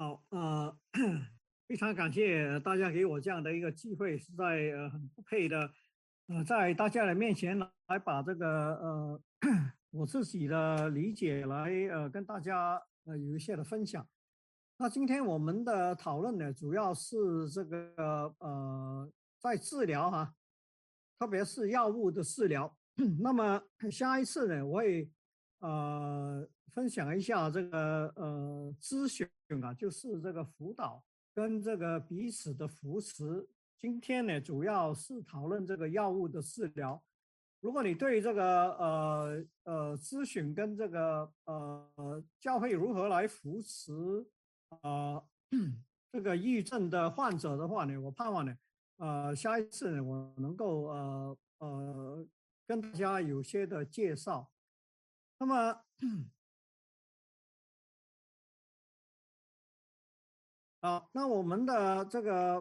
好，非常感谢大家给我这样的一个机会，实在很不配的，在大家的面前来把这个我自己的理解来跟大家有一些的分享。那今天我们的讨论呢，主要是这个在治疗哈，特别是药物的治疗。那么下一次呢，我会分享一下这个咨询啊，就是这个辅导跟这个彼此的扶持。今天呢，主要是讨论这个药物的治疗。如果你对这个咨询跟这个教会如何来扶持呃这个抑郁症的患者的话呢，我盼望呢下一次呢我能够跟大家有些的介绍。那么那我们的这个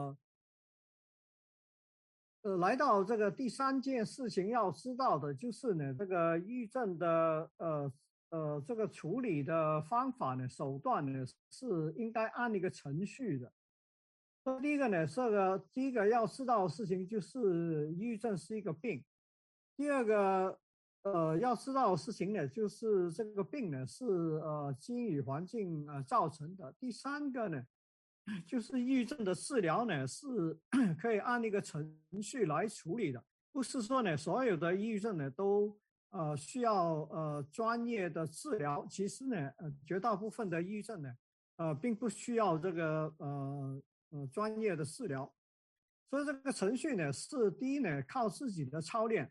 来到这个第三件事情要知道的就是呢，这个抑郁症的这个处理的方法呢，手段呢是应该按一个程序的。第一个呢，第一个要知道的事情就是抑郁症是一个病。第二个要知道的事情呢，就是这个病呢是基因与环境造成的。第三个呢，就是抑郁症的治疗呢是可以按一个程序来处理的，不是说呢所有的抑郁症呢都需要专业的治疗。其实呢绝大部分的抑郁症呢并不需要这个专业的治疗。所以这个程序呢是第一呢靠自己的操练。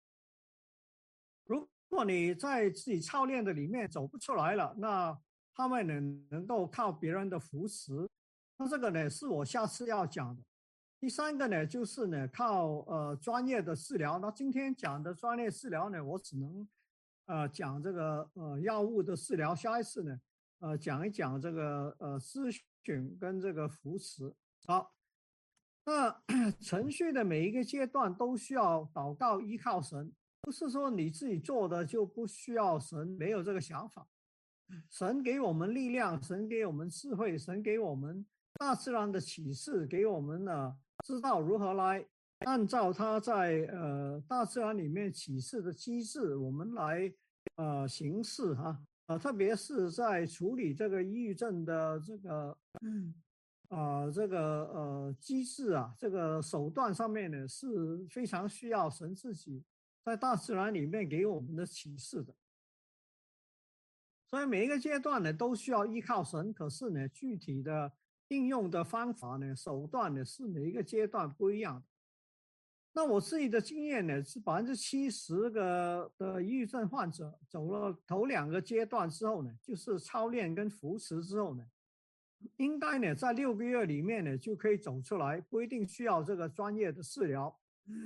如果你在自己操练的里面走不出来了，那他们能够靠别人的扶持。那这个呢是我下次要讲的。第三个呢就是呢靠专业的治疗。那今天讲的专业治疗呢，我只能讲这个药物的治疗。下一次呢讲一讲这个咨询跟这个扶持。好，那程序的每一个阶段都需要祷告依靠神。不是说你自己做的就不需要神，没有这个想法。神给我们力量，神给我们智慧，神给我们大自然的启示，给我们呢知道如何来按照他在大自然里面启示的机制，我们来行事哈。特别是在处理这个抑郁症的这个机制啊，这个手段上面呢是非常需要神自己在大自然里面给我们的启示的。所以每一个阶段呢都需要依靠神，可是呢具体的应用的方法呢手段呢是每一个阶段不一样的。那我自己的经验呢是70%的抑郁症患者走了头2个阶段之后呢，就是操练跟扶持之后呢，应该呢在6个月里面呢就可以走出来，不一定需要这个专业的治疗。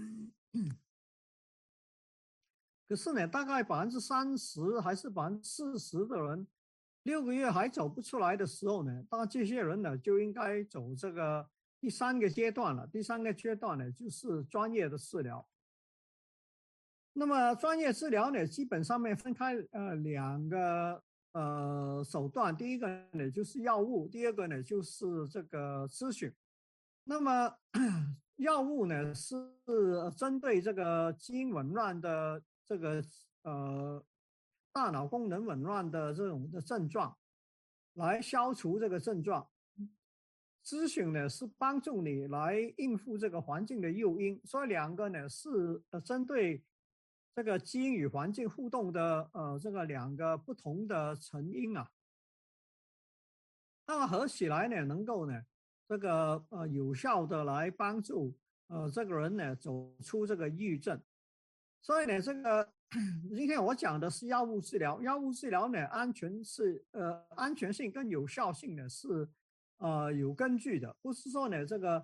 可是呢，大概30%还是40%的人，6个月还走不出来的时候呢，那这些人呢就应该走这个第3个阶段了。第3个阶段呢就是专业的治疗。那么专业治疗呢，基本上面分开2个手段。第一个呢就是药物，第二个呢就是这个咨询。那么药物呢是针对这个基因紊乱的这个大脑功能紊乱的这种的症状，来消除这个症状。咨询呢是帮助你来应付这个环境的诱因。所以2个呢是针对这个基因与环境互动的这个2个不同的成因啊。那么合起来呢，能够呢这个有效的来帮助这个人呢走出这个抑郁症。所以呢，这个今天我讲的是药物治疗。药物治疗呢，安全性跟有效性呢是有根据的，不是说呢这个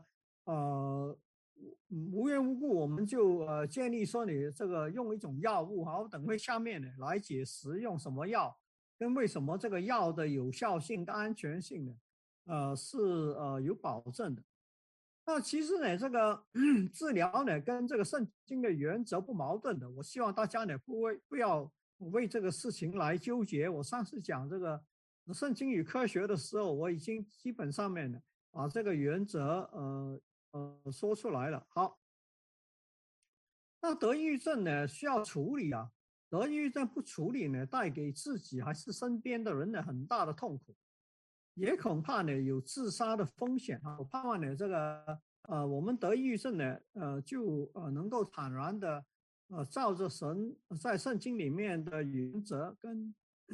无缘无故我们就建议说你这个用一种药物，好，等会下面呢来解释用什么药，跟为什么这个药的有效性跟安全性呢是有保证的。那其实呢，这个治疗呢跟这个圣经的原则不矛盾的。我希望大家呢不要为这个事情来纠结。我上次讲这个圣经与科学的时候，我已经基本上面呢把这个原则说出来了。好，那得抑郁症呢需要处理啊，得抑郁症不处理呢，带给自己还是身边的人呢很大的痛苦，也恐怕呢有自杀的风险啊。我盼望呢这个我们得抑郁症呢就能够坦然的照着神在圣经里面的原则跟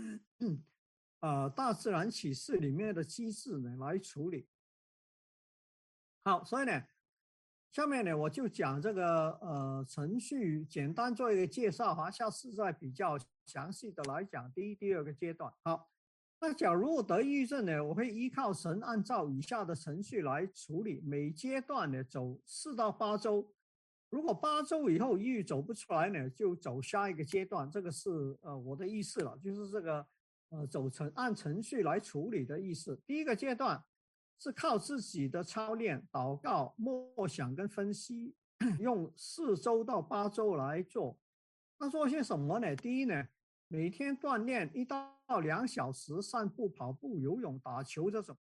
大自然启示里面的机制呢来处理。好，所以呢，下面呢我就讲这个程序，简单做一个介绍哈，下次再比较详细的来讲第一、第二个阶段。好，那假如我得抑郁症呢，我会依靠神按照以下的程序来处理，每阶段呢走4到8周，如果8周以后抑郁走不出来呢，就走下一个阶段，这个是我的意思了，就是这个按程序来处理的意思。第一个阶段是靠自己的操练、祷告、默想跟分析，用4周到8周来做。那做些什么呢？第一呢，每天锻炼1到2小时，散步、跑步、游泳、打球这种。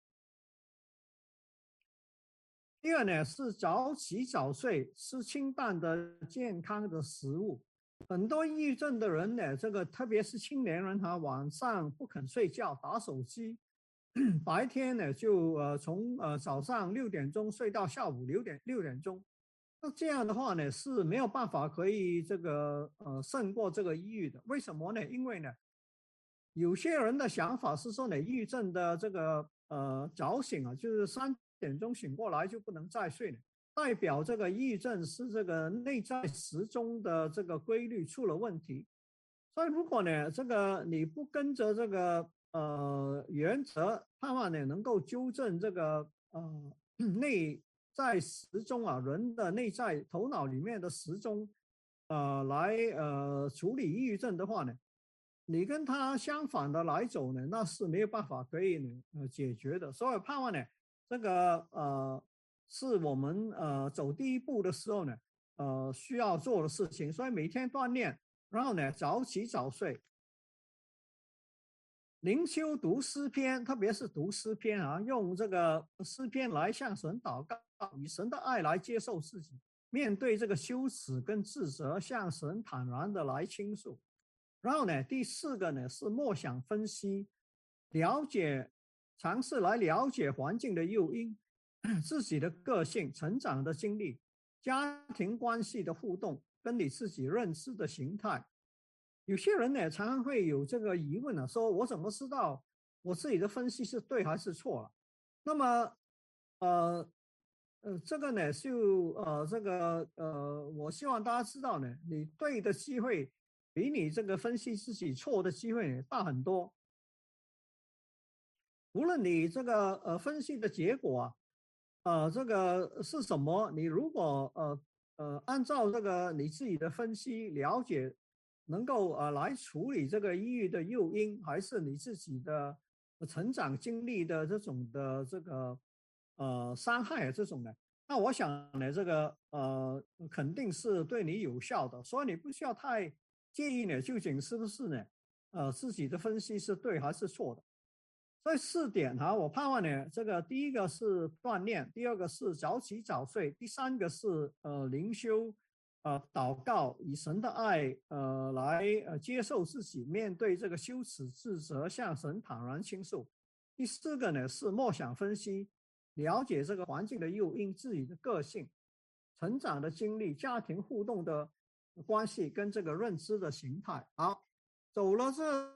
第二呢是早起早睡，吃清淡的健康的食物。很多抑郁症的人呢，这个特别是青年人哈，晚上不肯睡觉，打手机，白天呢就从早上6点钟睡到下午6点钟。那这样的话呢是没有办法可以这个胜过这个抑郁的。为什么呢？因为呢有些人的想法是说呢，抑郁症的这个早醒啊，就是3点钟醒过来就不能再睡了，代表这个抑郁症是这个内在时钟的这个规律出了问题。所以如果呢这个你不跟着这个原则，盼望呢能够纠正这个内在时钟啊，人的内在头脑里面的时钟，来处理抑郁症的话呢，你跟他相反的来走呢，那是没有办法可以呢解决的。所以盼望呢，这个是我们走第一步的时候呢，需要做的事情。所以每天锻炼，然后呢早起早睡，灵修读诗篇，特别是读诗篇啊，用这个诗篇来向神祷告，以神的爱来接受自己，面对这个羞耻跟自责，向神坦然的来倾诉。然后呢，第四个呢是默想分析，了解，尝试来了解环境的诱因，自己的个性、成长的经历、家庭关系的互动，跟你自己认知的形态。有些人呢常常会有这个疑问呢，说我怎么知道我自己的分析是对还是错了？那么，这个呢就我希望大家知道呢，你对的机会比你这个分析自己错的机会大很多。无论你这个分析的结果这个是什么，你如果按照这个你自己的分析了解，能够来处理这个抑郁的诱因，还是你自己的成长经历的这种的这个伤害这种的，那我想呢，这个肯定是对你有效的，所以你不需要太介意呢，究竟是不是呢自己的分析是对还是错的。所以4点哈，我盼望呢，这个第一个是锻炼，第二个是早起早睡，第三个是灵修，祷告，以神的爱来接受自己，面对这个羞耻自责，向神坦然倾诉。第四个呢是默想分析，了解这个环境的诱因、自己的个性、成长的经历、家庭互动的关系跟这个认知的形态。好，走了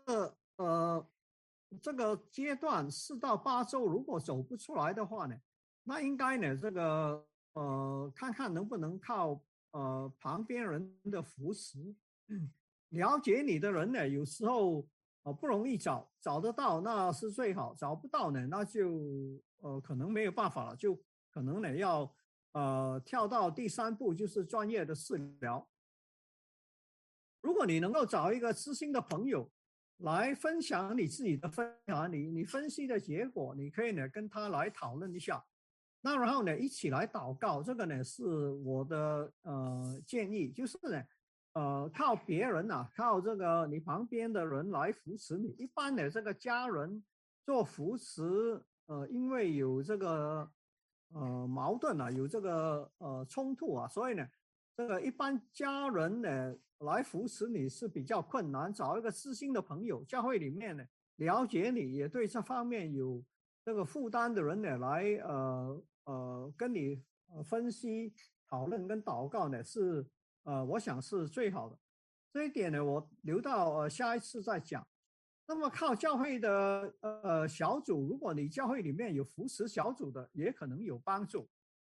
这个阶段4到8周，如果走不出来的话呢，那应该呢这个看看能不能靠旁边人的扶持。了解你的人呢，有时候不容易找，找得到那是最好，找不到呢，那就可能没有办法了，就可能呢要跳到第三步，就是专业的治疗。如果你能够找一个知心的朋友来分享你自己的分享，你分析的结果，你可以呢跟他来讨论一下，那然后呢一起来祷告，这个呢是我的建议，就是呢靠别人靠这个你旁边的人来扶持你，一般的这个家人做扶持，因为有这个矛盾啊，有这个冲突啊，所以呢，这个一般家人呢来扶持你是比较困难，找一个知心的朋友，教会里面呢了解你，也对这方面有这个负担的人呢来跟你分析、讨论跟祷告呢是我想是最好的。这一点呢，我留到下一次再讲。那么靠教会的小组，如果你教会里面有扶持小组的，也可能有帮助。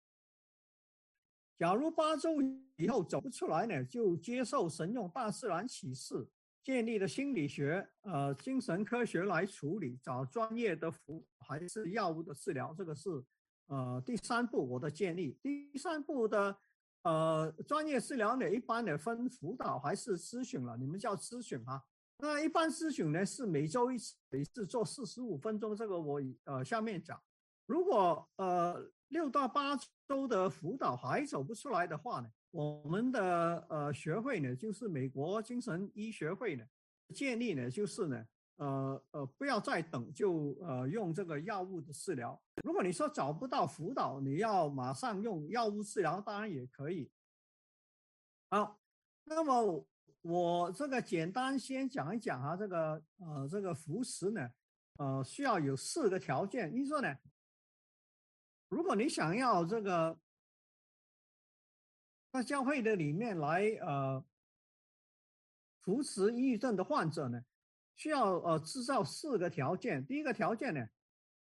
假如8周以后走不出来呢，就接受神用大自然启示建立的心理学、精神科学来处理，找专业的辅导还是药物的治疗，这个是第3步我的建议。第3步的专业治疗呢，一般呢分辅导还是咨询了，你们叫咨询啊。那一般咨询呢是每周一次，每次做45分钟，这个我下面讲。如果6到8周的辅导还走不出来的话呢，我们的学会呢，就是美国精神医学会呢，建议呢就是呢，不要再等，就用这个药物的治疗。如果你说找不到辅导，你要马上用药物治疗，当然也可以。好，那么我这个简单先讲一讲啊，这个扶持呢，需要有4个条件。你说呢？如果你想要这个在教会的里面来扶持抑郁症的患者呢，需要制造4个条件。第一个条件呢，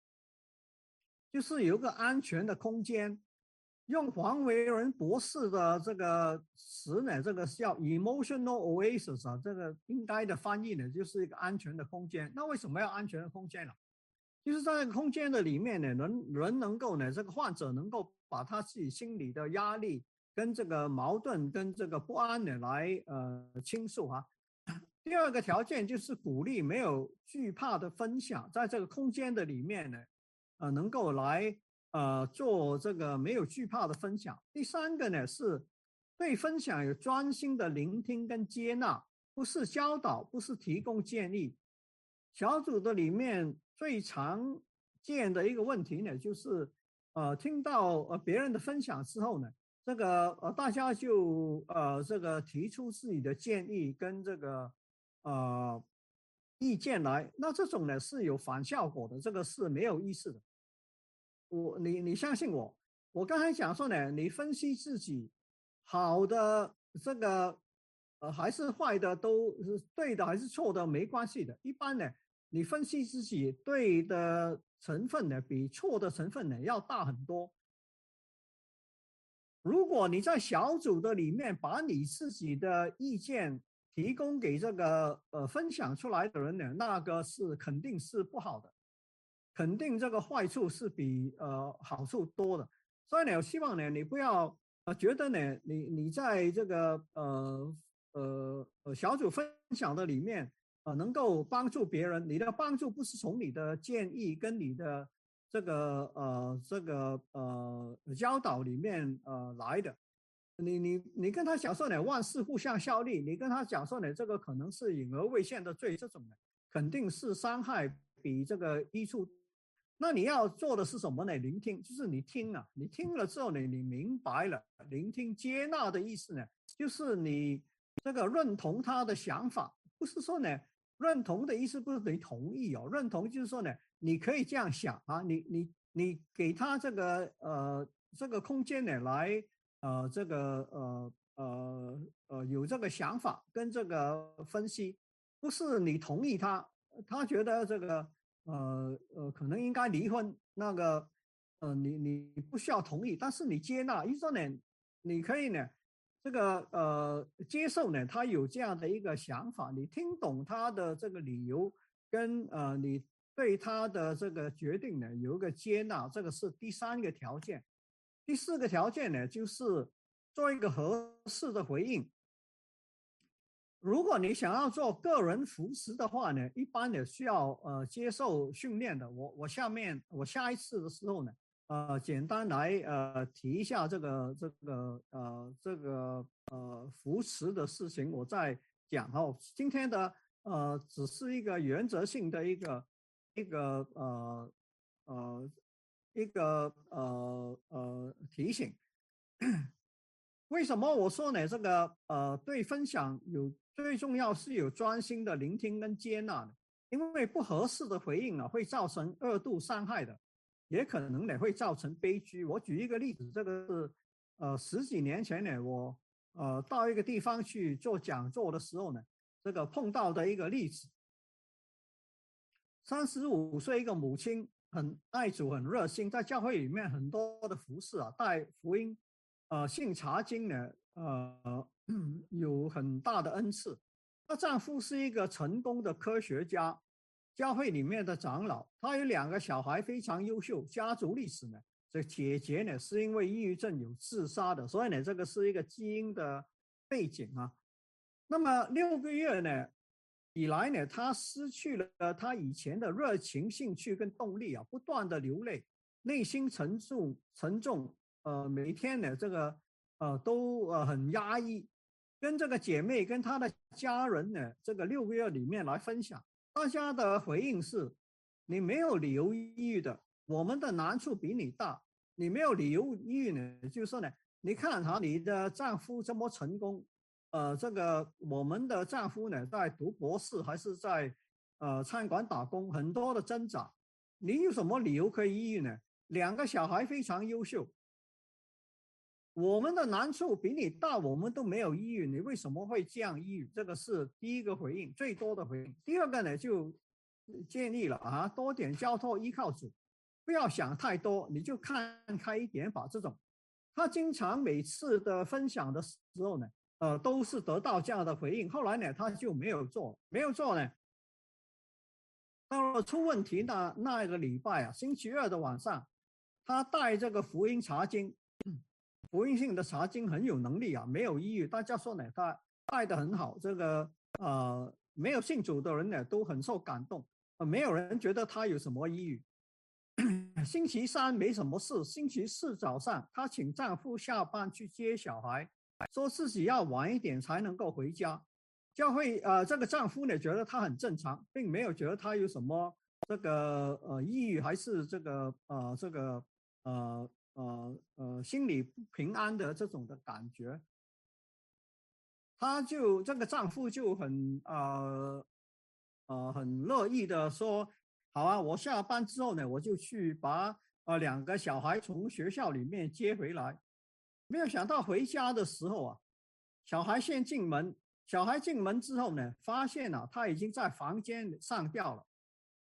就是有个安全的空间。用黄维仁博士的这个词呢，这个叫 emotional oasis 啊，这个应该的翻译呢，就是一个安全的空间。那为什么要安全的空间呢？就是在那个空间的里面呢，人能够呢，这个患者能够把他自己心里的压力跟这个矛盾跟这个不安呢来倾诉哈。第二个条件就是鼓励没有惧怕的分享，在这个空间的里面呢，能够来做这个没有惧怕的分享。第3个呢是对分享有专心的聆听跟接纳，不是教导，不是提供建议。小组的里面最常见的一个问题呢，就是听到别人的分享之后呢，这个大家就这个提出自己的建议跟这个意见来，那这种呢是有反效果的，这个是没有意思的。你相信我，我刚才讲说呢，你分析自己好的这个还是坏的，都是对的还是错的没关系的。一般呢，你分析自己对的成分呢，比错的成分呢要大很多。如果你在小组的里面把你自己的意见提供给这个分享出来的人呢，那个是肯定是不好的。肯定这个坏处是比好处多的，所以呢，我希望呢，你不要觉得呢，你在这个小组分享的里面能够帮助别人，你的帮助不是从你的建议跟你的教导里面来的，你跟他讲说呢，万事互相效力，你跟他讲说呢，这个可能是隐而未现的罪，这种呢肯定是伤害比这个益处。那你要做的是什么呢？聆听，就是你听啊，你听了之后呢，你明白了。聆听接纳的意思呢，就是你这个认同他的想法，不是说呢，认同的意思不是等于同意哦，认同就是说呢，你可以这样想啊，你给他这个空间呢，来有这个想法跟这个分析，不是你同意他，他觉得这个可能应该离婚，那个你不需要同意，但是你接纳，意思说呢，你可以呢这个接受呢他有这样的一个想法，你听懂他的这个理由，跟你对他的这个决定呢有一个接纳，这个是第3个条件。第4个条件呢，就是做一个合适的回应。如果你想要做个人扶持的话呢，一般也需要接受训练的。我下一次的时候呢，简单来提一下扶持的事情，我再讲哦。今天的只是一个原则性的一个一个提醒。为什么我说呢？这个对分享最重要是有专心的聆听跟接纳的，因为不合适的回应啊，会造成二度伤害的，也可能呢会造成悲剧。我举一个例子，这个是十几年前呢，我到一个地方去做讲座的时候呢，这个碰到的一个例子。35岁一个母亲，很爱主，很热心，在教会里面很多的服侍啊，带福音，信查经呢，有很大的恩赐。她丈夫是一个成功的科学家，教会里面的长老，她有2个小孩，非常优秀。家族历史呢，这姐姐呢是因为抑郁症有自杀的，所以呢，这个是一个基因的背景啊。那么6个月呢以来呢，他失去了他以前的热情、兴趣跟动力啊，不断的流泪，内心沉重，每天呢这个都很压抑，跟这个姐妹跟他的家人呢，这个6个月里面来分享，大家的回应是：你没有理由抑郁的，我们的难处比你大，你没有理由抑郁呢，就是呢，你看哈，你的丈夫这么成功。这个我们的丈夫呢，在读博士还是在餐馆打工，很多的挣扎。你有什么理由可以抑郁呢？2个小孩非常优秀，我们的难处比你大，我们都没有抑郁，你为什么会这样抑郁？这个是第一个回应，最多的回应。第二个呢，就建议了啊，多点交托依靠主，不要想太多，你就看开一点吧。这种，他经常每次的分享的时候呢。都是得到这样的回应。后来呢，他就没有做呢。到了出问题那一个礼拜啊，星期2的晚上，他带这个福音查经，福音性的查经很有能力啊，没有抑郁。大家说呢，他带得很好。这个没有信主的人呢都很受感动，没有人觉得他有什么抑郁。星期3没什么事，星期4早上，她请丈夫下班去接小孩。说自己要晚一点才能够回家，教会这个丈夫呢觉得她很正常，并没有觉得她有什么这个抑郁还是这个心理不平安的这种的感觉。这个丈夫就很乐意的说，好啊，我下班之后呢，我就去把2个小孩从学校里面接回来。没有想到回家的时候啊，小孩先进门，小孩进门之后呢，发现他已经在房间上吊了。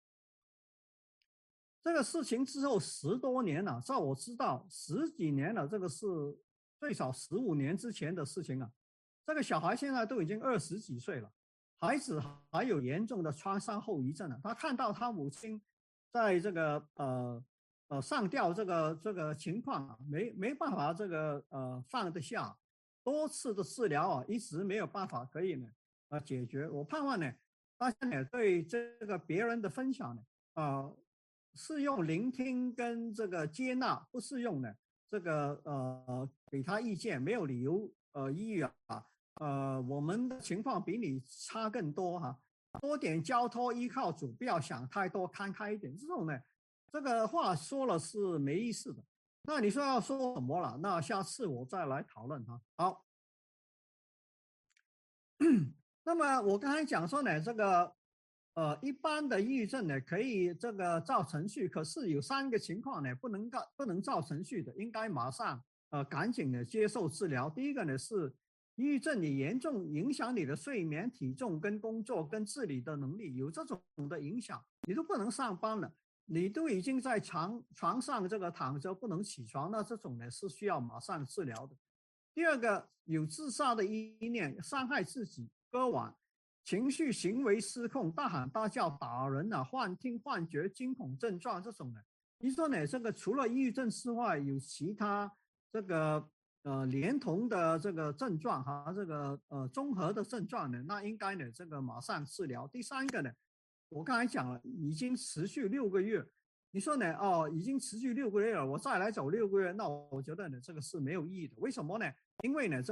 这个事情之后10多年了，照我知道10几年了，这个是最少15年之前的事情啊。这个小孩现在都已经20几岁了，孩子还有严重的创伤后遗症了。他看到他母亲在这个上吊这个情况啊，没办法这个放得下，多次的治疗啊，一直没有办法可以呢解决。我盼望呢，大家呢对这个别人的分享呢是用聆听跟这个接纳，不是用呢这个给他意见，没有理由抑郁啊。我们的情况比你差更多哈，多点交托依靠主，不要想太多，看开一点。这种呢，这个话说了是没意思的。那你说要说什么了？那下次我再来讨论哈。好，那么我刚才讲说呢，这个一般的抑郁症呢，可以这个照程序，可是有3个情况呢，不能照程序的，应该马上赶紧的接受治疗。第一个呢是抑郁症也严重影响你的睡眠、体重跟工作跟自理的能力，有这种的影响，你都不能上班了，你都已经在床上这个躺着不能起床，那这种呢是需要马上治疗的。第二个有自杀的意念，伤害自己、割腕。情绪行为失控，大喊大叫、打人啊，幻听、幻觉、惊恐症状这种的。你说呢？这个除了抑郁症之外，有其他这个连同的这个症状哈，这个综合的症状呢，那应该呢这个马上治疗。第3个呢，我刚才讲了，已经持续6个月。你说呢？已经持续6个月了，我再来走6个月，那我觉得呢这个是没有意义的。为什么呢？因为呢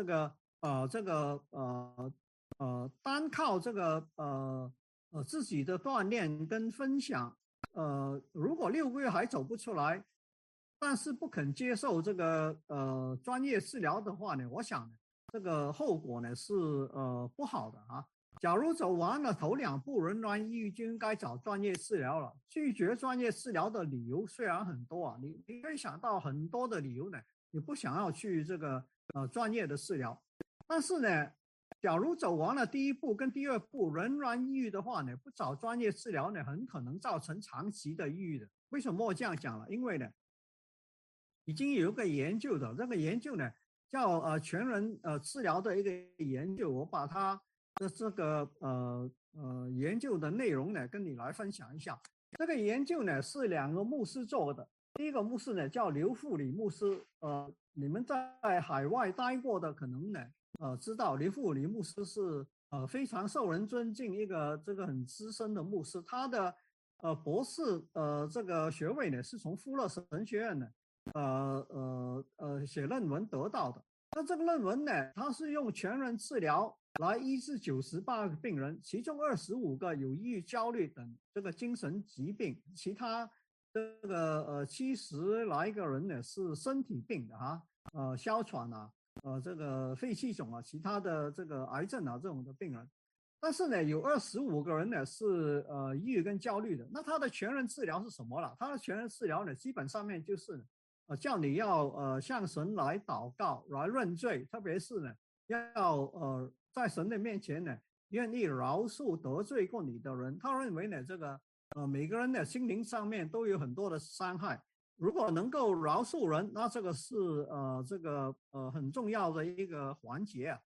单靠这个自己的锻炼跟分享， 如果6个月还走不出来，但是不肯接受这个专业治疗的话呢，我想这个后果呢是不好的啊。假如走完了头2步仍然抑郁，就应该找专业治疗了。拒绝专业治疗的理由虽然很多啊，你可以想到很多的理由呢，你不想要去这个专业的治疗，但是呢，假如走完了第1步跟第2步仍然抑郁的话呢，不找专业治疗呢，很可能造成长期的抑郁的。为什么我这样讲了？因为呢，已经有一个研究的，这个研究呢叫全人治疗的一个研究，我把它的这个研究的内容呢跟你来分享一下。这个研究呢是2个牧师做的，第一个牧师呢叫刘富里牧师，你们在海外待过的可能呢知道刘富里牧师是非常受人尊敬一个这个很资深的牧师，他的博士这个学位呢是从富勒神学院呢写论文得到的。那这个论文呢，它是用全人治疗来医治98个病人，其中25个有抑郁、焦虑等这个精神疾病，其他这个70来个人呢是身体病的哈，哮喘啊，这个肺气肿啊，其他的这个癌症啊这种的病人。但是呢，有25个人呢是抑郁跟焦虑的。那他的全人治疗是什么了？他的全人治疗呢，基本上面就是叫你要向神来祷告，来认罪，特别是呢要在神的面前呢愿意饶恕得罪过你的人。他认为呢这个每个人的心灵上面都有很多的伤害，如果能够饶恕人，那这个是这个很重要的一个环节啊。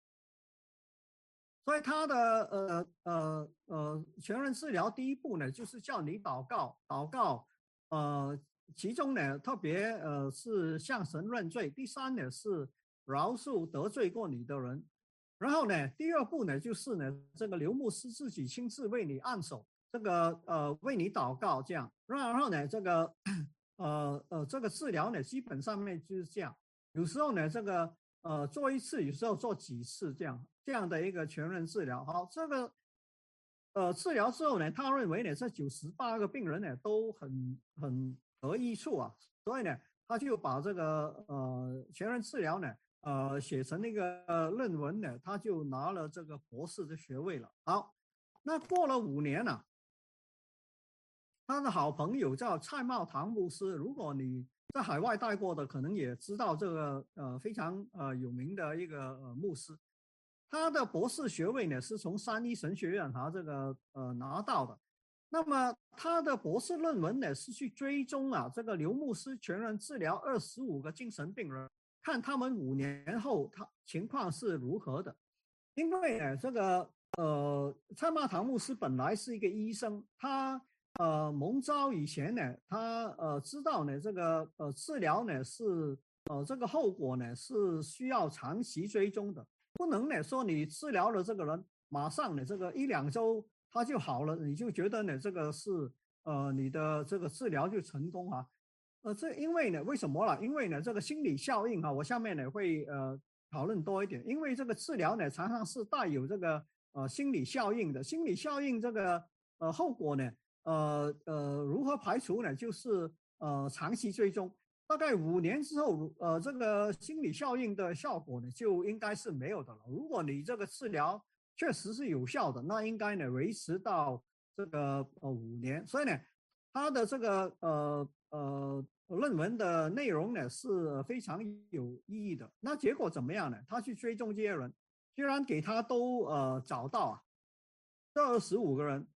所以他的全人治疗第1步呢，就是叫你祷告，其中呢特别是向神认罪。第3呢是饶恕得罪过你的人。然后呢，第2步呢就是呢这个刘牧师自己亲自为你按手，这个为你祷告这样。然后呢这个这个治疗呢基本上面就是这样，有时候呢这个做1次，有时候做几次这样的一个全人治疗。好，这个治疗之后呢，他认为呢这98个病人呢都很得益处啊，所以呢他就把这个全人治疗呢写成那个论文呢，他就拿了这个博士的学位了。好，那过了5年了，他的好朋友叫蔡茂堂牧师，如果你在海外待过的，可能也知道这个非常有名的一个牧师。他的博士学位呢是从三一神学院这个拿到的。那么他的博士论文呢是去追踪这个刘牧师全人治疗25个精神病人，看他们5年后他情况是如何的。因为呢这个蔡茂堂牧师本来是一个医生，他蒙召以前呢，他知道呢这个治疗呢是这个后果呢是需要长期追踪的，不能呢说你治疗了这个人马上呢这个1、2周他就好了，你就觉得呢这个是你的这个治疗就成功啊。这因为呢为什么了？因为呢这个心理效应我下面呢会讨论多一点。因为这个治疗呢常常是带有这个心理效应的，心理效应这个后果呢如何排除呢？就是长期追踪，大概5年之后，这个心理效应的效果呢就应该是没有的了。如果你这个治疗确实是有效的，那应该呢维持到这个5年。所以呢，他的这个论文的内容呢是非常有意义的。那结果怎么样呢？他去追踪这些人，居然给他都找到这25个人。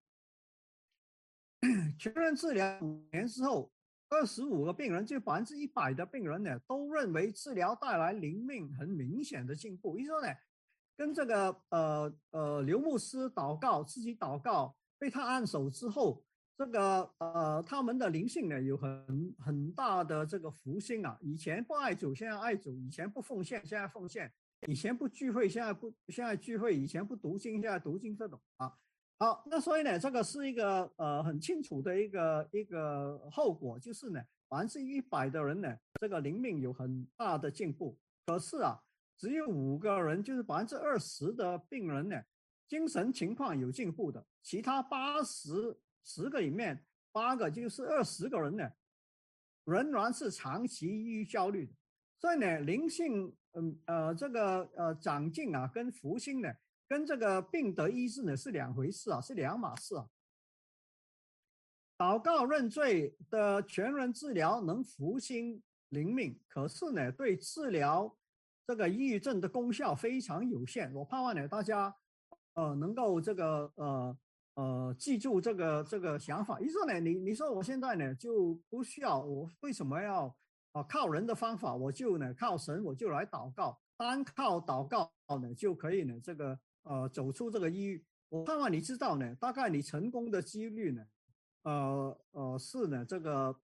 全人治疗5年之后，25个病人，就100%的病人呢，都认为治疗带来灵命很明显的进步。也就是说呢，跟这个刘牧师祷告，自己祷告，被他按手之后，这个他们的灵性呢有很大的这个复兴啊。以前不爱主，现在爱主；以前不奉献，现在奉献；以前不聚会，现在聚会；以前不读经，现在读经，这种啊。好，那所以呢，这个是一个很清楚的一个后果，就是呢100%的人呢，这个灵命有很大的进步。可是只有5个人，就是20%的病人呢，精神情况有进步的，其他10个里面 8个就是20个人呢，仍然是长期抑郁焦虑的。所以呢，灵性长进啊，跟复兴呢，跟这个病得医治呢是两回事啊，是两码事啊。祷告认罪的全人治疗能复兴灵命，可是呢，对治疗这个抑郁症的功效非常有限。我盼望呢，大家能够记住这个想法。意思呢，你说我现在呢就不需要，我为什么要靠人的方法？我就呢靠神，我就来祷告，单靠祷告呢就可以呢走出这个抑郁。我盼望你知道呢，大概你成功的几率呢。是呢，这个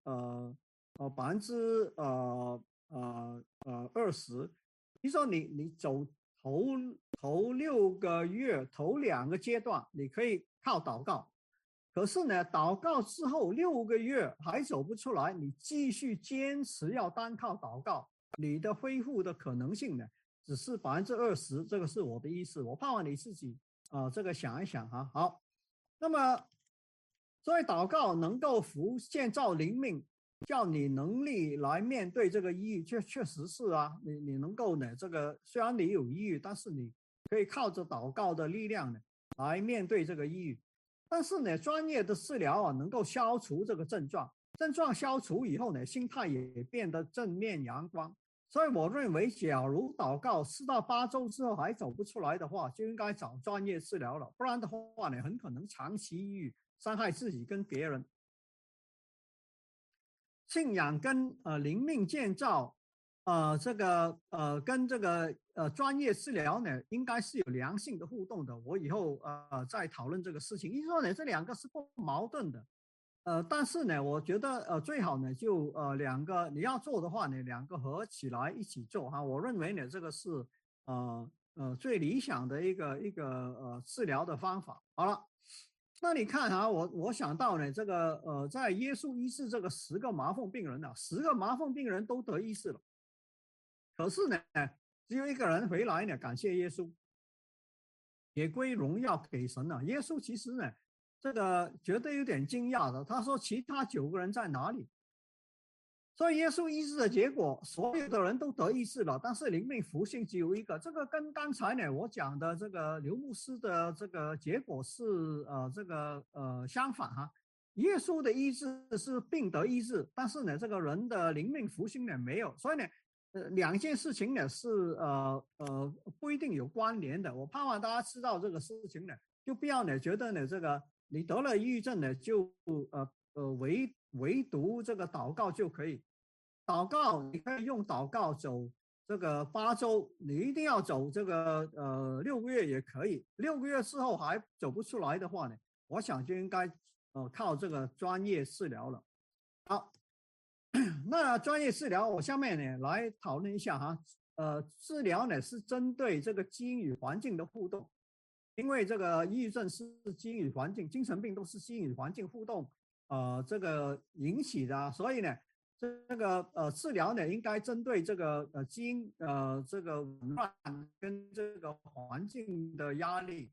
20%，你说你走头6个月，头2个阶段，你可以靠祷告，可是呢，祷告之后6个月还走不出来，你继续坚持要单靠祷告，你的恢复的可能性呢，只是20%，这个是我的意思。我盼望你自己这个想一想哈。好，那么。所以祷告能够建造灵命，叫你能力来面对这个抑郁，确实是啊，你能够呢，这个虽然你有抑郁，但是你可以靠着祷告的力量呢来面对这个抑郁。但是呢，专业的治疗啊，能够消除这个症状，症状消除以后呢，心态也变得正面阳光。所以我认为，假如祷告4到8周之后还走不出来的话，就应该找专业治疗了，不然的话呢，很可能长期抑郁。伤害自己跟别人。信仰跟灵命建造，跟这个专业治疗呢，应该是有良性的互动的。我以后再讨论这个事情。因为说呢，这2个是不矛盾的。但是呢，我觉得最好呢就2个你要做的话呢，2个合起来一起做哈。我认为呢这个是最理想的一个治疗的方法。好了。那你看哈，我想到呢，这个在耶稣医治这个10个麻风病人啊，10个麻风病人都得医治了，可是呢，只有1个人回来呢，感谢耶稣，也归荣耀给神了。耶稣其实呢，这个觉得有点惊讶的，他说其他9个人在哪里？所以耶稣医治的结果，所有的人都得医治了，但是灵命复兴只有1个。这个跟刚才呢我讲的这个刘牧师的这个结果是相反哈。耶稣的医治是病得医治，但是呢这个人的灵命复兴呢没有。所以呢2件事情呢是不一定有关联的。我盼望大家知道这个事情呢，就不要呢觉得呢这个你得了抑郁症呢就唯独这个祷告就可以。祷告你可以用祷告走这个8周，你一定要走这个6个月也可以。6个月之后还走不出来的话呢，我想就应该靠这个专业治疗了。好，那专业治疗我下面呢来讨论一下哈。治疗呢是针对这个基因与环境的互动，因为这个抑郁症是基因与环境，精神病都是基因与环境互动这个引起的，所以呢。这个治疗呢，应该针对这个基因这个紊乱跟这个环境的压力。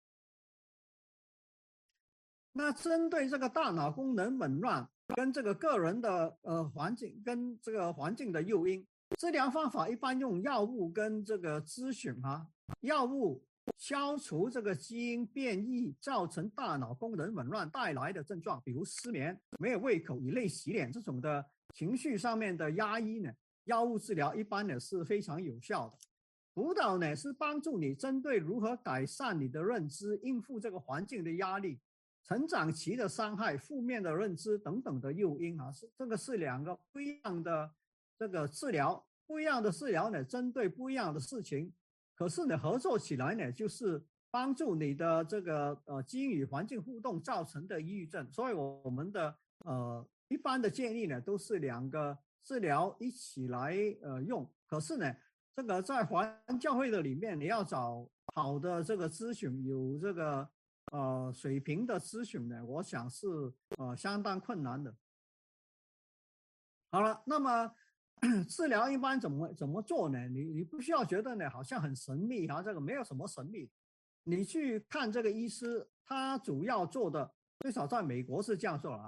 那针对这个大脑功能紊乱跟这个个人的环境跟这个环境的诱因，治疗方法一般用药物跟这个咨询哈。药物消除这个基因变异造成大脑功能紊乱带来的症状，比如失眠、没有胃口、以泪洗脸这种的。情绪上面的压抑呢，药物治疗一般呢是非常有效的。辅导呢是帮助你针对如何改善你的认知，应付这个环境的压力、成长期的伤害、负面的认知等等的诱因啊，这个是2个不一样的这个治疗，不一样的治疗呢，针对不一样的事情，可是呢合作起来呢，就是帮助你的这个基因与环境互动造成的抑郁症。所以我们的一般的建议呢，都是2个治疗一起来用。可是呢，这个在华人教会的里面，你要找好的这个咨询，有这个水平的咨询呢，我想是相当困难的。好了，那么治疗一般怎么做呢？你不需要觉得呢好像很神秘啊，这个没有什么神秘。你去看这个医师，他主要做的，最少在美国是这样做啊。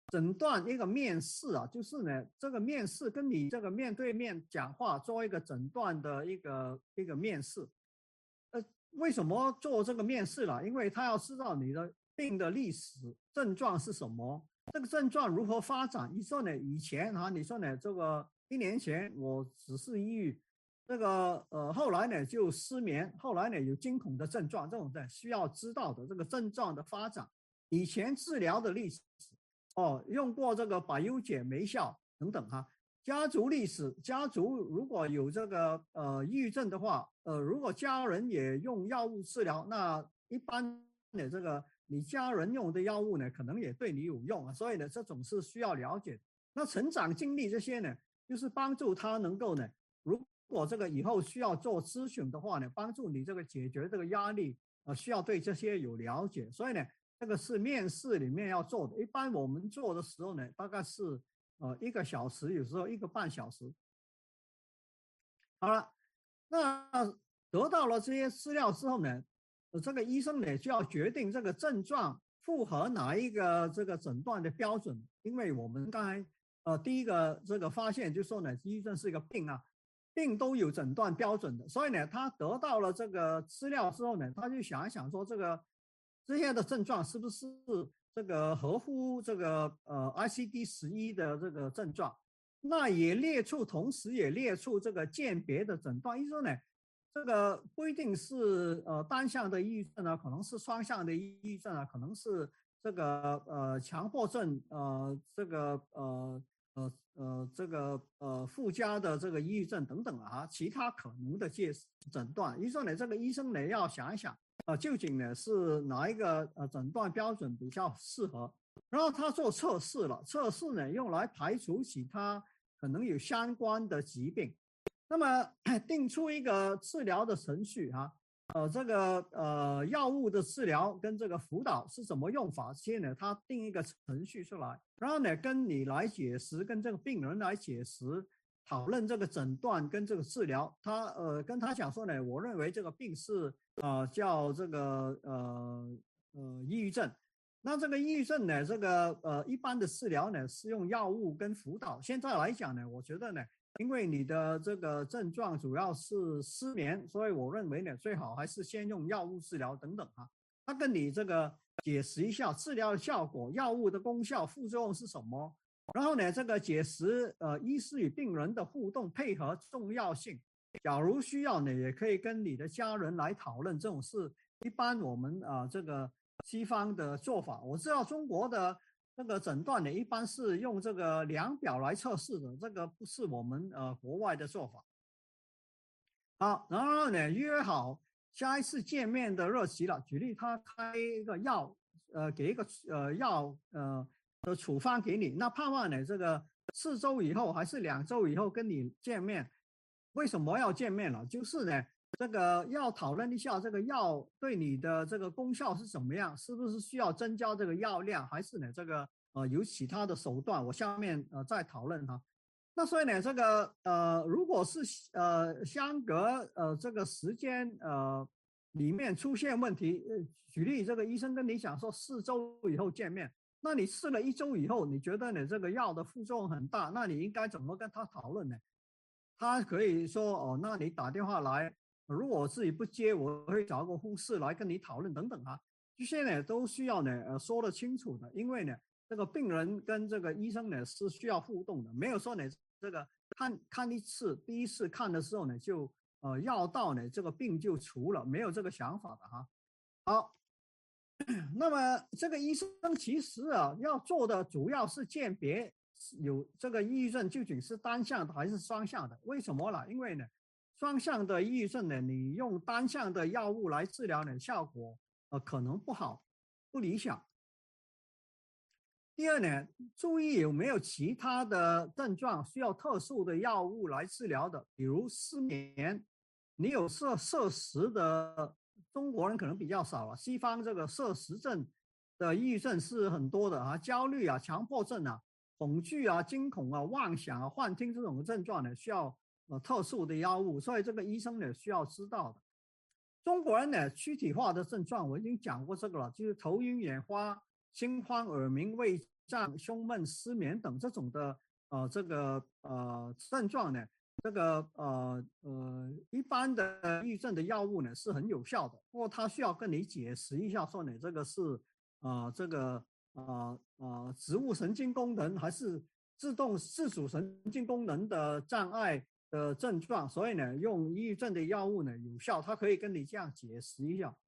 诊断一个面试啊，就是呢这个面试跟你这个面对面讲话做一个诊断的一个面试。为什么做这个面试了？因为他要知道你的病的历史症状是什么，这个症状如何发展。你说呢？以前啊，你说呢？这个1年前我只是抑郁，这个后来呢就失眠，后来呢有惊恐的症状，这种的需要知道的这个症状的发展，以前治疗的历史，用过这个百忧解没效等等哈。家族历史，家族如果有这个抑郁症的话，如果家人也用药物治疗，那一般的这个你家人用的药物呢，可能也对你有用啊，所以呢，这种是需要了解。那成长经历这些呢，就是帮助他能够呢，如果这个以后需要做咨询的话呢，帮助你这个解决这个压力，需要对这些有了解。所以呢，这个是面试里面要做的。一般我们做的时候呢，大概是1个小时，有时候1个半小时。好了，那得到了这些资料之后呢，这个医生呢就要决定这个症状符合哪一个这个诊断的标准。因为我们刚才第一个这个发现就说呢，抑郁症是一个病啊，病都有诊断标准的。所以呢，他得到了这个资料之后呢，他就想一想说这些的症状是不是这个合乎这个ICD-11的这个症状。那也列出，同时也列出这个鉴别的诊断。医生呢，这个不一定是单向的抑郁症啊，可能是双向的抑郁症啊，可能是这个强迫症，附加的这个抑郁症等等啊，其他可能的诊断。医生呢，这个医生呢要想一想究竟呢是哪一个诊断标准比较适合。然后他做测试了，测试呢用来排除其他可能有相关的疾病。那么定出一个治疗的程序哈，这个药物的治疗跟这个辅导是怎么用法，先呢他定一个程序出来，然后呢跟你来解释，跟这个病人来解释，讨论这个诊断跟这个治疗。他跟他讲说呢，我认为这个病是叫这个抑郁症。那这个抑郁症呢，这个一般的治疗呢是用药物跟辅导。现在来讲呢，我觉得呢，因为你的这个症状主要是失眠，所以我认为呢，最好还是先用药物治疗等等啊。他跟你这个解释一下治疗的效果、药物的功效、副作用是什么，然后呢，这个解释医师与病人的互动配合重要性。假如需要呢，也可以跟你的家人来讨论这种事。一般我们这个西方的做法，我知道中国的这个诊断呢，一般是用这个量表来测试的，这个不是我们国外的做法。好，然后呢约好下一次见面的日期了。举例，他开一个药，给一个药的处方给你，那盼望呢这个4周以后还是2周以后跟你见面。为什么要见面了？就是呢。这个要讨论一下，这个药对你的这个功效是怎么样？是不是需要增加这个药量，还是呢这个有其他的手段？我下面再讨论哈。那所以呢，这个如果是相隔这个时间里面出现问题，举例这个医生跟你讲说4周以后见面，那你试了1周以后，你觉得你这个药的副作用很大，那你应该怎么跟他讨论呢？他可以说那你打电话来。如果我自己不接，我会找个护士来跟你讨论等等啊，这些呢都需要呢说得清楚的。因为呢这个病人跟这个医生呢是需要互动的，没有说呢这个看一次，第一次看的时候呢就药到呢这个病就除了，没有这个想法的哈。好，那么这个医生其实要做的主要是鉴别有这个抑郁症究竟是单向的还是双向的。为什么呢？因为呢双向的抑郁症呢，你用单向的药物来治疗呢，效果可能不好，不理想。第二呢，注意有没有其他的症状需要特殊的药物来治疗的，比如失眠。你有摄食的，中国人可能比较少了，西方这个摄食症的抑郁症是很多的啊，焦虑啊、强迫症啊、恐惧啊、惊恐啊、妄想啊、幻听这种症状呢，需要特殊的药物，所以这个医生呢需要知道的。中国人呢躯体化的症状我已经讲过这个了，就是头晕眼花、心慌、耳鸣、胃胀、胸闷、失眠等这种的症状呢，一般的抑郁症的药物呢是很有效的，不过它需要跟你解释一下，说你这个是植物神经功能还是自主神经功能的障碍的症状，所以呢，用抑郁症的药物呢有效，它可以跟你这样解释一下。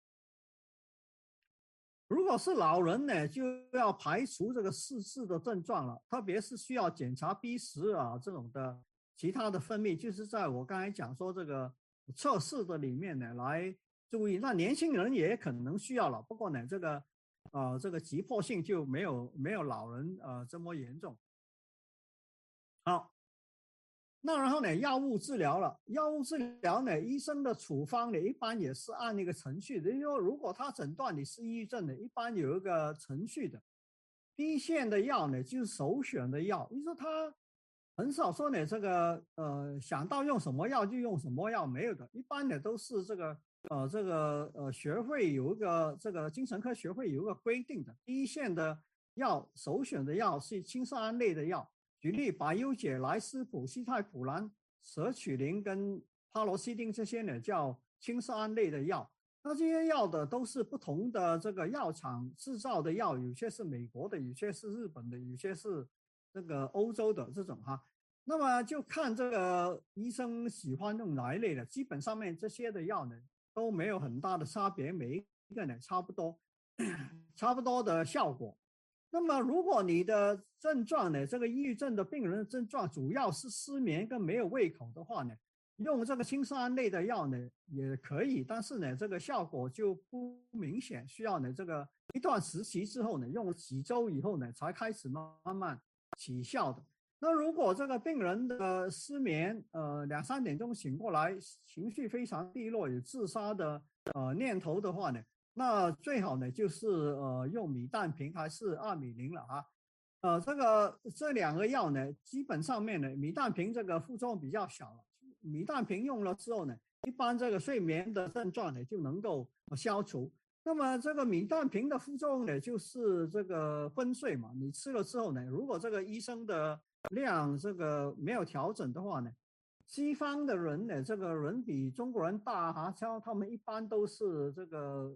如果是老人呢，就要排除这个四肢的症状了，特别是需要检查 B10啊这种的其他的分泌，就是在我刚才讲说这个测试的里面呢来注意。那年轻人也可能需要了，不过呢这个急迫性就没有老人这么严重。好。那然后呢，药物治疗了。药物治疗呢，医生的处方呢，一般也是按那个程序的。就是说，如果他诊断你是抑郁症的，一般有一个程序的。第一线的药呢，就是首选的药。你说他很少说呢，想到用什么药就用什么药，没有的。一般呢都是学会有一个精神科学会有一个规定的。第一线的药，首选的药是青色胺类的药。举例，百忧解、莱斯普、西泰普兰、舍曲林跟帕罗西汀这些呢叫青色胺类的药。那这些药的都是不同的这个药厂制造的药，有些是美国的，有些是日本的，有些是这个欧洲的这种哈。那么就看这个医生喜欢用哪一类的，基本上面这些的药呢都没有很大的差别，每一个呢差不多的效果。那么，如果你的症状呢，这个抑郁症的病人的症状主要是失眠跟没有胃口的话呢，用这个青色胺类的药呢也可以，但是呢，这个效果就不明显，需要呢这个一段时期之后呢，用了几周以后呢，才开始慢慢起效的。那如果这个病人的失眠，2、3点钟醒过来，情绪非常低落，有自杀的念头的话呢，那最好呢就是用米氮平还是阿米林了哈。这两个药呢，基本上面呢，米氮平这个副作用比较小了。米氮平用了之后呢，一般这个睡眠的症状呢就能够消除。那么这个米氮平的副作用呢，就是这个昏睡嘛。你吃了之后呢，如果这个医生的量这个没有调整的话呢，西方的人呢，这个人比中国人大哈，像他们一般都是这个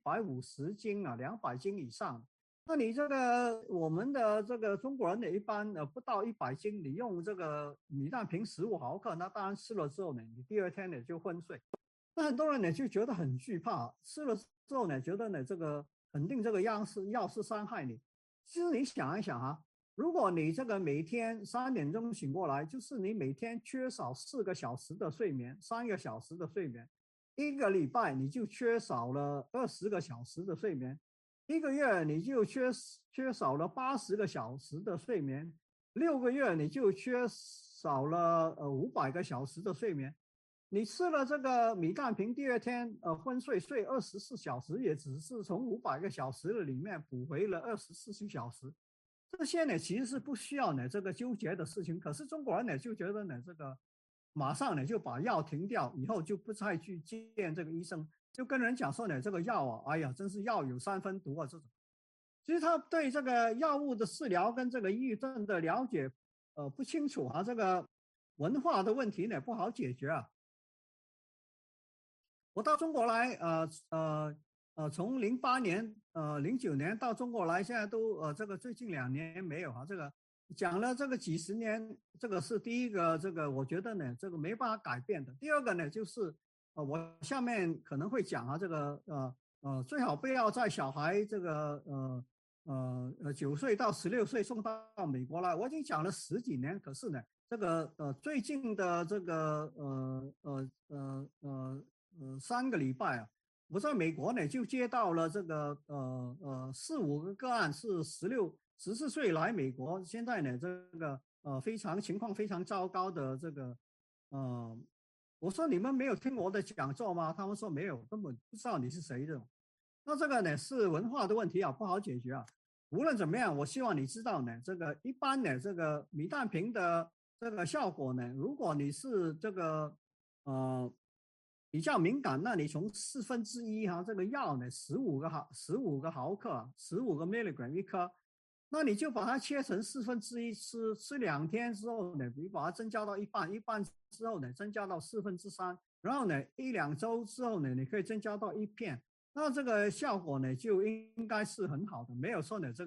150斤啊，200斤以上。那你这个我们的这个中国人呢，一般不到100斤，你用这个米氮平15毫克，那当然吃了之后呢，你第二天呢就昏睡。那很多人呢就觉得很惧怕，吃了之后呢，觉得呢这个肯定这个药是伤害你。其实你想一想哈，如果你这个每天3点钟醒过来，就是你每天缺少4个小时的睡眠，3个小时的睡眠，1个礼拜你就缺少了20个小时的睡眠，1个月你就缺少了80个小时的睡眠，6个月你就缺少了500个小时的睡眠。你吃了这个米氮平，第二天昏睡24小时，也只是从500个小时的里面补回了24小时。这些呢其实是不需要呢这个纠结的事情，可是中国人呢就觉得呢这个马上呢就把药停掉，以后就不再去见这个医生，就跟人讲说呢这个药啊，哎呀真是药有3分毒啊这种。其实他对这个药物的治疗跟这个抑郁症的了解不清楚啊，这个文化的问题呢不好解决啊。我到中国来，从08年、09年到中国来，现在都这个最近2年没有啊。这个讲了这个几十年，这个是第一个，这个我觉得呢，这个没办法改变的。第二个呢，就是我下面可能会讲啊，这个最好不要在小孩这个9岁到16岁送到美国来。我已经讲了10几年，可是呢，这个最近的这个3个礼拜啊，我在美国呢就接到了这个4、5个个案是14岁来美国，现在呢这个情况非常糟糕的这个我说你们没有听我的讲座吗？他们说没有，根本不知道你是谁的。那这个呢是文化的问题啊，不好解决啊。无论怎么样，我希望你知道呢，这个一般的这个米氮平的这个效果呢，如果你是这个比较敏感，那你从1/4哈，这个药呢15个毫克，15个 milligram 一颗， 那你就把它切成1/4吃2天之后呢，你把它增加到一半，一半之后呢，增加到3/4，然后呢1-2周之后呢，你可以增加到1片，那这个效果呢就应该是很好的，没有说呢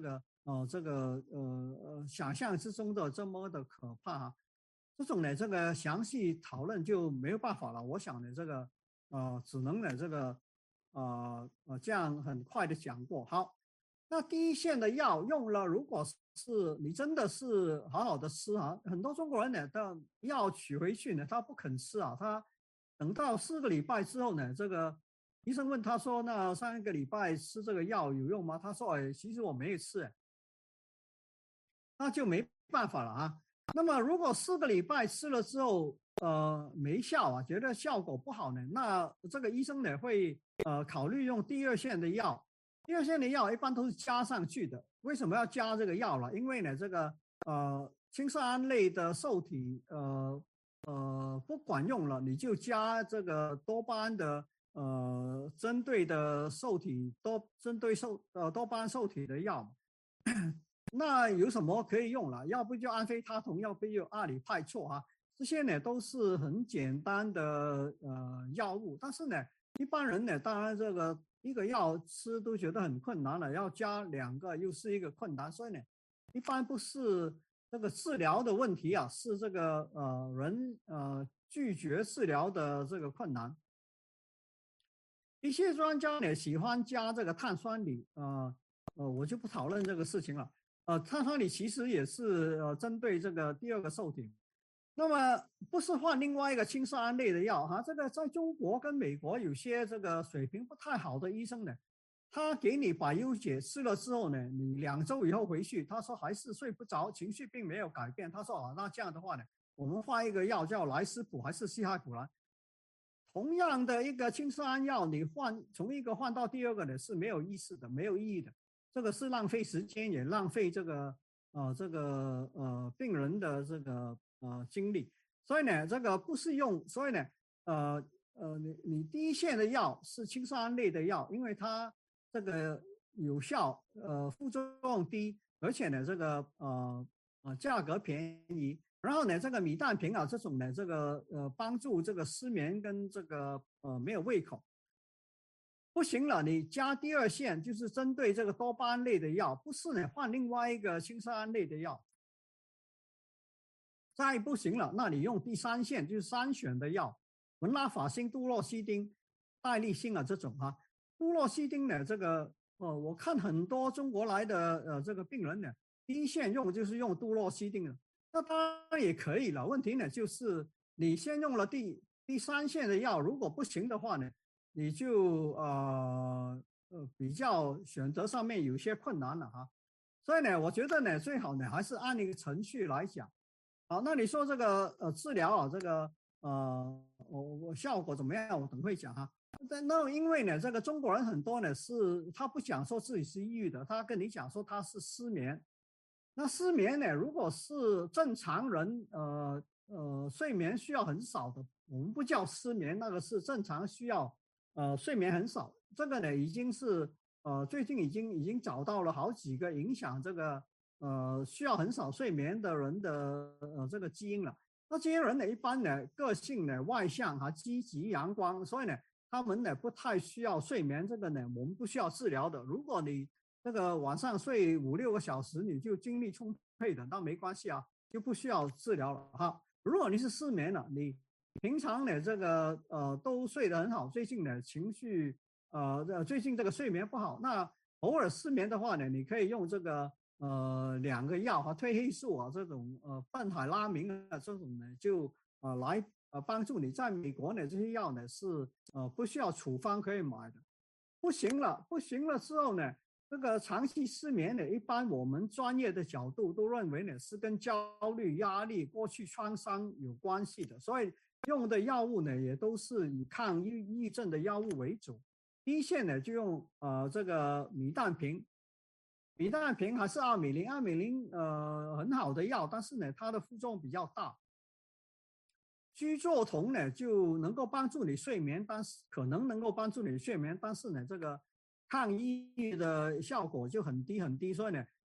想象之中的这么的可怕啊。这种呢这个详细讨论就没有办法了，我想呢只能呢这样很快的讲过。好。那第一线的药用了，如果是你真的是好好的吃啊，很多中国人呢，的药取回去呢，他不肯吃啊，他等到4个礼拜之后呢，这个医生问他说，那3个礼拜吃这个药有用吗？他说，哎，其实我没有吃，那就没办法了啊。那么如果4个礼拜吃了之后，没效啊，觉得效果不好呢，那这个医生呢会考虑用第二线的药。第二线的药一般都是加上去的，为什么要加这个药了？因为呢，这个青色胺类的受体不管用了，你就加这个多巴胺的针对的受体针对多巴胺受体的药。那有什么可以用了？要不就安非他酮，要不就阿里派唑啊，这些呢都是很简单的药物，但是呢，一般人呢，当然这个一个药吃都觉得很困难了，要加2个又是一个困难，所以呢，一般不是这个治疗的问题啊，是这个人拒绝治疗的这个困难。一些专家呢喜欢加这个碳酸锂，我就不讨论这个事情了。碳酸锂其实也是针对这个第二个受体，那么不是换另外一个青色胺类的药哈，这个在中国跟美国有些这个水平不太好的医生呢，他给你百忧解吃了之后呢，你2周以后回去，他说还是睡不着，情绪并没有改变，他说那这样的话呢，我们换一个药叫莱斯普还是西海普兰。同样的一个青色胺药，你从一个换到第二个呢是没有意思的，没有意义的，这个是浪费时间，也浪费这个病人的这个精力，所以呢这个不是用，所以呢你第一线的药是青色胺类的药，因为它这个有效，副作用低，而且呢这个价格便宜。然后呢，这个米氮平啊，这种呢，这个帮助这个失眠跟这个没有胃口。不行了，你加第二线就是针对这个多巴胺类的药，不是呢换另外一个青色胺类的药。再不行了，那你用第3线就是3选的药，文拉法辛、度洛西丁、代利辛啊这种哈。度洛西丁呢，这个我看很多中国来的这个病人呢，第一线用就是用度洛西丁了。那当然也可以了，问题呢就是你先用了第3线的药，如果不行的话呢，你就比较选择上面有些困难了哈。所以呢，我觉得呢最好呢还是按一个程序来讲。好，那你说这个治疗啊，这个我效果怎么样？我等会讲哈。那因为呢，这个中国人很多呢是他不讲说自己是抑郁的，他跟你讲说他是失眠。那失眠呢，如果是正常人，睡眠需要很少的，我们不叫失眠，那个是正常需要，睡眠很少。这个呢，已经是最近已经找到了好几个影响这个需要很少睡眠的人的这个基因了。那这些人呢，一般呢个性呢外向还积极阳光，所以呢他们呢不太需要睡眠，这个呢我们不需要治疗的。如果你这个晚上睡5-6个小时，你就精力充沛的，那没关系啊，就不需要治疗了哈。如果你是失眠了，你平常呢这个都睡得很好，最近呢情绪最近这个睡眠不好，那偶尔失眠的话呢，你可以用这个2个药哈，褪黑素啊这种苯海拉明啊这种呢就来帮助你。在美国呢这些药呢是不需要处方可以买的。不行了之后呢，这个长期失眠呢，一般我们专业的角度都认为呢是跟焦虑、压力、过去创伤有关系的，所以用的药物呢也都是以抗抑郁症的药物为主。第一线呢就用这个米氮平，米氮平还是阿米林，阿米林很好的药，但是呢它的副作用比较大。居作酮呢就能够帮助你睡眠，但是可能能够帮助你睡眠，但是呢这个抗抑郁的效果就很低很低，所以呢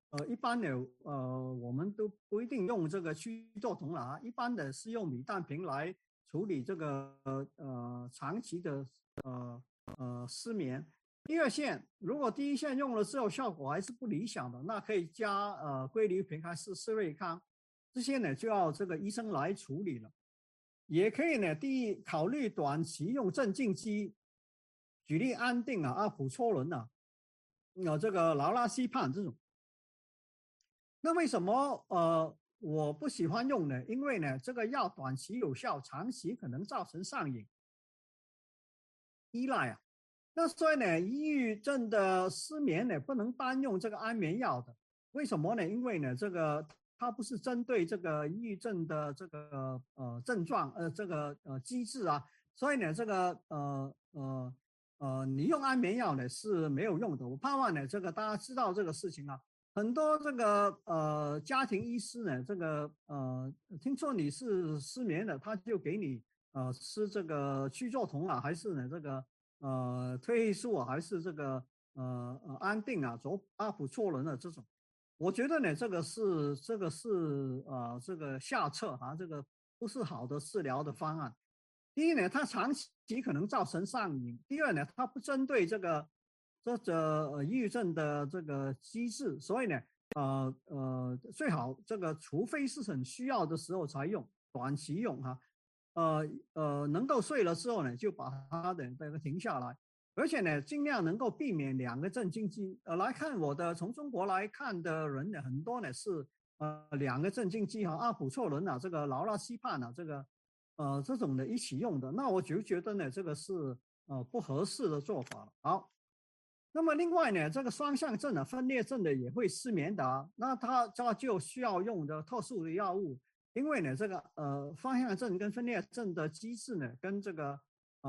一般的我们都不一定用这个去做酮了啊，一般的是用米氮平来处理这个长期的失眠。第二线如果第一线用了之后效果还是不理想的，那可以加硅硫平还是斯瑞康，这些呢就要这个医生来处理了。也可以呢，考虑短期用镇静剂，举例安定啊、阿普唑仑啊、这个劳拉西泮这种。那为什么我不喜欢用呢？因为呢，这个药短期有效，长期可能造成上瘾、依赖啊。那所以呢，抑郁症的失眠呢，不能单用这个安眠药的。为什么呢？因为呢，这个它不是针对这个抑郁症的这个症状这个机制啊，所以呢，这个你用安眠药呢是没有用的。我盼望呢，这个大家知道这个事情啊。很多这个家庭医师呢，这个听说你是失眠的，他就给你吃这个去做酮啊，还是呢这个褪黑素啊，还是这个安定啊、阿普唑仑的这种。我觉得呢，这个是这个下策啊，这个不是好的治疗的方案。第一呢，它长期可能造成上瘾；第二呢，它不针对抑郁症的这个机制，所以呢，最好这个除非是很需要的时候才用，短期用哈，能够睡了之后呢，就把它的这个停下来。而且呢，尽量能够避免两个镇静剂。来看从中国来看的人呢，很多呢是两个镇静剂哈，阿普唑仑啊，这个劳拉西泮啊，这个这种的一起用的。那我就觉得呢，这个是不合适的做法了。好，那么另外呢，这个双向症的分裂症的也会失眠的啊，那它就需要用的特殊的药物。因为呢，这个双向症跟分裂症的机制呢，跟这个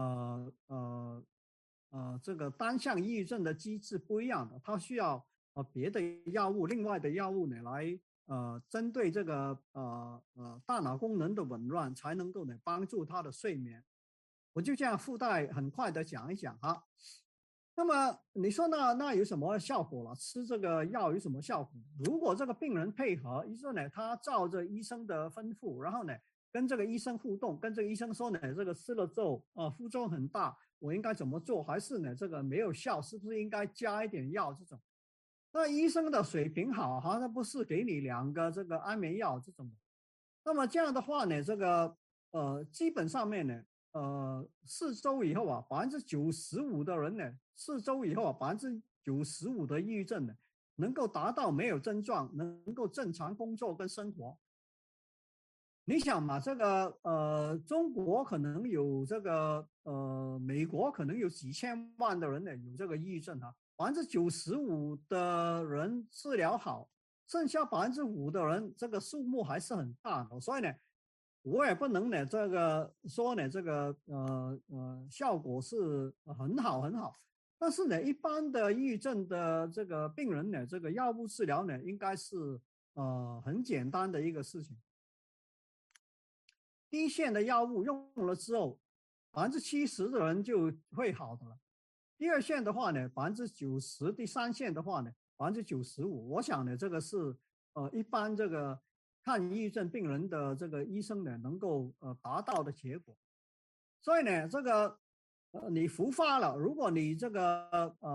这个单向抑郁症的机制不一样的，它需要别的药物，另外的药物呢来针对这个大脑功能的紊乱，才能够呢帮助他的睡眠。我就这样附带很快的讲一讲哈。那么你说那有什么效果了？吃这个药有什么效果？如果这个病人配合医生呢，他照着医生的吩咐，然后呢跟这个医生互动，跟这个医生说呢，这个吃了之后副作用很大，我应该怎么做？还是呢这个没有效，是不是应该加一点药这种？那医生的水平好哈，他不是给你2个这个安眠药这种的。那么这样的话呢，这个基本上面呢，4周以后啊，95%的人呢，4周以后啊，95%的抑郁症呢，能够达到没有症状，能够正常工作跟生活。你想嘛，这个中国可能有这个美国可能有几千万的人呢有这个抑郁症啊，95%的人治疗好，剩下5%的人这个数目还是很大的，所以呢，我也不能呢这个说呢这个效果是很好很好，但是呢，一般的抑郁症的这个病人呢，这个药物治疗呢，应该是很简单的一个事情。第一线的药物用了之后，70%的人就会好的了。第二线的话呢，90%；第三线的话呢，95%。我想呢，这个是一般这个看抑郁症病人的这个医生呢能够达到的结果。所以呢，这个你复发了，如果你这个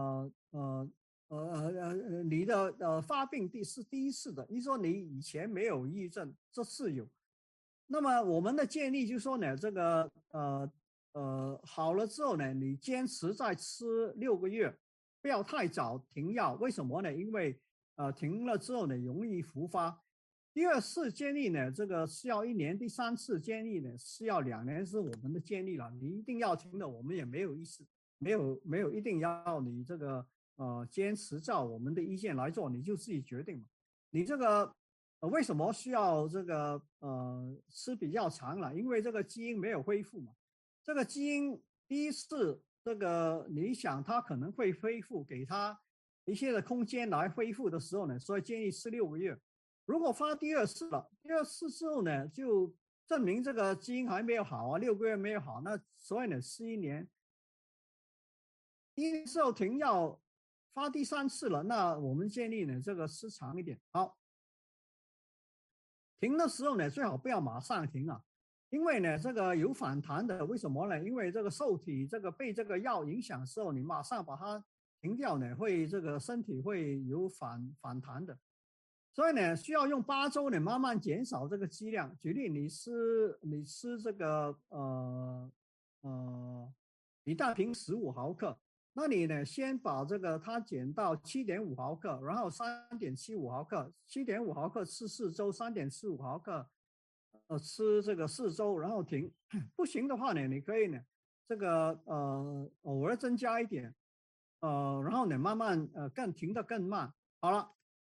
你的发病是第一次的，你说你以前没有抑郁症，这次有。那么我们的建议就是说呢，这个好了之后呢，你坚持再吃6个月，不要太早停药。为什么呢？因为停了之后呢，容易复发。第二次建议呢，这个是要1年；第三次建议呢是要2年，是我们的建议了。你一定要停的，我们也没有意思，没有一定要你这个坚持照我们的意见来做，你就自己决定嘛。你这个为什么需要这个吃比较长了？因为这个基因没有恢复嘛。这个基因第一次这个你想它可能会恢复，给它一些的空间来恢复的时候呢，所以建议吃6个月。如果发第二次了，第二次之后呢，就证明这个基因还没有好啊，6个月没有好，那所以呢是1年。1年之后停药， 发第3次了，那我们建议呢这个吃长一点。好，停的时候呢最好不要马上停啊，因为呢这个有反弹的，为什么呢？因为这个受体这个被这个药影响的时候，你马上把它停掉呢，会这个身体会有反弹的。所以呢，需要用8周呢，慢慢减少这个剂量。举例，你吃这个米氮平15毫克，那你呢先把这个它减到7.5毫克，然后3.75毫克，7.5毫克吃4周，3.45毫克吃这个4周，然后停。不行的话呢，你可以呢这个偶尔增加一点，然后呢慢慢停得更慢。好了。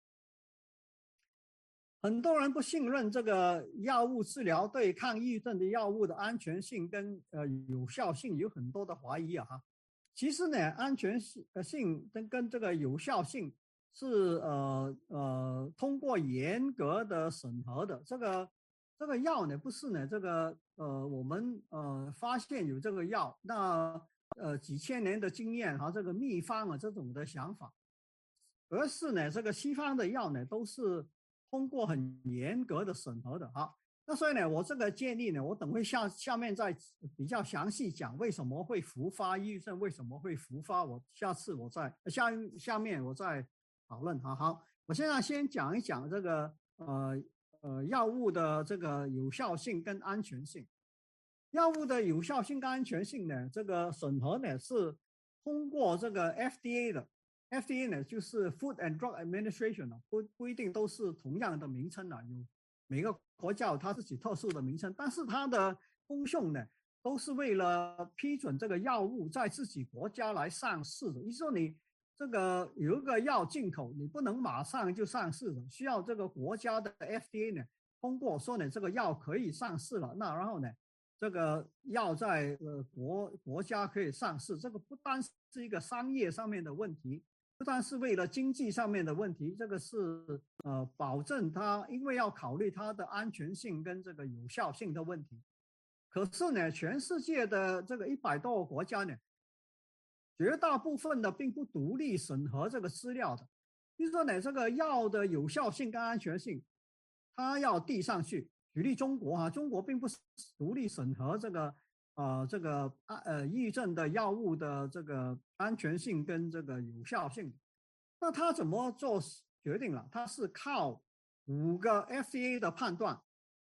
很多人不信任这个药物治疗对抗抑郁症的药物的安全性跟有效性有很多的怀疑啊哈。其实呢，安全性跟这个有效性是通过严格的审核的。这个药呢不是呢这个我们发现有这个药，那几千年的经验和这个秘方啊这种的想法，而是呢这个西方的药呢都是通过很严格的审核的。好，那所以呢，我这个建议呢，我等会下面再比较详细讲为什么会复发抑郁症，为什么会复发，我下次我再下面我再讨论。好，我现在先讲一讲这个药物的这个有效性跟安全性。药物的有效性跟安全性呢，这个审核呢是通过这个 FDA 的。FDA 呢就是 Food and Drug Administration 不一定都是同样的名称啊，有每个国家有它自己特殊的名称，但是它的功用呢都是为了批准这个药物在自己国家来上市的。也就是说你这个有一个药进口，你不能马上就上市的，需要这个国家的 FDA 呢通过说呢这个药可以上市了，那然后呢这个药在国家可以上市，这个不单是一个商业上面的问题，不但是为了经济上面的问题，这个是保证它，因为要考虑它的安全性跟这个有效性的问题。可是呢，全世界的这个100多个国家呢，绝大部分的并不独立审核这个资料的。比如说呢，这个药的有效性跟安全性，它要递上去。举例中国啊，中国并不是独立审核这个抑郁症的药物的这个安全性跟这个有效性。那他怎么做决定了？他是靠5个 FDA 的判断。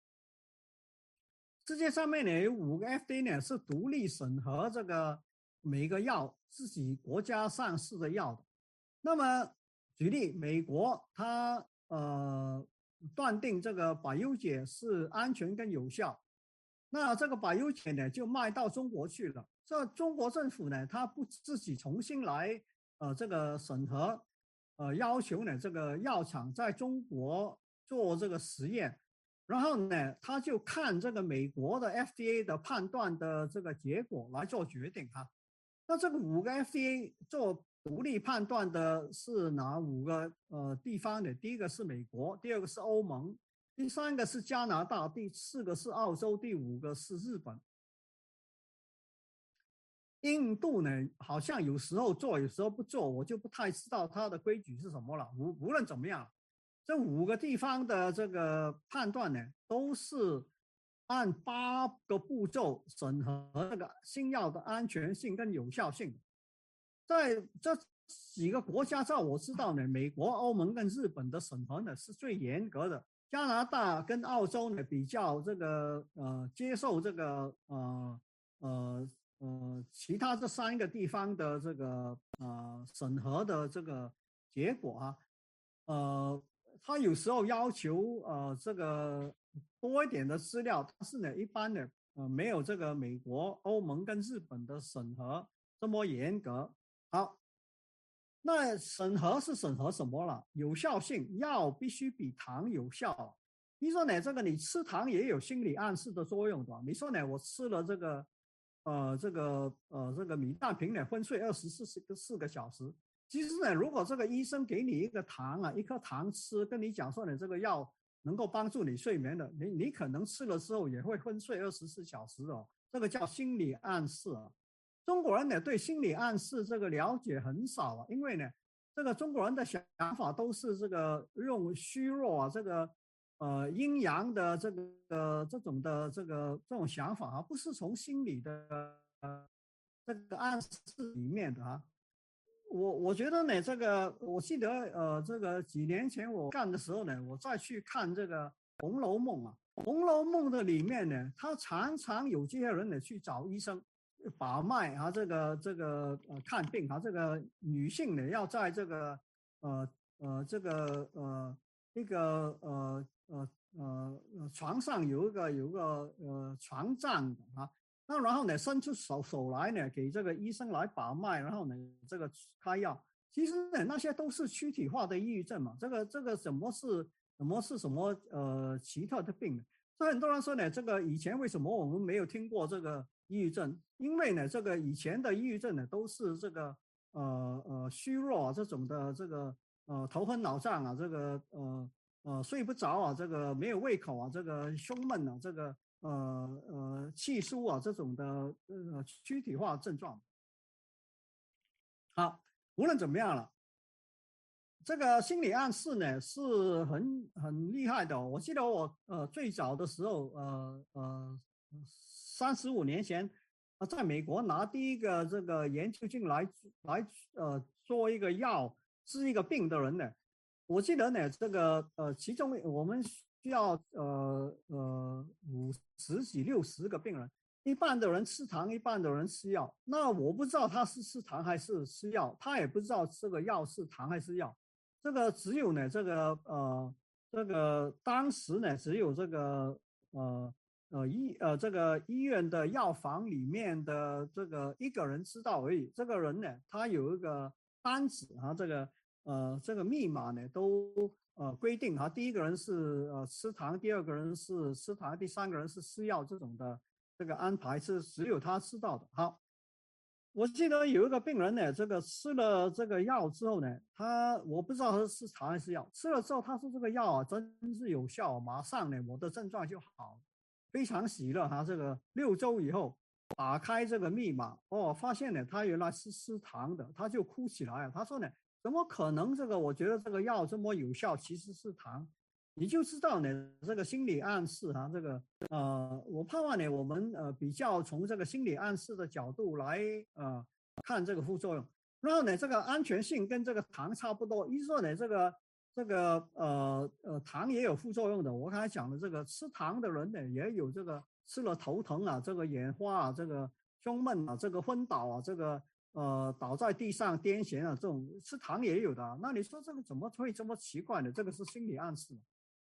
世界上面呢有5个 FDA 呢是独立审核这个每个药自己国家上市的药的。那么举例，美国它断定这个百忧解是安全跟有效，那这个百忧解呢就卖到中国去了。这中国政府呢，它不自己重新来这个审核，要求呢这个药厂在中国做这个实验，然后呢他就看这个美国的 FDA 的判断的这个结果来做决定哈。那这个5个 FDA 做独立判断的是哪5个地方呢？第一个是美国，第2个是欧盟，第3个是加拿大，第4个是澳洲，第5个是日本。印度呢，好像有时候做，有时候不做，我就不太知道它的规矩是什么了。无论怎么样，这5个地方的这个判断呢，都是按8个步骤审核这个新药的安全性跟有效性。在这几个国家，照我知道呢，美国、欧盟跟日本的审核呢是最严格的。加拿大跟澳洲呢比较这个接受这个其他这3个地方的这个审核的这个结果啊，他有时候要求这个多一点的资料，但是呢一般呢没有这个美国、欧盟跟日本的审核这么严格。好，那审核是审核什么了？有效性，药必须比糖有效。你说呢？这个你吃糖也有心理暗示的作用的。你说呢？我吃了这个米氮平呢，昏睡24个小时。其实呢，如果这个医生给你一个糖啊，一颗糖吃，跟你讲说你这个药能够帮助你睡眠的，你可能吃了之后也会昏睡24小时哦。这个叫心理暗示啊。中国人呢对心理暗示这个了解很少啊，因为呢这个中国人的想法都是这个用虚弱啊，这个阴阳的这种想法啊，不是从心理的这个暗示里面的啊。我觉得呢，这个我记得这个几年前我干的时候呢，我再去看这个《红楼梦》啊，《红楼梦》的里面呢，他常常有这些人呢去找医生把脉啊，看病啊，这个女性呢要在这个呃这个一个床上有一个床帐的啊，那然后呢伸出手来呢给这个医生来把脉，然后呢这个开药。其实呢那些都是躯体化的抑郁症嘛，这个什么奇特的病呢？所以很多人说呢，这个以前为什么我们没有听过这个抑郁症？因为呢，这个以前的抑郁症呢，都是这个虚弱啊这种的这个头昏脑胀啊，这个睡不着啊，这个没有胃口啊，这个胸闷啊，这个气疏啊这种的躯体化症状。好，无论怎么样了。这个心理暗示呢是很厉害的哦。我记得我最早的时候35年前在美国拿第一个这个研究进来做一个药治一个病的人呢，我记得呢这个其中我们需要50几60个病人，一半的人吃糖，一半的人吃药。那我不知道他是吃糖还是吃药，他也不知道这个药是糖还是药。这个只有呢，这个当时呢，只有这个这个医院的药房里面的这个一个人知道而已。这个人呢，他有一个单子啊，这个密码呢都规定啊，第一个人是吃糖，第二个人是吃糖，第三个人是吃药，这种的这个安排是只有他知道的。好。我记得有一个病人呢，这个吃了这个药之后呢，我不知道他是糖还是药，吃了之后他说这个药啊真是有效，马上呢我的症状就好，非常喜乐。他这个6周以后打开这个密码，发现呢他原来是吃糖的，他就哭起来了。他说呢，怎么可能？这个我觉得这个药这么有效，其实是糖。你就知道呢，这个心理暗示哈，这个我盼望呢，我们比较从这个心理暗示的角度来看这个副作用。然后呢，这个安全性跟这个糖差不多，意思说呢，糖也有副作用的。我刚才讲的这个吃糖的人呢，也有这个吃了头疼啊，这个眼花啊，这个胸闷啊，这个昏倒啊，这个倒在地上癫痫啊，这种吃糖也有的。那你说这个怎么会这么奇怪呢？这个是心理暗示。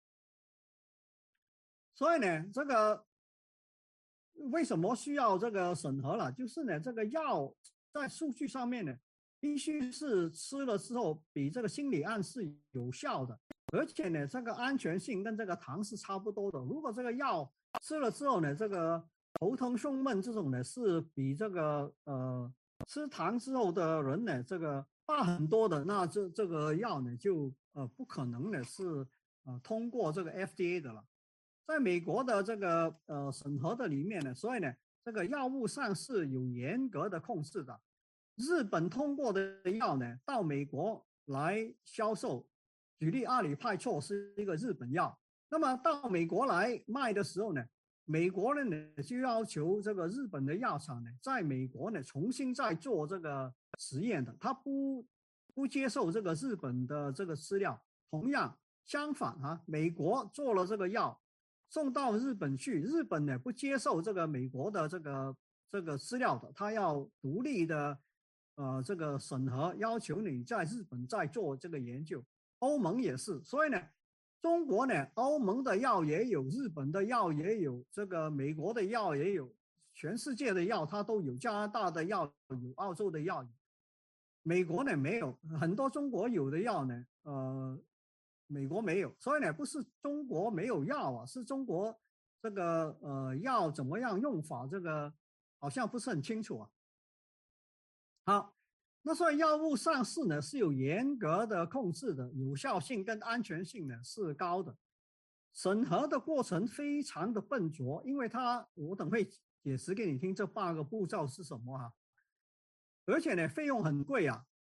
所以呢，这个为什么需要这个审核了？就是呢，这个药在数据上面呢，必须是吃了之后比这个心理暗示有效的，而且呢，这个安全性跟这个糖是差不多的。如果这个药吃了之后呢，这个头疼胸闷这种呢，是比这个吃糖之后的人呢，这个大很多的，那这个药呢就不可能呢是通过这个 FDA 的了。在美国的这个审核的里面呢，所以呢，这个药物上市有严格的控制的。日本通过的药呢，到美国来销售，举例阿里派唑是一个日本药，那么到美国来卖的时候呢，美国人呢就要求这个日本的药厂呢，在美国呢重新再做这个实验的，他不接受这个日本的这个资料。同样相反啊，美国做了这个药。送到日本去，日本呢不接受这个美国的这个资料的，他要独立的这个审核，要求你在日本再做这个研究。欧盟也是，所以呢，中国呢，欧盟的药也有，日本的药也有，这个美国的药也有，全世界的药它都有，加拿大的药有，澳洲的药有，美国呢没有，很多中国有的药呢，美国没有，所以呢，不是中国没有药啊，是中国这个药怎么样用法，这个好像不是很清楚啊。好，那所以药物上市呢是有严格的控制的，有效性跟安全性呢是高的，审核的过程非常的笨拙，因为我等会解释给你听这8个步骤是什么啊，而且呢费用很贵啊。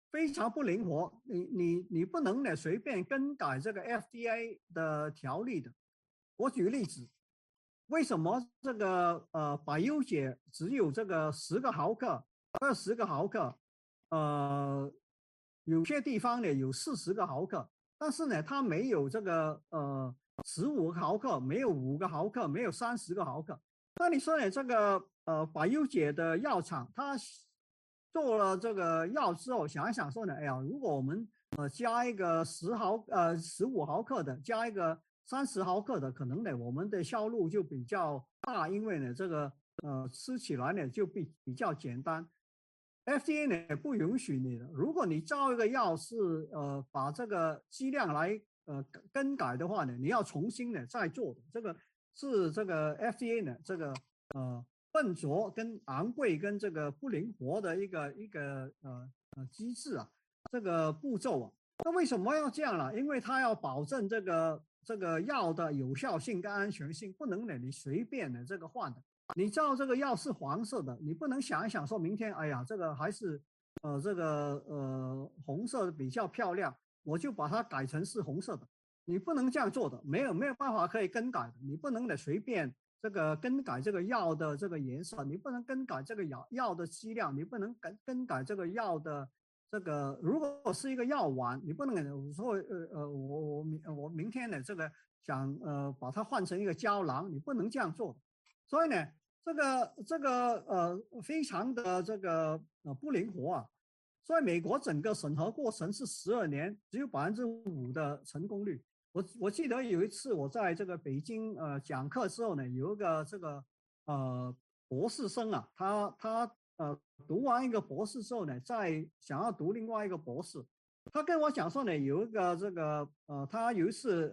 非常不灵活，你不能呢随便更改这个 FDA 的条例的。我举个例子，为什么这个百忧解只有这个10个毫克、20个毫克，呃，有些地方呢有40个毫克，但是呢它没有这个15个毫克，没有5个毫克，没有30个毫克。那你说呢？这个百忧解的药厂，它做了这个药之后，想一想说呢，哎呀，如果我们加一个15毫克的，加一个30毫克的，可能呢我们的销路就比较大，因为呢这个吃起来呢就比较简单。FDA 呢不允许你的，如果你造一个药是把这个剂量来更改的话呢，你要重新的再做的，这个是这个 FDA 呢这个笨拙跟昂贵跟这个不灵活的一个机制啊，这个步骤啊。那为什么要这样呢？因为它要保证这个药的有效性跟安全性，不能呢你随便的这个换的。你知道这个药是黄色的，你不能想一想说明天，哎呀，这个还是这个红色的比较漂亮，我就把它改成是红色的。你不能这样做的，没有办法可以更改的，你不能的随便这个更改这个药的这个颜色，你不能更改这个药的剂量，你不能更改这个药的这个，如果是一个药丸，你不能说我明天的这个想把它换成一个胶囊，你不能这样做的。所以呢，这个非常的这个不灵活啊。所以美国整个审核过程是12年，只有5%的成功率。我记得有一次我在这个北京讲课之后呢，有一个这个博士生啊，他读完一个博士之后呢，再想要读另外一个博士，他跟我讲说呢，有一个这个他有一次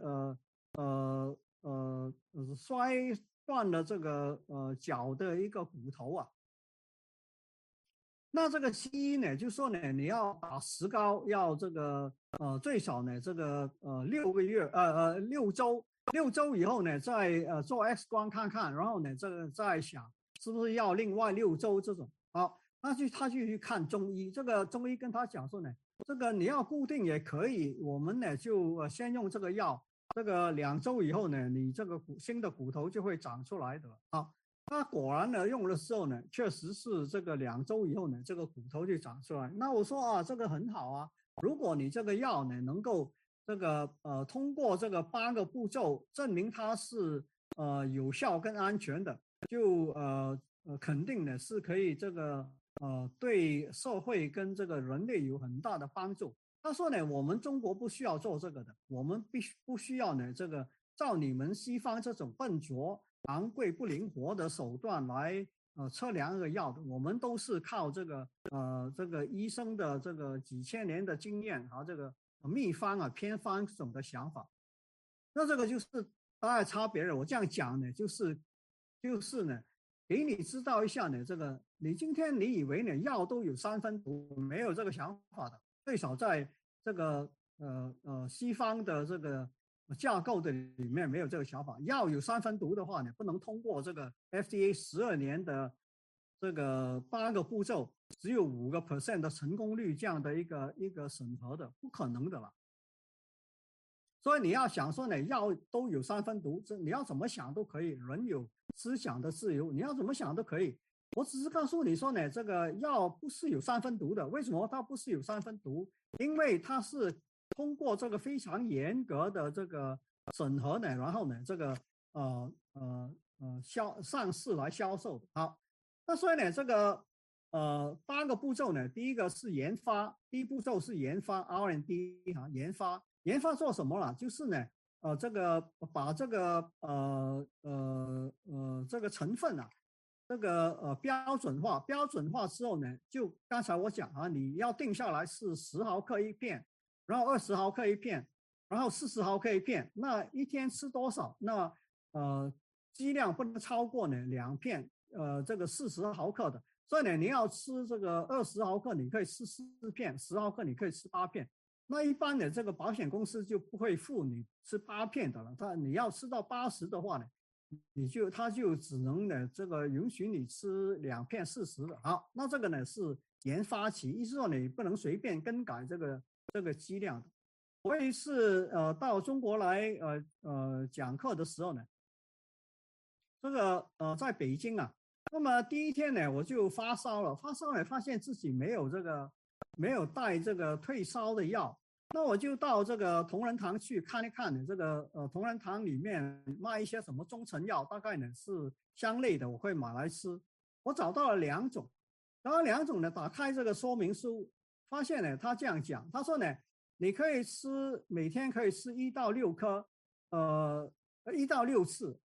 摔断了这个脚的一个骨头啊。那这个西医呢，就说呢，你要打石膏，要这个最少呢这个6个月6周以后呢再做 X 光看看，然后呢这个再想是不是要另外6周这种。好，他就去看中医，这个中医跟他讲说呢，这个你要固定也可以，我们呢就先用这个药，这个2周以后呢，你这个新的骨头就会长出来的啊。他果然呢，用的时候呢，确实是这个2周以后呢，这个骨头就长出来。那我说啊，这个很好啊，如果你这个药呢能够这个通过这个8个步骤证明它是有效跟安全的，就肯定呢是可以这个对社会跟这个人类有很大的帮助。他说呢，我们中国不需要做这个的，我们不需要呢这个照你们西方这种笨拙、昂贵、不灵活的手段来测量这个药的，我们都是靠这个医生的这个几千年的经验和这个秘方啊、偏方这种的想法。那这个就是大概差别了。我这样讲呢，就是呢，给你知道一下呢，这个你今天你以为呢药都有3分毒，没有这个想法的，最少在这个西方的这个架构的里面没有这个想法。药有3分毒的话呢，不能通过这个 FDA 12年的这个8个步骤，只有5% 的成功率这样的一个审核的，不可能的了。所以你要想说呢，药都有3分毒，这你要怎么想都可以，人有思想的自由，你要怎么想都可以。我只是告诉你说呢，这个药不是有3分毒的。为什么它不是有3分毒？因为它是通过这个非常严格的这个审核呢，然后呢，这个上市来销售的。好，那所以呢，这个8个步骤呢，第一个是研发，第一步骤是研发 R&D 哈，研发做什么了？就是呢，这个把这个这个成分啊，这个标准化之后呢，就刚才我讲啊，你要定下来是10毫克一片，然后20毫克一片，然后40毫克一片，那一天吃多少？那剂量不能超过呢2片，这个40毫克的。所以呢，你要吃这个20毫克，你可以吃4片；10毫克你可以吃8片。那一般的这个保险公司就不会付你吃8片的了，你要吃到80的话呢，他就只能呢这个允许你吃2片40的。好，那这个呢是研发期，意思说你不能随便更改这个剂量的。我也是到中国来讲课的时候呢，这个在北京啊，那么第一天呢我就发烧了，发烧呢发现自己没有带这个退烧的药，那我就到这个同仁堂去看一看呢，这个同仁堂里面卖一些什么中成药，大概呢是香类的，我会买来吃。我找到了两种，然后两种呢打开这个说明书，发现呢他这样讲，他说呢你可以每天可以吃1到6颗，1到6次，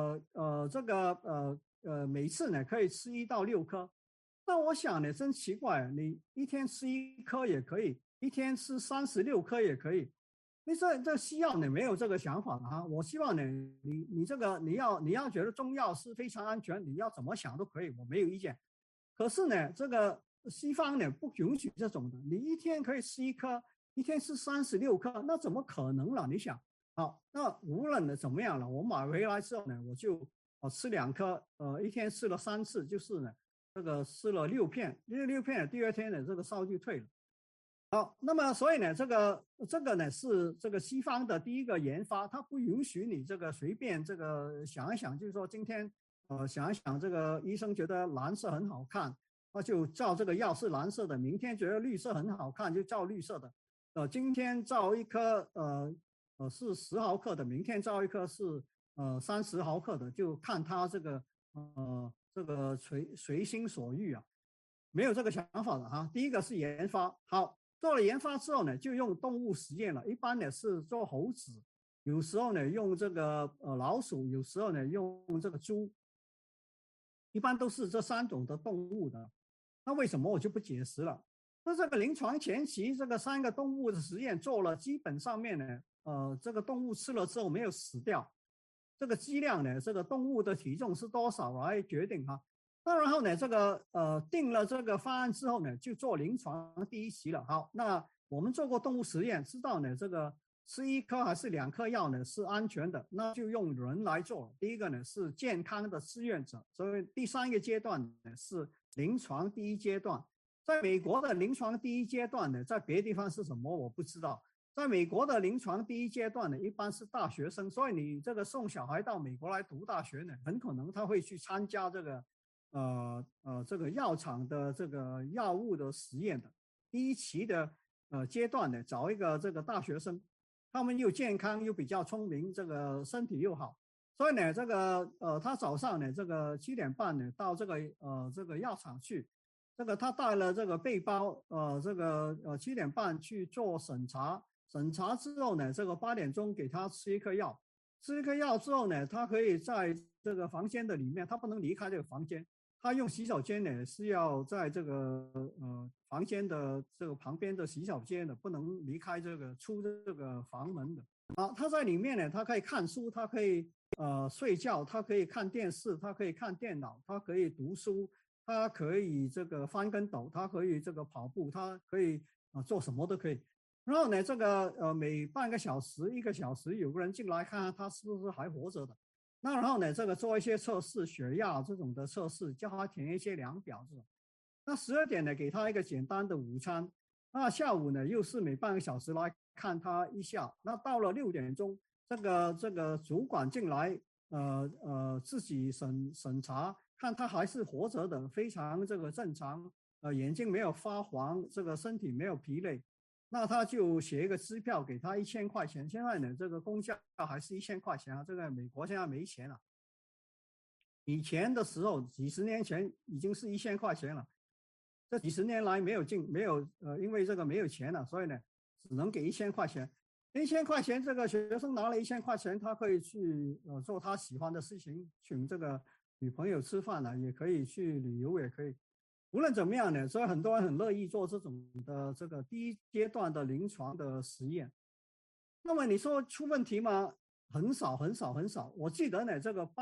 每次呢可以吃1到6颗。那我想呢，真奇怪，你一天吃1颗也可以，一天吃36颗也可以。你这西药呢没有这个想法啊。我希望呢，你这个你要觉得中药是非常安全，你要怎么想都可以，我没有意见。可是呢，这个西方呢不允许这种的，你一天可以吃1颗，一天吃36颗，那怎么可能了？你想？好，那无论的怎么样了，我买回来之后呢，我就吃2颗，一天吃了3次，就是呢，这个吃了6片，6片，第二天呢，这个烧就退了。好，那么所以呢，这个呢是这个西方的第一个研发，它不允许你这个随便这个想一想，就是说今天想一想，这个医生觉得蓝色很好看，那就照这个药是蓝色的，明天觉得绿色很好看就照绿色的，今天照一颗是10毫克的，明天照一颗是30毫克的，就看他这个随心所欲啊，没有这个想法的哈。第一个是研发，好，做了研发之后呢，就用动物实验了，一般呢是做猴子，有时候呢用这个老鼠，有时候呢用这个猪，一般都是这3种的动物的。那为什么我就不解释了？那这个临床前期这个3个动物的实验做了，基本上面呢，这个动物吃了之后没有死掉，这个剂量呢，这个动物的体重是多少来决定哈。那然后呢，这个定了这个方案之后呢，就做临床第1期了。好，那我们做过动物实验，知道呢这个吃1颗还是2颗药呢是安全的，那就用人来做。第一个呢是健康的志愿者，所以第3个阶段呢是临床第1阶段。在美国的临床第1阶段呢，在别的地方是什么我不知道。在美国的临床第1阶段呢，一般是大学生，所以你这个送小孩到美国来读大学呢，很可能他会去参加这个这个药厂的这个药物的实验的第1期的阶段呢，找一个这个大学生，他们又健康又比较聪明，这个身体又好，所以呢，这个他早上呢这个7点半呢到这个药厂去，这个他带了这个背包，7点半去做审查，审查之后呢，这个8点钟给他吃1颗药，吃1颗药之后呢，他可以在这个房间的里面，他不能离开这个房间。他用洗手间呢是要在这个房间的这个旁边的洗手间的，不能离开出这个房门的。啊，他在里面呢，他可以看书，他可以睡觉，他可以看电视，他可以看电脑，他可以读书，他可以这个翻跟斗，他可以这个跑步，他可以做什么都可以。然后呢，这个每半个小时、1个小时有个人进来看看他是不是还活着的。那然后呢，这个做一些测试，血压这种的测试，叫他填一些量表这种。那12点呢，给他一个简单的午餐。那下午呢，又是每半个小时来看他一下。那到了6点钟，这个主管进来，自己审查，看他还是活着的，非常这个正常，眼睛没有发黄，这个身体没有疲累。那他就写一个支票给他1000块钱，现在呢这个公价还是1000块钱啊，这个美国现在没钱了。以前的时候几十年前已经是1000块钱了，这几十年来没有因为这个没有钱了，所以呢只能给1000块钱。1000块钱，这个学生拿了1000块钱，他可以去做他喜欢的事情，请这个女朋友吃饭了，也可以去旅游，也可以。无论怎么样呢，所以很多人很乐意做这种的这个第1阶段的临床的实验。那么你说出问题吗？很少很少很少。我记得呢，这个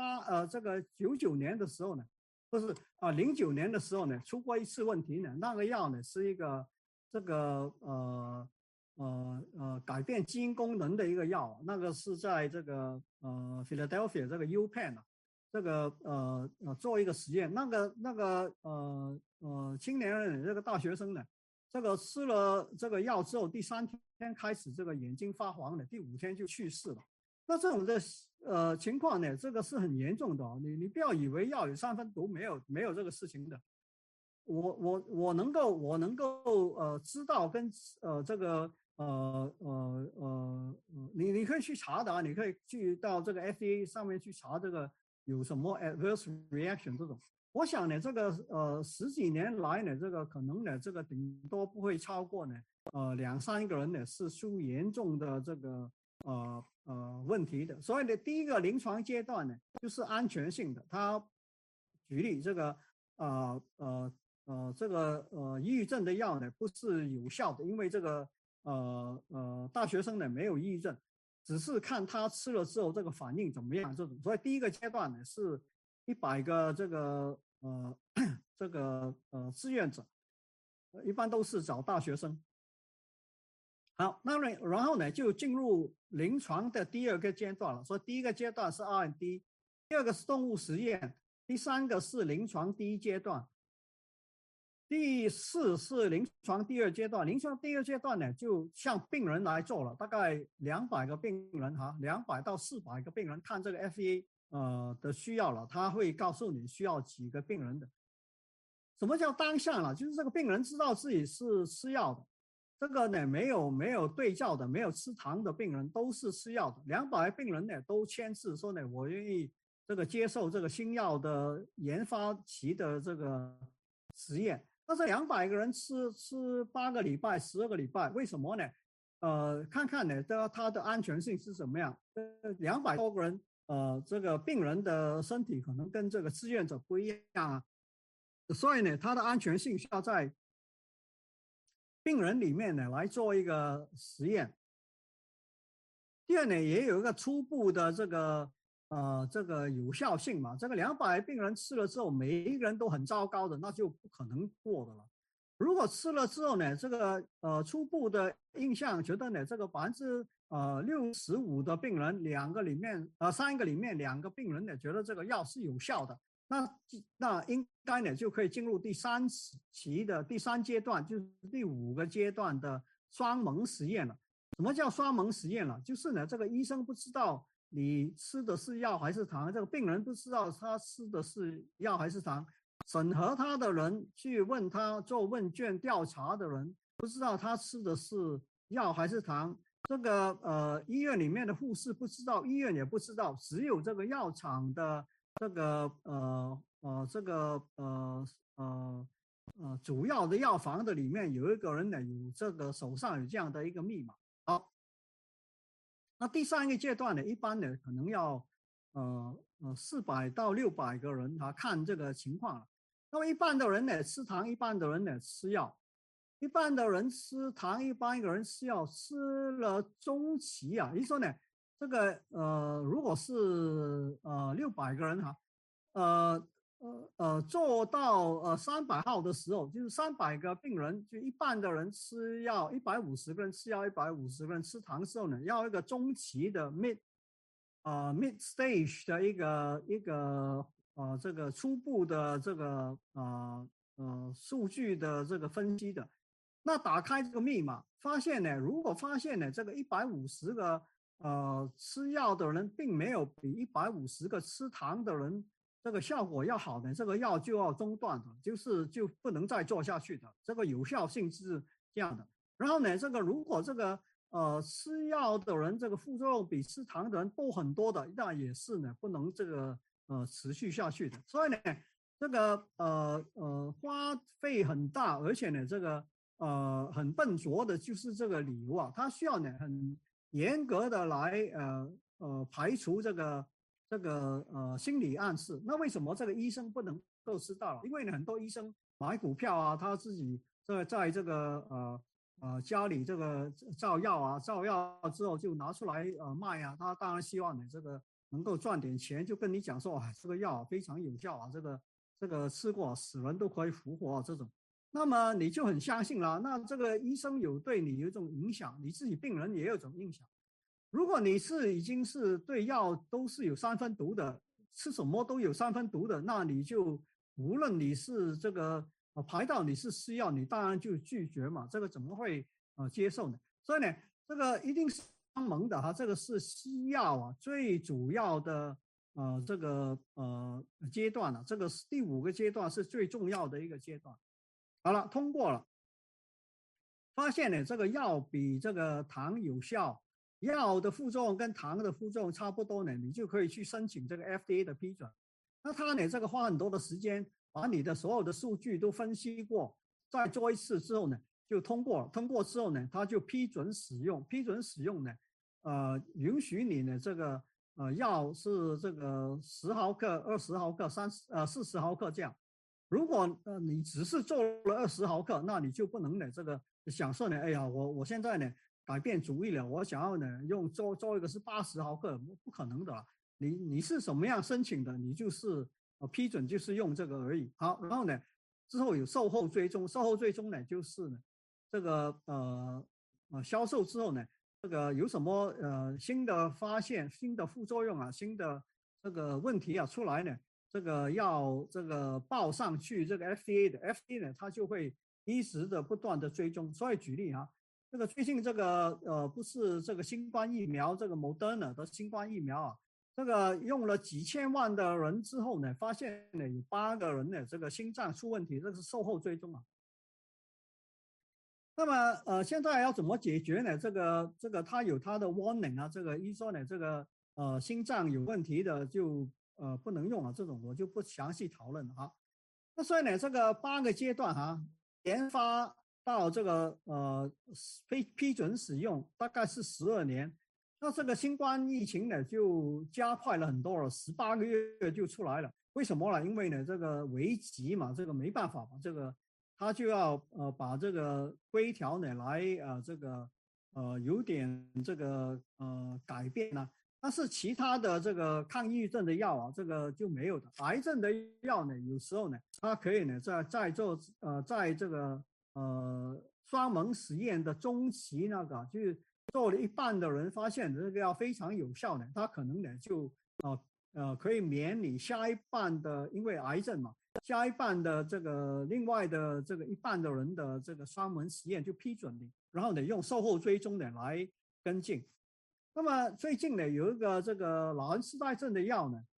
99年的时候呢，不是09年的时候呢，出过一次问题呢。那个药呢是一个这个改变基因功能的一个药，那个是在这个Philadelphia 这个 UPenn 啊。 做一个实验，青年人这个大学生呢，这个吃了这个药之后，第3天开始这个眼睛发黄的，第5天就去世了。那这种的情况呢，这个是很严重的你不要以为药有3分毒，没有这个事情的。我能够知道跟这个你可以去查的你可以去到这个 FDA 上面去查这个有什么 adverse reaction 这种。我想呢，这个10几年来呢，这个可能呢，这个顶多不会超过呢2、3个人呢是出严重的这个问题的。所以呢，第一个临床阶段呢就是安全性的。他举例这个抑郁症的药呢不是有效的，因为这个大学生呢没有抑郁症，只是看他吃了之后这个反应怎么样这种。所以第一个阶段呢是100个志愿者，一般都是找大学生。好，那然后呢就进入临床的第2个阶段了。所以第1个阶段是 R&D， 第2个是动物实验，第3个是临床第1阶段，第4是临床第2阶段。临床第2阶段呢，就向病人来做了，大概200个病人200到400个病人，看这个 FDA 的需要了，他会告诉你需要几个病人的。什么叫当下了？就是这个病人知道自己是吃药的，这个呢没有对照的，没有吃糖的病人都是吃药的。200个病人呢都签字说呢，我愿意这个接受这个新药的研发期的这个实验。但是200个人吃8个礼拜、12个礼拜，为什么呢？看看呢，它的安全性是怎么样？200多个人，这个病人的身体可能跟这个志愿者不一样啊，所以呢，它的安全性需要在病人里面呢来做一个实验。第2呢，也有一个初步的这个有效性嘛。这个200病人吃了之后，每一个人都很糟糕的，那就不可能过的了。如果吃了之后呢，这个初步的印象觉得呢，这个65%的病人3个里面2个病人呢觉得这个药是有效的，那应该呢就可以进入第3期的第3阶段，就是第5个阶段的双盲实验了。什么叫双盲实验了？就是呢，这个医生不知道你吃的是药还是糖，这个病人不知道他吃的是药还是糖。审核他的人去问他做问卷调查的人，不知道他吃的是药还是糖。这个医院里面的护士不知道，医院也不知道，只有这个药厂的主要的药房的里面有一个人呢，有这个手上有这样的一个密码。好，那第3个阶段呢，一般呢可能要400到600个人看这个情况了。那么一般的人呢吃糖，一般的人呢吃药。一般的人吃糖，一般一个人吃药，吃了中期啊，你说呢？这个如果是600个人做到300号的时候，就是300个病人，就一半的人吃药，150个人吃药，150个人吃糖的时候呢，要一个中期的 mid stage 的一个这个初步的这个数据的这个分析的。那打开这个密码，发现呢，如果发现呢这个150个吃药的人并没有比150个吃糖的人这个效果要好的，这个药就要中断的，就不能再做下去的，这个有效性是这样的。然后呢，这个如果这个吃药的人这个副作用比吃糖的人多很多的，那也是呢不能这个持续下去的。所以呢，这个花费很大，而且呢这个很笨拙的就是这个理由啊，它需要呢很严格的来排除这个心理暗示。那为什么这个医生不能够知道？因为呢很多医生买股票啊，他自己在这个家里这个造药之后就拿出来卖啊，他当然希望你这个能够赚点钱，就跟你讲说这个药非常有效啊，这个吃过死人都可以复活啊这种。那么你就很相信了，那这个医生有对你有一种影响，你自己病人也有一种影响。如果你已经是对药都是有3分毒的， 吃什么都有三分毒的，那你就无论你是这个排到你是西药，你当然就拒绝嘛，这个怎么会接受呢？所以呢，这个一定是帮忙的哈，这个是西药啊最主要的这个阶段了，这个是第5个阶段是最重要的一个阶段。好了，通过了，发现呢这个药比这个糖有效，药的副作用跟糖的副作用差不多呢，你就可以去申请这个 FDA 的批准。那他呢这个花很多的时间，把你的所有的数据都分析过，再做一次之后呢就通过了。通过之后呢，他就批准使用，批准使用呢，允许你呢这个药是这个10毫克、20毫克、40毫克这样。如果你只是做了20毫克，那你就不能呢这个想说呢，哎呀，我现在呢改变主意了，我想要呢做一个是80毫克，不可能的啦。你是什么样申请的，你就是批准就是用这个而已。好，然后呢之后有售后追踪，售后追踪呢就是呢这个销售之后呢，这个有什么新的发现、新的副作用啊、新的这个问题啊出来呢？这个要这个报上去，这个 FDA 的 FDA 呢，它就会一直的不断的追踪。所以举例哈，这个最近这个不是这个新冠疫苗，这个 Moderna 的新冠疫苗啊，这个用了几千万的人之后呢，发现呢有8个人呢这个心脏出问题，这是售后追踪啊。那么现在要怎么解决呢？这个它有它的 warning 啊，这个一说呢这个心脏有问题的就不能用啊，这种我就不详细讨论了哈。那所以呢，这个8个阶段哈，研发到这个批准使用大概是12年。那这个新冠疫情呢就加快了很多了，18个月就出来了。为什么呢？因为呢这个危急嘛，这个没办法嘛，这个他就要把这个规条呢来这个有点这个改变呢。但是其他的这个抗抑郁症的药啊，这个就没有的。癌症的药呢，有时候呢，它可以呢在做在这个双盲实验的中期那个，就是做了一半的人发现这个药非常有效呢，它可能呢就可以免你下一半的，因为癌症嘛，下一半的这个另外的这个一半的人的这个双盲实验就批准你，然后呢用售后追踪呢来跟进。那么最近呢，有一个这个老人痴呆症的药呢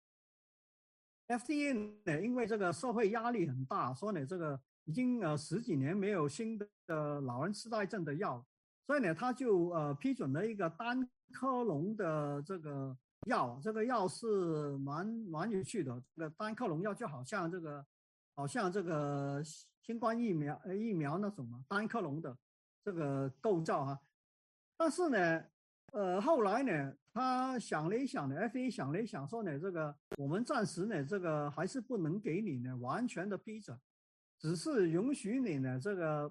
，FDA 呢，因为这个社会压力很大，说呢这个已经10几年没有新的老人痴呆症的药，所以呢他就批准了一个单克隆的这个药，这个药是蛮有趣的，这个单克隆药就好像这个新冠疫苗那种嘛，单克隆的这个构造哈，但是呢。后来呢，他想了一想呢，FDA 想了一想，说呢，这个我们暂时呢，这个还是不能给你呢完全的批准，只是允许你呢这个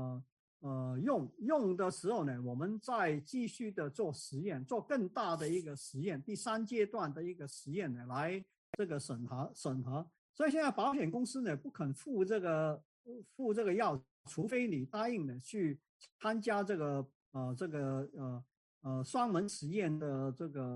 用的时候呢，我们再继续的做实验，做更大的一个实验，第3阶段的一个实验呢，来这个审核。所以现在保险公司呢不肯付这个药，除非你答应呢去参加这个双门实验的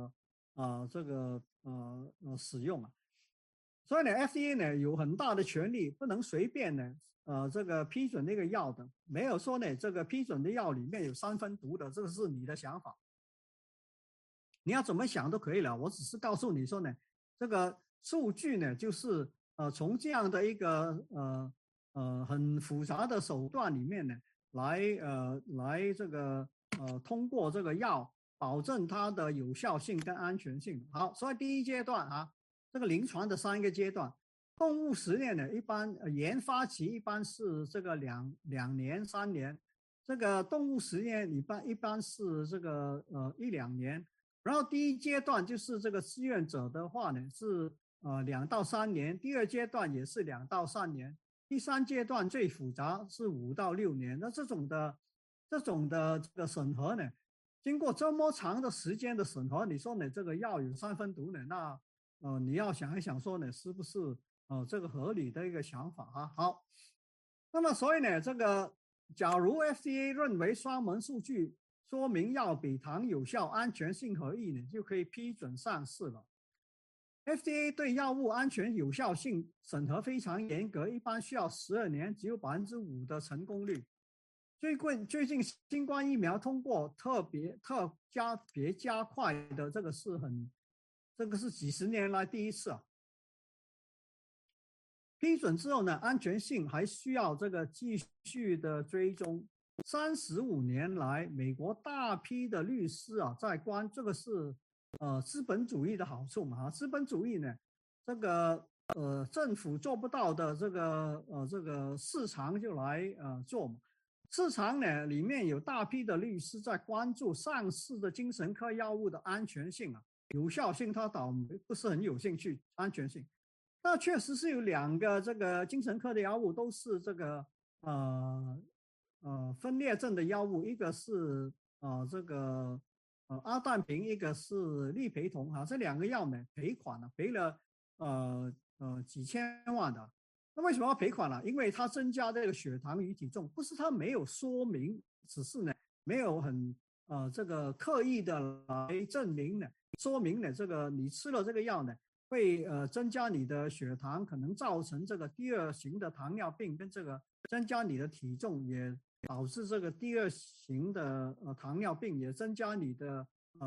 使用啊，所以呢，FDA 呢有很大的权利，不能随便呢这个批准那个药的，没有说呢这个批准的药里面有3分毒的，这个是你的想法，你要怎么想都可以了。我只是告诉你说呢，这个数据呢就是从这样的一个很复杂的手段里面呢来这个通过这个药，保证它的有效性跟安全性。好，所以第1阶段啊，这个临床的3个阶段，动物实验呢，一般研发期一般是这个两年3年，这个动物实验一般是这个1、2年，然后第1阶段就是这个志愿者的话呢是2到3年，第2阶段也是2到3年，第3阶段最复杂是5到6年。那这种的这个审核呢，经过这么长的时间的审核，你说呢这个药有3分毒呢，那你要想一想说呢，是不是这个合理的一个想法啊？好，那么所以呢，这个假如 FDA 认为双门数据说明药比糖有效、安全性合意呢，就可以批准上市了。 FDA 对药物安全有效性审核非常严格，一般需要12年，只有5%的成功率。最近新冠疫苗通过特别加快的，这个是几十年来第一次啊。批准之后呢，安全性还需要这个继续的追踪。35年来，美国大批的律师啊，这个是资本主义的好处嘛？资本主义呢，这个政府做不到的这个市场就来做嘛。市场呢里面有大批的律师在关注上市的精神科药物的安全性啊，有效性他倒不是很有兴趣，安全性。那确实是有2个这个精神科的药物都是这个分裂症的药物，一个是这个阿氮平，一个是利培酮啊，这2个药呢赔款了，赔了几千万的。那为什么要赔款呢？因为它增加这个血糖与体重，不是它没有说明，只是呢没有很这个刻意的来证明呢，说明呢这个你吃了这个药呢会增加你的血糖，可能造成这个第2型的糖尿病，跟这个增加你的体重，也导致这个第2型的糖尿病，也增加你的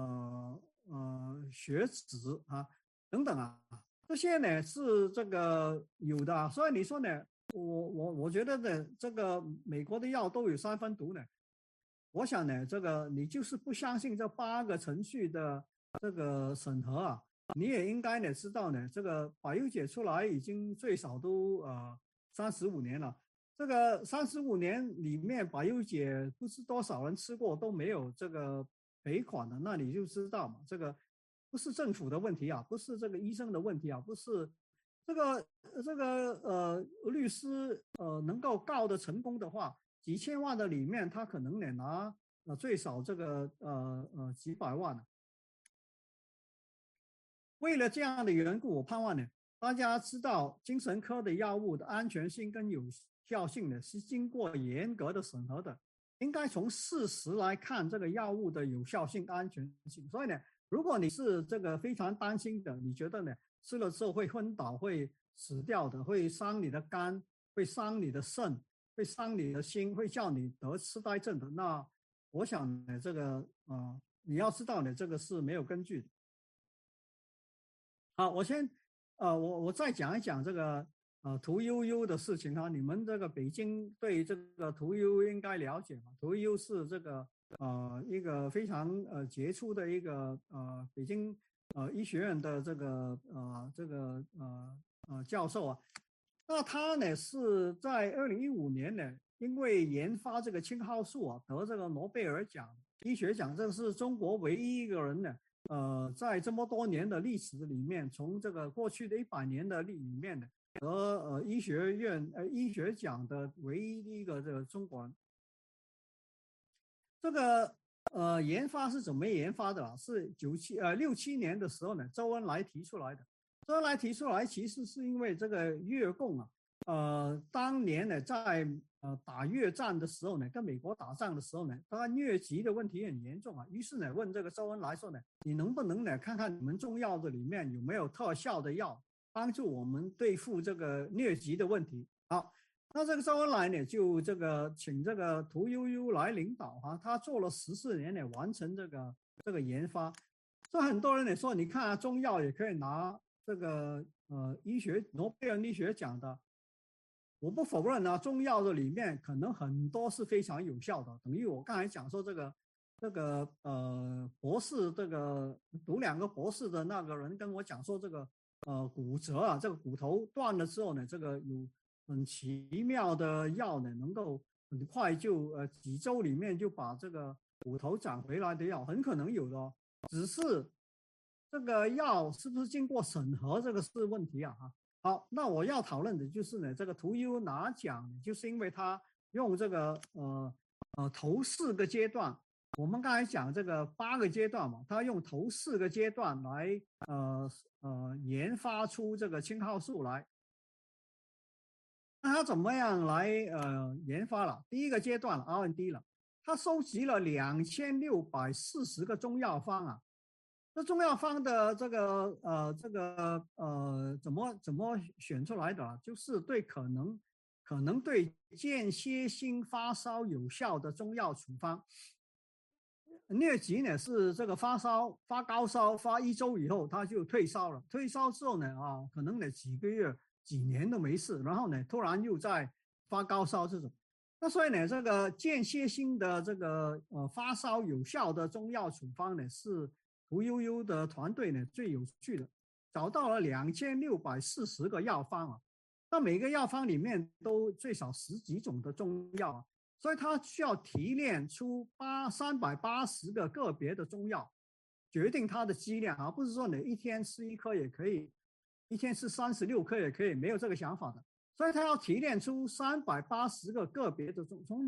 血脂啊等等啊。这些呢是这个有的，所以你说呢，我觉得呢，这个美国的药都有3分毒呢。我想呢，这个你就是不相信这8个程序的这个审核啊，你也应该呢知道呢，这个百优解出来已经最少都35年了。这个35年里面，百优解不知多少人吃过都没有这个赔款的，那你就知道嘛，这个不是政府的问题啊，不是这个医生的问题啊，不是这个律师能够告得成功的话，几千万的里面他可能得拿最少这个几百万呢。为了这样的缘故，我盼望呢，大家知道精神科的药物的安全性跟有效性呢是经过严格的审核的，应该从事实来看这个药物的有效性、安全性。所以呢，如果你是这个非常担心的，你觉得呢吃了之后会昏倒、会死掉的，会伤你的肝、会伤你的肾、会伤你的心、会叫你得痴呆症的，那我想呢，这个你要知道呢，这个是没有根据的。好，我再讲一讲这个屠呦呦的事情哈。你们这个北京对这个屠呦呦应该了解嘛？屠呦呦是这个一个非常杰出的一个北京医学院的这个教授啊。那他呢是在2015年呢，因为研发这个青蒿素啊，得这个诺贝尔奖医学奖，这是中国唯一一个人呢。在这么多年的历史里面，从这个过去的100年的里面呢，得医学院医学奖的唯一一个这个中国人。这个研发是怎么研发的？是67年的时候呢，周恩来提出来的。周恩来提出来其实是因为这个越共啊，当年呢在打越战的时候呢，跟美国打仗的时候呢，当然疟疾的问题很严重啊。于是呢，问这个周恩来说呢，你能不能呢看看你们中药的里面有没有特效的药，帮助我们对付这个疟疾的问题？好，那这个周恩来呢，就这个请这个屠呦呦来领导哈，他做了14年呢，完成这个研发。所以很多人也说，你看啊，中药也可以拿这个诺贝尔医学奖的。我不否认啊，中药的里面可能很多是非常有效的。等于我刚才讲说这个博士，这个读2个博士的那个人跟我讲说，这个骨折啊，这个骨头断了之后呢，这个有很奇妙的药呢，能够很快就几周里面就把这个骨头长回来的药，很可能有的哦。只是这个药是不是经过审核，这个是问题啊哈。好，那我要讨论的就是呢，这个屠呦呦拿奖，就是因为他用这个头4个阶段，我们刚才讲这个8个阶段嘛，他用头4个阶段来研发出这个青蒿素来。那他怎么样来研发了？第一个阶段 R&D 了，他收集了2640个中药方啊， 这中药方的怎么选出来的啊？就是可能对间歇性发烧有效的中药处方。疟疾呢是这个发烧发高烧发1周以后他就退烧了，退烧之后呢可能呢几个月几年都没事，然后呢突然又在发高烧这种。那所以呢这个间歇性的发烧有效的中药处方呢是屠呦呦的团队呢最有趣的，找到了2640个药方啊，那每个药方里面都最少10几种的中药啊，所以它需要提炼出380个个别的中药，决定它的剂量，而不是说你一天吃1颗也可以，一天吃36颗也可以，没有这个想法的。所以它要提炼出380个个别的从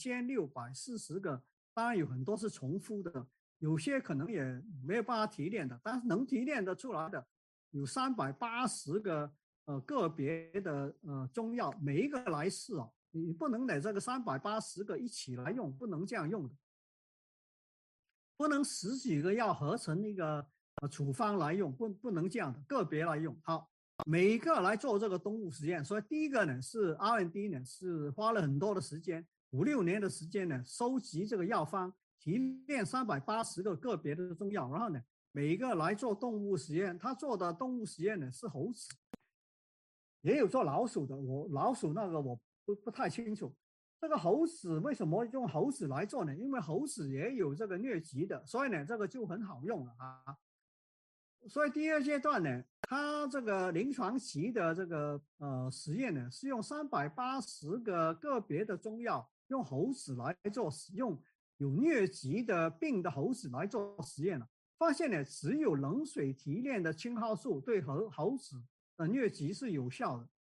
2640个，当然有很多是重复的，有些可能也没有办法提炼的，但是能提炼得出来的有380个个别的中药，每一个来试哦。你不能把这个380个一起来用，不能这样用的，不能10几个药合成一个处方来用，不能这样的，个别来用。好，每一个来做这个动物实验，所以第一个呢是 R&D 呢是花了很多的时间，5、6年的时间呢，收集这个药方，提炼380个个别的中药，然后呢每一个来做动物实验。他做的动物实验呢是猴子，也有做老鼠的，老鼠那个我不太清楚。这个猴子为什么用猴子来做呢？因为猴子也有这个疟疾的，所以呢这个就很好用了啊。所以第2阶段呢，它这个临床期的实验呢，是用380个个别的中药，用猴子来做使用，有疟疾的病的猴子来做实验了，发现呢，只有冷水提炼的青蒿素对猴子的疟疾是有效的。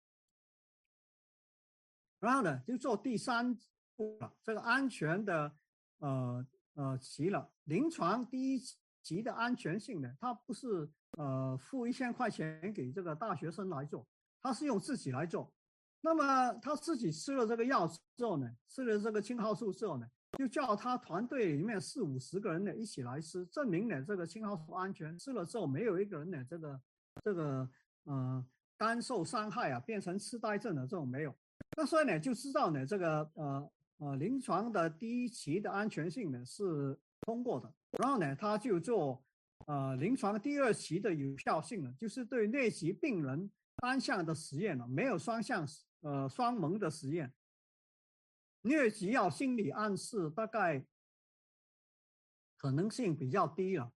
然后呢，就做第3步了，这个安全的期了。临床第1期的安全性呢，它不是付1000块钱给这个大学生来做，他是用自己来做。那么他自己吃了这个药之后呢，吃了这个青蒿素之后呢，就叫他团队里面40、50个人呢一起来吃，证明呢这个青蒿素安全，吃了之后没有一个人呢这个肝受伤害啊，变成痴呆症的这种没有。那所以呢，就知道呢，临床的第1期的安全性呢是通过的，然后呢，他就做临床第2期的有效性呢，就是对疟疾病人单向的实验了，没有双盲的实验。疟疾药心理暗示大概可能性比较低了。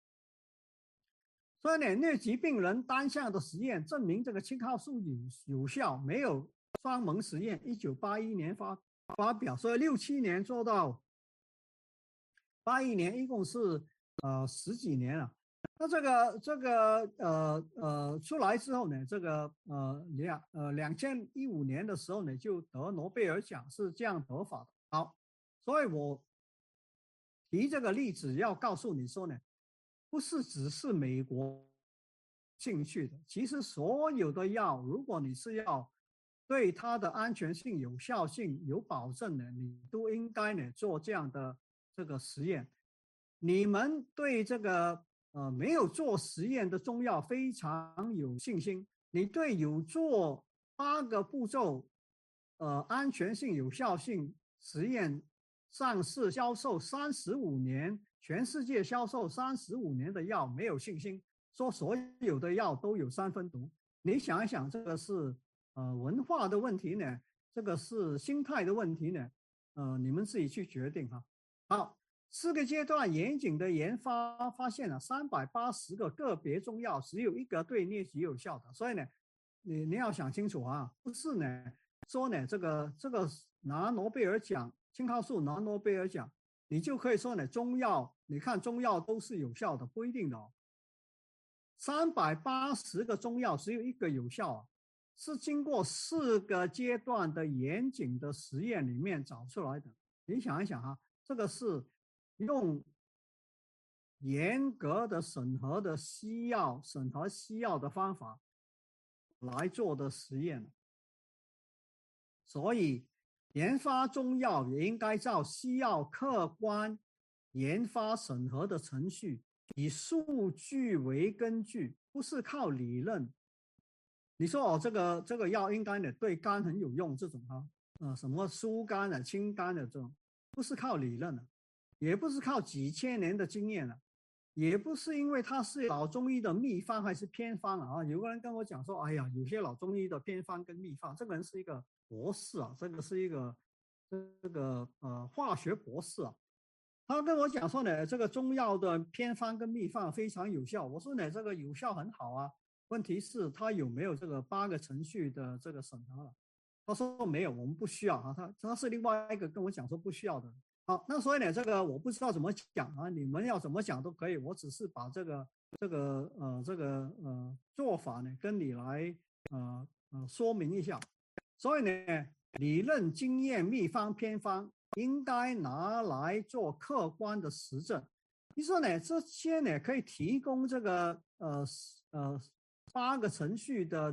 所以呢，疟疾病人单向的实验证明这个青蒿素有效，没有双盲实验。1981年发表，所以6、7年做到81年，一共是10几年了。那出来之后呢，2015年的时候呢，就得诺贝尔奖，是这样得法的。好，所以我提这个例子要告诉你说呢，不是只是美国兴趣的，其实所有的药，如果你是要对它的安全性、有效性有保证的，你都应该呢做这样的这个实验。你们对这个没有做实验的中药非常有信心，你对有做8个步骤安全性、有效性实验上市销售35年，全世界销售35年的药没有信心，说所有的药都有3分毒。你想一想，这个是文化的问题呢，这个是心态的问题呢，你们自己去决定哈。好，4个阶段严谨的研发发现了380个个别中药，只有1个对疟疾有效的。所以呢，你要想清楚啊，不是呢说呢这个拿诺贝尔奖，青蒿素拿诺贝尔奖，你就可以说呢中药，你看中药都是有效的，不一定的哦。380个中药只有1个有效啊，是经过4个阶段的严谨的实验里面找出来的。你想一想哈，这个是用严格的审核西药的方法来做的实验，所以研发中药也应该照西药客观研发审核的程序以数据为根据，不是靠理论。你说哦，这个药应该呢对肝很有用，这种什么疏肝的、清肝的这种，不是靠理论的，也不是靠几千年的经验了，也不是因为它是老中医的秘方还是偏方啊。有个人跟我讲说，哎呀，有些老中医的偏方跟秘方，这个人是一个博士啊，这个是一个化学博士啊。他跟我讲说呢，这个中药的偏方跟秘方非常有效。我说呢，这个有效很好啊，问题是他有没有这个8个程序的这个审核了？他说没有，我们不需要啊。他是另外一个跟我讲说不需要的。好，那所以呢，这个我不知道怎么讲啊，你们要怎么讲都可以，我只是把做法呢跟你来说明一下。所以呢，理论、经验、秘方、偏方应该拿来做客观的实证。你说呢，这些呢可以提供这个8个程序的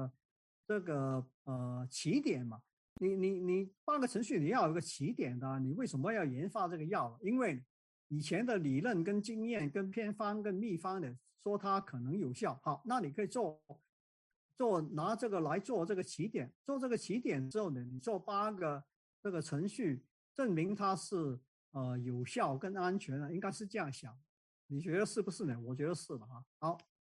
起点嘛？你8个程序你要有个起点的，你为什么要研发这个药？因为以前的理论跟经验跟偏方跟秘方的说它可能有效，好，那你可以拿这个来做这个起点，做这个起点之后呢，你做8个这个程序，证明它是有效跟安全的，应该是这样想。你觉得是不是呢？我觉得是的哈。好，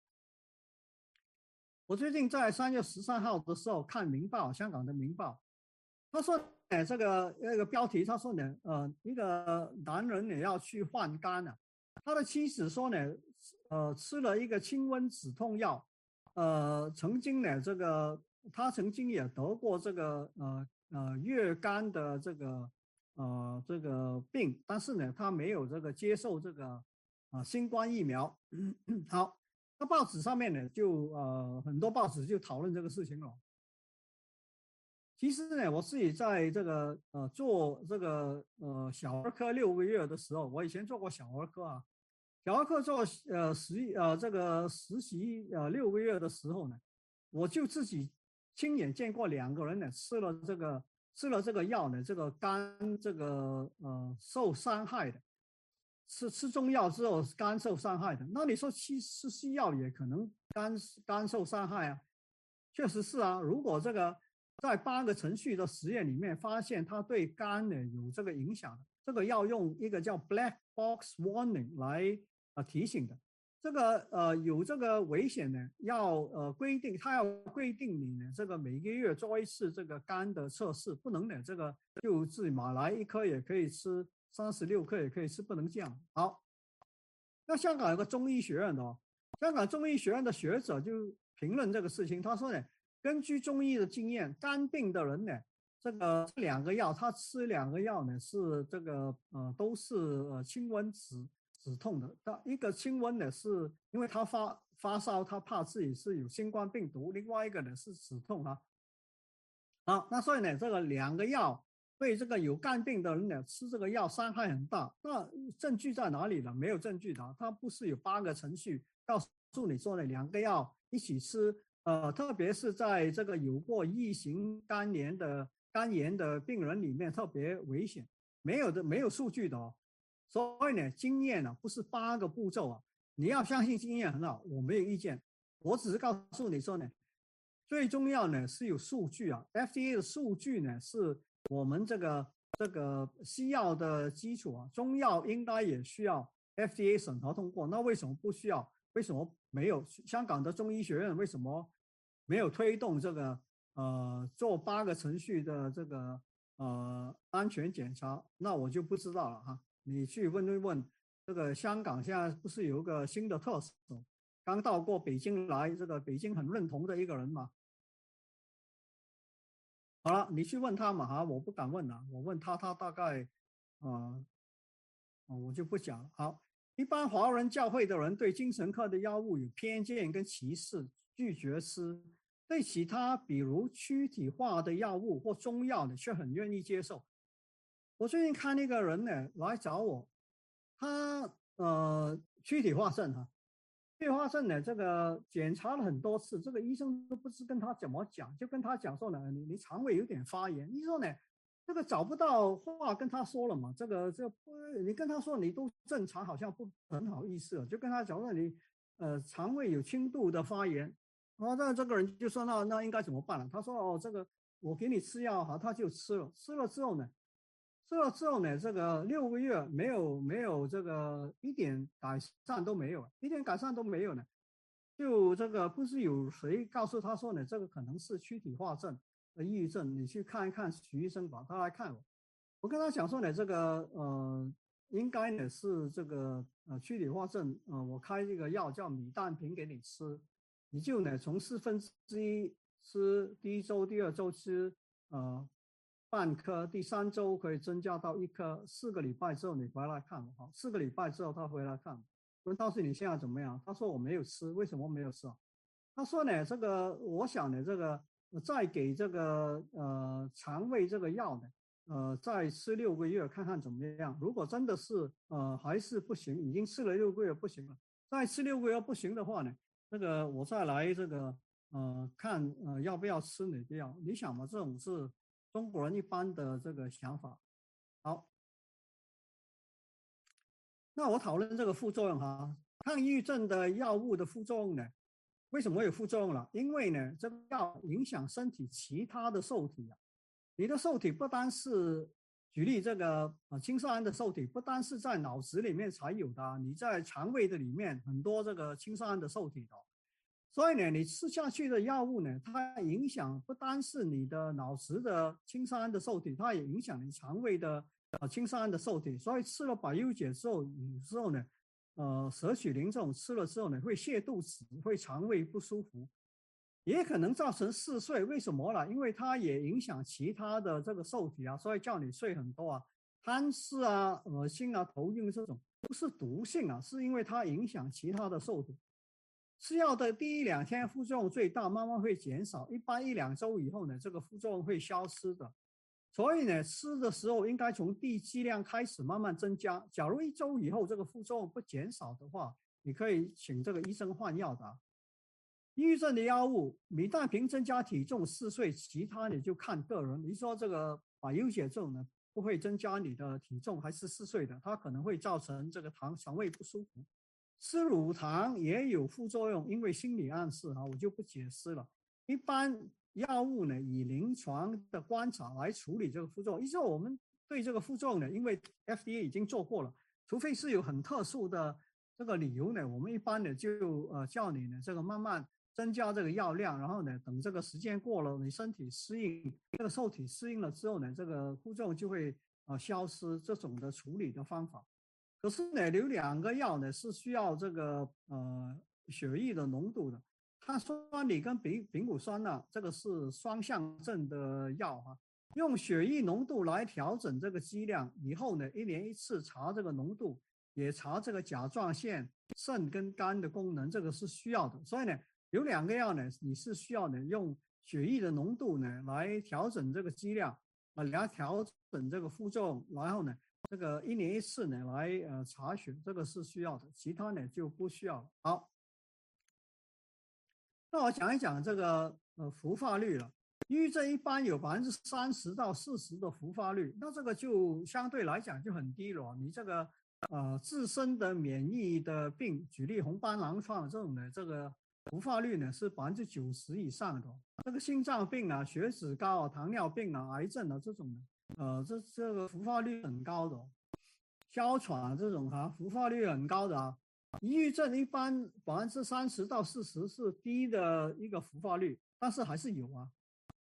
我最近在3月13号的时候看《明报》，香港的《明报》，他说，这个那个标题，他说呢，一个男人呢要去换肝了，他的妻子说呢，吃了一个清温止痛药，曾经呢他曾经也得过这个乙肝的这个病，但是呢他没有这个接受这个新冠疫苗。好，那报纸上面呢就很多报纸就讨论这个事情了。其实呢，我自己在这个做这个小儿科6个月的时候，我以前做过小儿科啊，小儿科做这个实习6个月的时候呢，我就自己亲眼见过2个人呢吃了这个药呢，这个肝受伤害的，吃中药之后肝受伤害的。那你说吃西药也可能肝受伤害啊？确实是啊，如果这个在8个程序的实验里面发现它对肝呢有这个影响的，这个要用一个叫 black box warning 来提醒的。这个有这个危险呢，它要规定你呢这个每个月做一次这个肝的测试，不能呢这个就自己买来1颗也可以吃，36颗也可以吃，不能这样。好，那香港有个中医学院的香港中医学院的学者就评论这个事情，他说呢，根据中医的经验，肝病的人呢，这2个药，他吃2个药呢是都是清温止痛的。一个清温呢是因为他发烧，他怕自己是有新冠病毒；另外一个呢是止痛啊。好，那所以呢，这个2个药对这个有肝病的人呢吃这个药伤害很大。那证据在哪里呢？没有证据的，它不是有8个程序告诉你说呢，2个药一起吃，特别是在这个有过乙型肝炎的病人里面特别危险，没有数据的哦。所以呢，经验呢不是8个步骤啊，你要相信经验很好，我没有意见，我只是告诉你说呢，最重要呢是有数据啊 ，FDA 的数据呢是我们这个西药的基础啊，中药应该也需要 FDA 审核通过，那为什么不需要？为什么没有？香港的中医学院为什么没有推动这个做8个程序的这个安全检查？那我就不知道了哈，你去问一问。这个香港现在不是有一个新的特首，刚到过北京来，这个北京很认同的一个人嘛。好了，你去问他嘛哈，我不敢问了，我问他，他大概我就不讲了。好，一般华人教会的人对精神科的药物有偏见跟歧视，拒绝吃；对其他比如躯体化的药物或中药呢，却很愿意接受。我最近看那个人呢来找我，他躯体化症哈，躯体化症呢这个检查了很多次，这个医生都不知跟他怎么讲，就跟他讲说呢，你肠胃有点发炎。你说呢， 这个找不到话跟他说了嘛，你跟他说你都正常，好像不很好意思了，就跟他讲说你肠胃有轻度的发炎，然后这个人就说那应该怎么办了？他说哦这个我给你吃药哈，他就吃了，吃了之后呢，这个6个月没有这个一点改善都没有，一点改善都没有呢，就这个不是有谁告诉他说呢，这个可能是躯体化症。抑郁症，你去看一看徐医生吧，他来看我。我跟他讲说呢，这个应该呢是这个躯体化症，我开这个药叫米氮平给你吃，你就呢从1/4吃，第一周、第二周吃半颗，第3周可以增加到1颗，4个礼拜之后你回来看我哈，4个礼拜之后他回来看我，问他说你现在怎么样？他说我没有吃，为什么没有吃啊？他说呢，这个我想呢，这个再给这个肠胃这个药呢，再吃6个月看看怎么样。如果真的是还是不行，已经吃了6个月不行了，再吃6个月不行的话呢，这个我再来这个看要不要吃哪个药。你想嘛，这种是中国人一般的这个想法。好，那我讨论这个副作用哈，抗抑郁症的药物的副作用呢？为什么会有副作用了？因为呢，这个药影响身体其他的受体啊。你的受体不单是，举例这个青色胺的受体，不单是在脑子里面才有的啊，你在肠胃的里面很多这个青色胺的受体的。所以呢，你吃下去的药物呢，它影响不单是你的脑子的青色胺的受体，它也影响你肠胃的青色胺的受体。所以吃了百忧解之后，有时候呢，舍曲林这种吃了之后呢，会泻肚子，会肠胃不舒服，也可能造成嗜睡。为什么呢？因为它也影响其他的这个受体啊，所以叫你睡很多啊，贪吃啊、恶心啊、头晕这种，不是毒性啊，是因为它影响其他的受体。吃药的第1、2天副作用最大，慢慢会减少，一般1、2周以后呢，这个副作用会消失的。所以呢，吃的时候应该从低剂量开始慢慢增加。假如1周以后这个副作用不减少的话，你可以请这个医生换药的啊。抑郁症的药物，米氮平增加体重嗜睡，其他你就看个人。你说这个百忧解这种呢，不会增加你的体重，还是嗜睡的，它可能会造成这个肠胃不舒服。吃乳糖也有副作用，因为心理暗示啊，我就不解释了。一般药物呢，以临床的观察来处理这个副作用。依照我们对这个副作用呢，因为 FDA 已经做过了，除非是有很特殊的这个理由呢，我们一般呢就叫你呢这个慢慢增加这个药量，然后呢等这个时间过了，你身体适应这个受体适应了之后呢，这个副作用就会消失，这种的处理的方法。可是呢，有2个药呢是需要这个血液的浓度的，碳酸锂跟丙谷酸钠，这个是双向症的药哈，用血液浓度来调整这个剂量，以后呢1年1次查这个浓度，也查这个甲状腺、肾跟肝的功能，这个是需要的。所以呢，有2个药呢，你是需要呢用血液的浓度呢来调整这个剂量来调整这个副作用，然后呢。这个1年1次呢来查询，这个是需要的，其他呢就不需要了。好，那我讲一讲这个复发率了。抑郁症一般有30%到40%的复发率，那这个就相对来讲就很低了。你这个自身的免疫的病，举例红斑狼疮这种的，这个复发率呢是90%以上的。这个心脏病啊、血脂高啊、糖尿病啊、癌症啊这种的。这个复发率很高的哮喘这种复发率很高的啊。抑郁症一般30%到40%是低的一个复发率，但是还是有啊。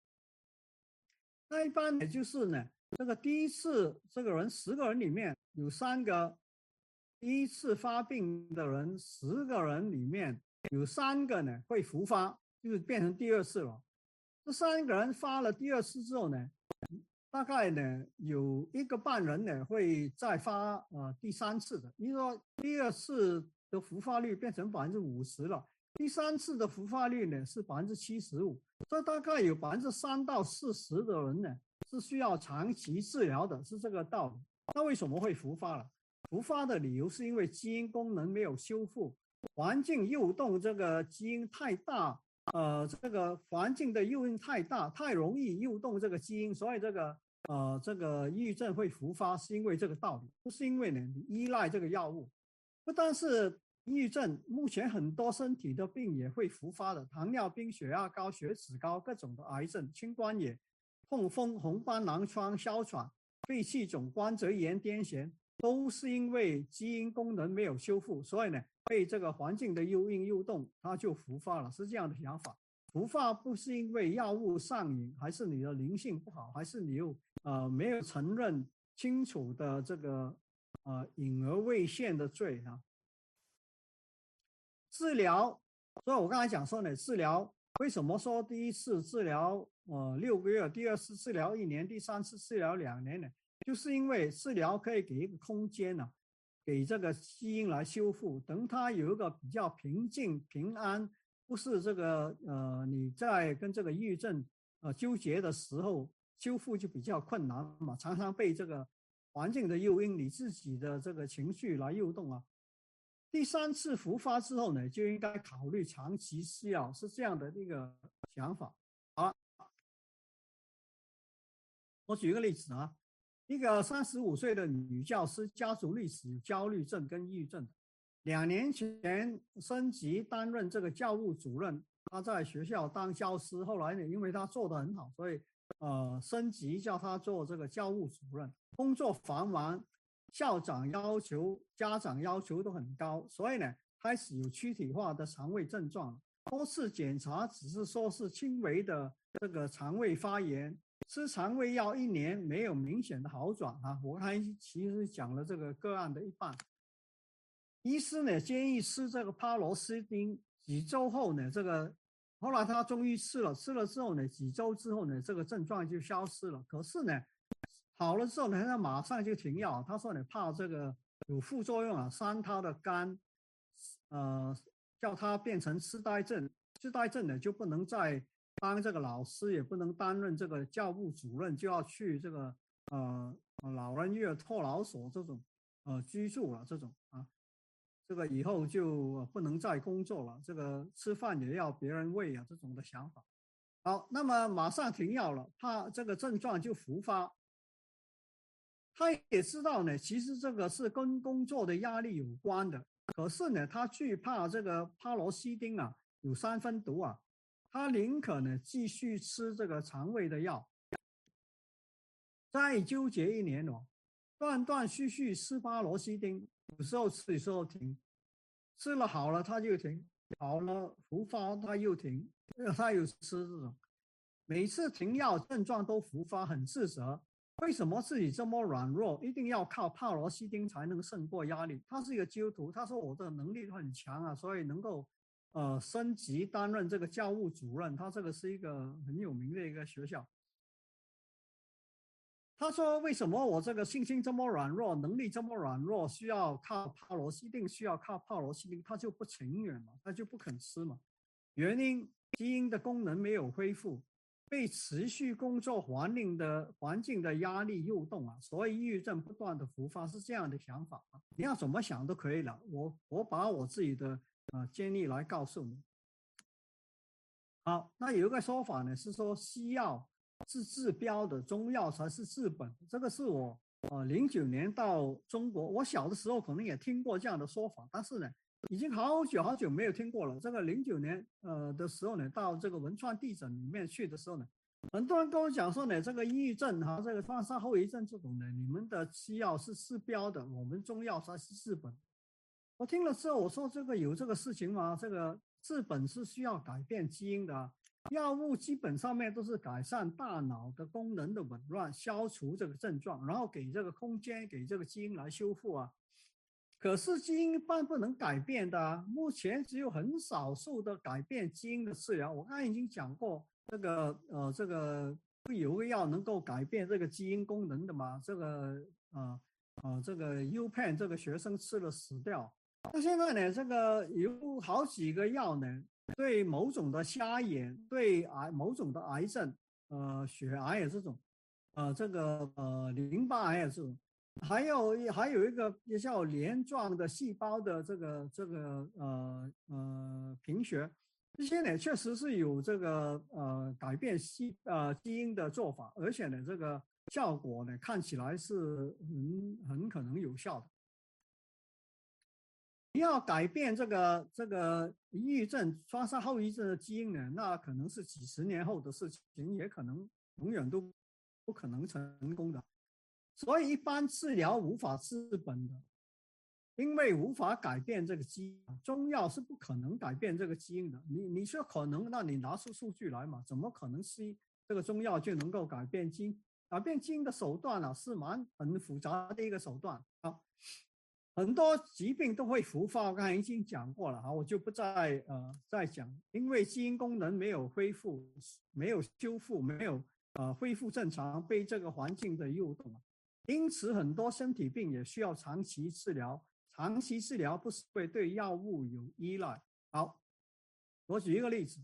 那一般也就是呢，这个第一次这个人10个人里面有3个，第一次发病的人10个人里面有3个呢会复发，就是变成第2次了。这3个人发了第2次之后呢，大概呢有1个半人呢会再发第3次的。你说第2次的复发率变成50%了，第3次的复发率呢是75%，这大概有3%到40%的人呢是需要长期治疗的，是这个道理。那为什么会复发了？复发的理由是因为基因功能没有修复，环境诱动这个基因太大。这个环境的诱因太大，太容易诱动这个基因，所以这个这个抑郁症会复发，是因为这个道理，不是因为呢你依赖这个药物。不但是抑郁症，目前很多身体的病也会复发的，糖尿病、血压高、血脂高，各种的癌症、青光眼、痛风、红斑狼疮、哮喘、肺气肿、关节炎、癫痫，都是因为基因功能没有修复，所以呢被这个环境的诱因诱动，它就复发了，是这样的想法。复发不是因为药物上瘾，还是你的灵性不好，还是你又没有承认清楚的这个隐而未现的罪啊。治疗，所以我刚才讲说呢，治疗为什么说第一次治疗6个月，第二次治疗1年，第三次治疗2年呢？就是因为治疗可以给一个空间呢，给这个基因来修复，等它有一个比较平静平安，不是这个你在跟这个抑郁症纠结的时候，修复就比较困难嘛，常常被这个环境的诱因、你自己的这个情绪来诱动啊。第3次复发之后呢，就应该考虑长期吃药，是这样的一个想法。好，我举个例子啊，一个35岁的女教师，家族历史有焦虑症跟抑郁症，2年前升级担任这个教务主任，她在学校当教师，后来呢，因为她做得很好，所以升级叫她做这个教务主任，工作繁忙，校长要求、家长要求都很高，所以呢，开始有躯体化的肠胃症状，多次检查只是说是轻微的这个肠胃发炎。吃肠胃药1年没有明显的好转啊！我还其实讲了这个个案的一半。医师呢建议吃这个帕罗斯汀，几周后呢，后来他终于吃了之后呢，几周之后呢，这个症状就消失了。可是呢，好了之后呢，他马上就停药。他说呢，怕这个有副作用啊，伤他的肝，叫他变成痴呆症。痴呆症呢就不能再当这个老师，也不能担任这个教务主任，就要去这个老人院、托老所这种居住了这种啊，这个以后就不能再工作了，这个吃饭也要别人喂啊，这种的想法。好，那么马上停药了，怕这个症状就复发。他也知道呢，其实这个是跟工作的压力有关的，可是呢，他惧怕这个帕罗西汀啊有3分毒啊，他宁可呢继续吃这个肠胃的药，再纠结1年哦，断断续续吃巴罗西汀，有时候吃，有时候停，吃了好了他就停，好了复发他又停，他又吃这种，每次停药症状都复发，很自责。为什么自己这么软弱，一定要靠帕罗西汀才能胜过压力？他是一个基督徒，他说我的能力很强啊，所以能够升级担任这个教务主任。他这个是一个很有名的一个学校。他说为什么我这个信心这么软弱，能力这么软弱，需要靠帕罗西汀，需要靠帕罗西汀，他就不情愿嘛，他就不肯吃嘛。原因基因的功能没有恢复。被持续工作环境的压力诱动啊，所以抑郁症不断的复发，是这样的想法啊。你要怎么想都可以了，我把我自己的建议来告诉你。好，那有一个说法呢，是说西药是治标的，中药才是治本。这个是我09年到中国，我小的时候可能也听过这样的说法，但是呢，已经好久好久没有听过了。这个09年的时候呢，到这个汶川地震里面去的时候呢，很多人跟我讲说呢，这个抑郁症哈，这个创伤后遗症这种呢，你们的西药是治标的，我们中药才是治本。我听了之后，我说这个有这个事情吗？这个治本是需要改变基因的啊，药物基本上面都是改善大脑的功能的紊乱，消除这个症状，然后给这个空间给这个基因来修复啊。可是基因一般不能改变的啊，目前只有很少数的改变基因的治疗。我刚才已经讲过，这个有个药能够改变这个基因功能的嘛？这个 U-Pen 这个学生吃了死掉。那现在呢，这个有好几个药呢，对某种的瞎眼，对某种的癌症，血癌也这种，淋巴癌也这种。还有一个也叫镰状的细胞的贫血， 这些呢确实是有这个改变基因的做法，而且呢这个效果呢看起来是很可能有效的。你要改变这个抑郁症、创伤后遗症的基因呢，那可能是几十年后的事情，也可能永远都不可能成功的。所以一般治疗无法治本的，因为无法改变这个基因，中药是不可能改变这个基因的。你说可能，那你拿出数据来嘛？怎么可能是这个中药就能够改变基因？改变基因的手段啊，是很复杂的一个手段啊。很多疾病都会复发，我刚才已经讲过了啊，我就不再讲，因为基因功能没有恢复、没有修复、没有恢复正常，被这个环境的诱动，因此很多身体病也需要长期治疗。长期治疗不是会对药物有依赖。好，我举一个例子，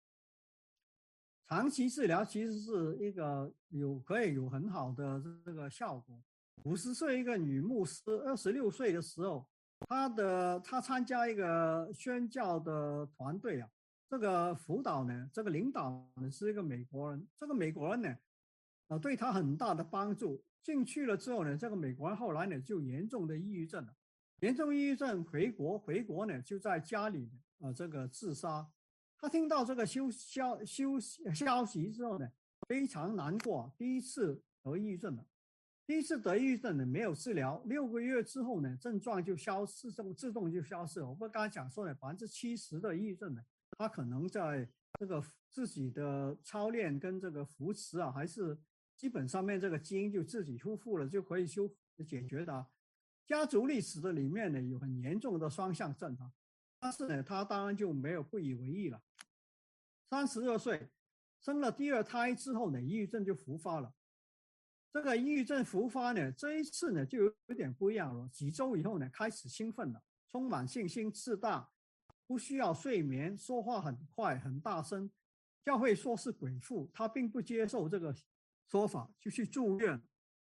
长期治疗其实是一个可以有很好的这个效果。50岁一个女牧师，26岁的时候，她参加一个宣教的团队啊，这个辅导呢，这个领导呢是一个美国人，这个美国人呢，对她很大的帮助。进去了之后呢，这个美国人后来呢就严重的抑郁症了，严重抑郁症回国呢就在家里这个自杀。他听到这个消息之后呢，非常难过，第一次得抑郁症了。第一次得抑郁症呢，没有治疗，6个月之后呢，症状就自动就消失了。我们刚才讲说呢，70%的抑郁症呢，他可能在这个自己的操练跟这个扶持啊，还是基本上面这个基因就自己修复了，就可以解决的。家族历史的里面呢，有很严重的双向症啊，但是呢，他当然就没有不以为意了。32岁生了第2胎之后呢，抑郁症就复发了。这个抑郁症复发呢，这一次呢就有点不一样了。几周以后呢，开始兴奋了，充满信心，自大，不需要睡眠，说话很快很大声。教会说是鬼附，他并不接受这个说法，就去住院。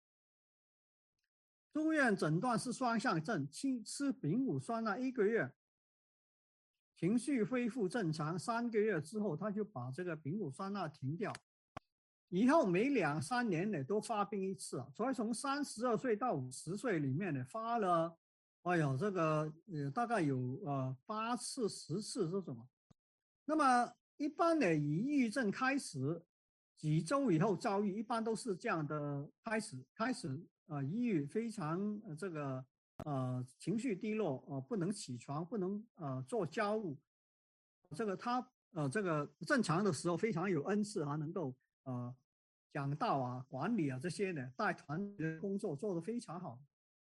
住院诊断是双向症，吃丙午酸钠1个月，情绪恢复正常。3个月之后，他就把这个丙午酸钠停掉。以后每2、3年呢都发病一次啊，所以从32岁到50岁里面呢发了，哎呦，这个大概有8次、10次这种。那么一般呢，以抑郁症开始，几周以后躁郁，一般都是这样的开始抑郁，非常这个情绪低落，不能起床，不能做家务。这个他这个正常的时候非常有恩赐，还能够讲道啊、管理啊这些呢，带团队的工作做得非常好。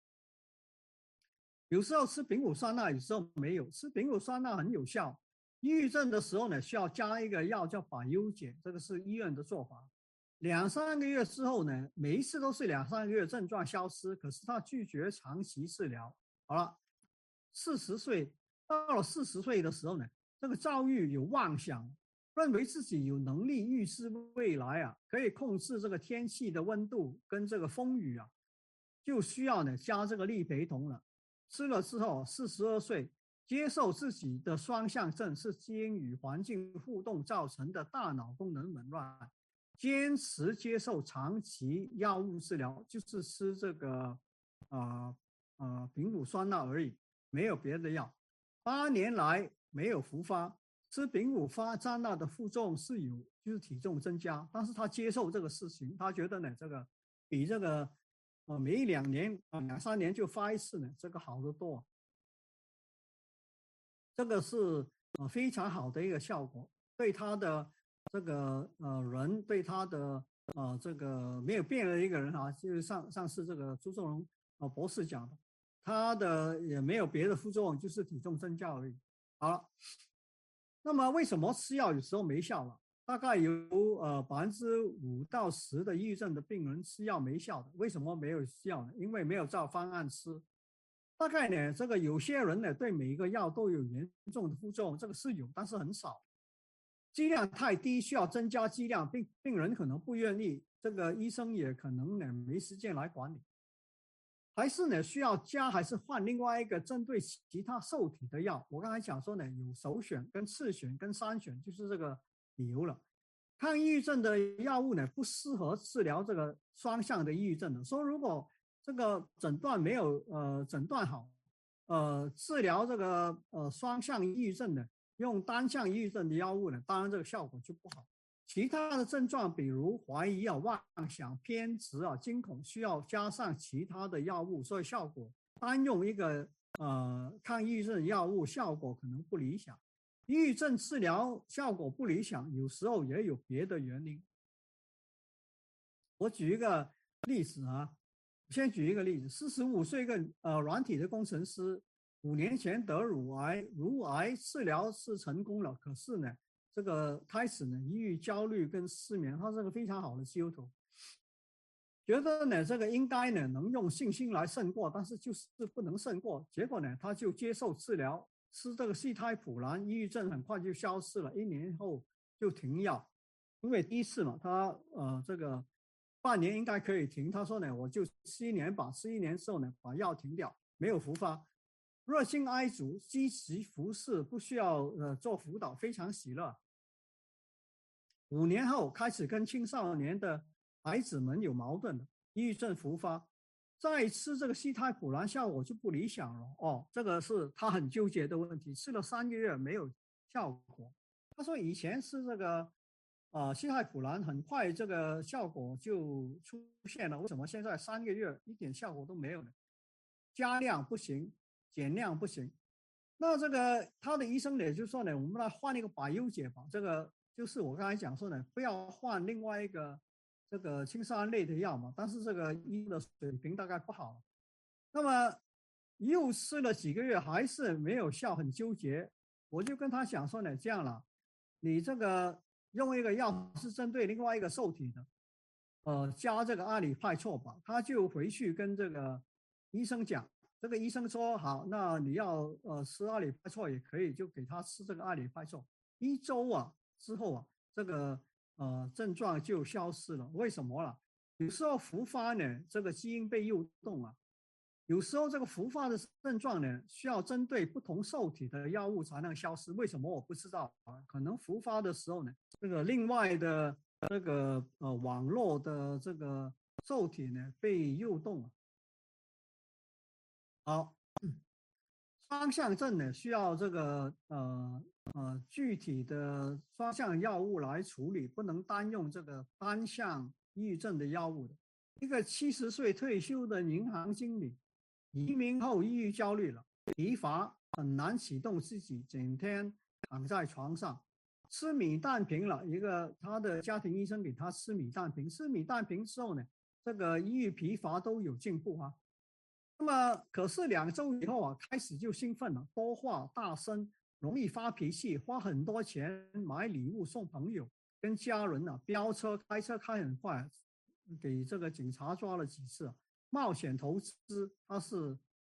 有时候吃丙午酸钠，有时候没有。吃丙午酸钠很有效。抑郁症的时候呢，需要加一个药叫百忧解，这个是医院的做法。2、3个月之后呢，每一次都是2、3个月症状消失，可是他拒绝长期治疗。好了，40岁到了40岁的时候呢，这个躁郁有妄想，认为自己有能力预知未来啊，可以控制这个天气的温度跟这个风雨啊，就需要呢加这个利培酮了。吃了之后，42岁接受自己的双向症是基因与环境互动造成的大脑功能紊乱，坚持接受长期药物治疗，就是吃这个丙午酸钠而已，没有别的药。8年来没有复发。吃丙午酸钠的副作用是就是体重增加，但是他接受这个事情，他觉得呢这个比这个每1、2年2、3年就发一次呢，这个好得多。这个是非常好的一个效果，对他的这个人，对他的这个没有病的一个人啊，就是上次这个朱仲荣博士讲的，他的也没有别的副作用，就是体重增加而已。好了，那么为什么吃药有时候没效了？大概有5%到10%的抑郁症的病人吃药没效的，为什么没有效呢？因为没有照方案吃。大概呢，这个有些人呢对每一个药都有严重的副作用，这个是有，但是很少。剂量太低，需要增加剂量，病人可能不愿意，这个医生也可能呢没时间来管理。 还是呢需要加还是换另外一个针对其他受体的药？我刚才讲说呢，有首选、跟次选、跟三选，就是这个理由了。抗抑郁症的药物呢，不适合治疗这个双向的抑郁症的。说如果这个诊断没有诊断好，治疗这个双向抑郁症的，用单向抑郁症的药物呢，当然这个效果就不好。其他的症状，比如怀疑啊、妄想、偏执啊、惊恐，需要加上其他的药物，所以效果单用一个抗抑郁症药物效果可能不理想。抑郁症治疗效果不理想，有时候也有别的原因。我举一个例子啊，先举一个例子，45岁一个软体的工程师，5年前得乳癌治疗是成功了，可是呢，这个开始呢，抑郁、焦虑跟失眠，他是个非常好的基督徒，觉得呢这个应该呢能用信心来胜过，但是就是不能胜过，结果呢他就接受治疗，吃这个西太普兰，抑郁症很快就消失了，1年后就停药，因为第一次嘛，他这个半年应该可以停，他说呢我就吃1年吧，吃1年之后呢把药停掉，没有复发。热心哀主，积极服侍，不需要做辅导，非常喜乐。5年后开始跟青少年的孩子们有矛盾了，抑郁症复发，再吃这个西太普兰效果就不理想了。哦，这个是他很纠结的问题，吃了3个月没有效果。他说以前吃这个西太普兰很快这个效果就出现了，为什么现在3个月一点效果都没有呢？加量不行，减量不行。那这个他的医生也就说呢，我们来换一个百忧解吧。这个就是我刚才讲说呢，不要换另外一个这个青少年类的药嘛。但是这个医的水平大概不好，那么又吃了几个月还是没有效，很纠结。我就跟他讲说呢，这样了，你这个用一个药是针对另外一个受体的，加这个阿里派唑吧。他就回去跟这个医生讲。这个医生说好，那你要吃阿里派唑也可以，就给他吃这个阿里派唑。1周啊之后啊，这个症状就消失了。为什么了？有时候复发呢，这个基因被诱动啊，有时候这个复发的症状呢，需要针对不同受体的药物才能消失。为什么我不知道啊？可能复发的时候呢，这个另外的这个网络的这个受体呢被诱动了。好，双向症呢需要这个具体的双向药物来处理，不能单用这个单向抑郁症的药物的。一个70岁退休的银行经理，移民后抑郁焦虑了，疲乏，很难启动自己，整天躺在床上，吃米氮平了。一个他的家庭医生给他吃米氮平，吃米氮平之后呢，这个抑郁疲乏都有进步啊。那么，可是2周以后啊，开始就兴奋了，多话、大声，容易发脾气，花很多钱买礼物送朋友，跟家人啊飙车，开车开很快，给这个警察抓了几次。冒险投资，他是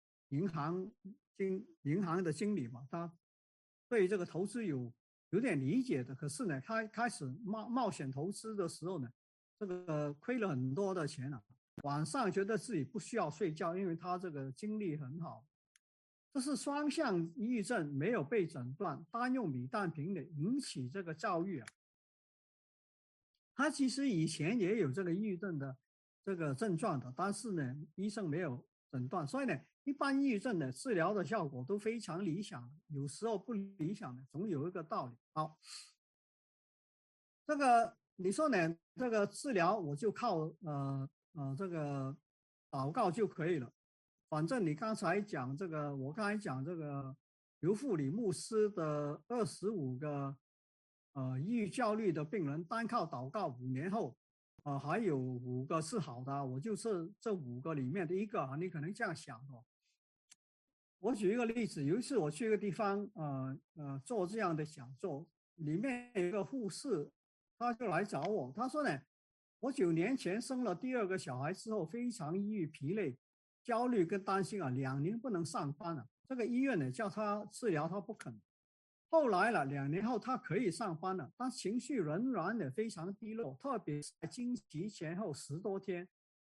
银行的经理嘛，他对这个投资有点理解的。可是呢，开始冒险投资的时候呢，这个亏了很多的钱啊。晚上觉得自己不需要睡觉，因为他这个精力很好。这是双向抑郁症，没有被诊断，单用米氮平的引起这个躁郁啊。他其实以前也有这个抑郁症的这个症状的，但是呢，医生没有诊断，所以呢，一般抑郁症的治疗的效果都非常理想，有时候不理想的，总有一个道理。好，这个你说呢？这个治疗我就靠这个祷告就可以了。反正你刚才讲这个，我刚才讲这个刘富里牧师的25个抑郁焦虑的病人，单靠祷告5年后，还有5个是好的，我就是这5个里面的一个啊。你可能这样想哦。我举一个例子，有一次我去一个地方，做这样的讲座，里面有一个护士，他就来找我，他说呢，我9年前生了第2个小孩之后，非常抑郁、疲累、焦虑跟担心啊，2年不能上班了。这个医院呢叫他治疗，他不肯。后来了2年后，他可以上班了，但情绪仍然的非常低落，特别是在经期前后10多天，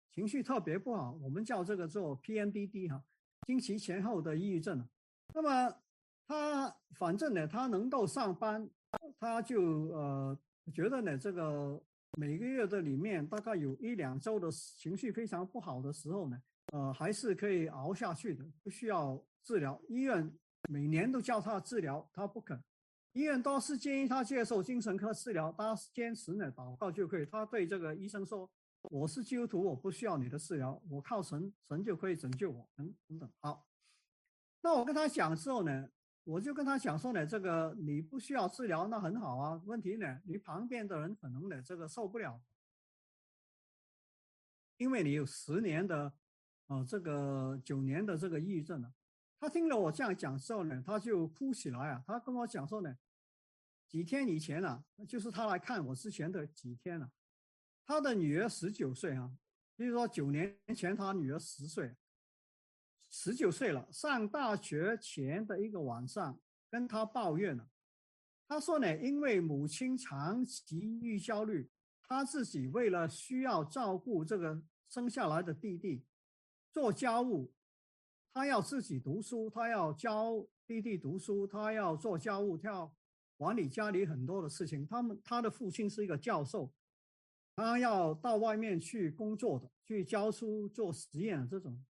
情绪特别不好，我们叫这个做 PMDD 哈，经期前后的抑郁症。那么他反正呢，他能够上班，他就觉得呢，这个每个月的里面大概有1-2周的情绪非常不好的时候呢，还是可以熬下去的，不需要治疗。医院每年都叫他治疗，他不肯。医院都是建议他接受精神科治疗，他坚持呢祷告就可以。他对这个医生说：“我是基督徒，我不需要你的治疗，我靠神，神就可以拯救我。”等等。好，那我跟他讲之后呢，我就跟他讲说呢，这个你不需要治疗，那很好啊。问题呢，你旁边的人可能呢这个受不了，因为你有10年的，这个9年的这个抑郁症了。他听了我这样讲之后呢，他就哭起来啊。他跟我讲说呢，几天以前啊，就是他来看我之前的几天了，他的女儿19岁啊，比如说9年前他女儿10岁，19岁了，上大学前的一个晚上跟他抱怨了。他说呢，因为母亲长期抑郁焦虑，他自己为了需要照顾这个生下来的弟弟，做家务，他要自己读书，他要教弟弟读书，他要做家务，他要管理家里很多的事情。他的父亲是一个教授，他要到外面去工作的，去教书做实验这种。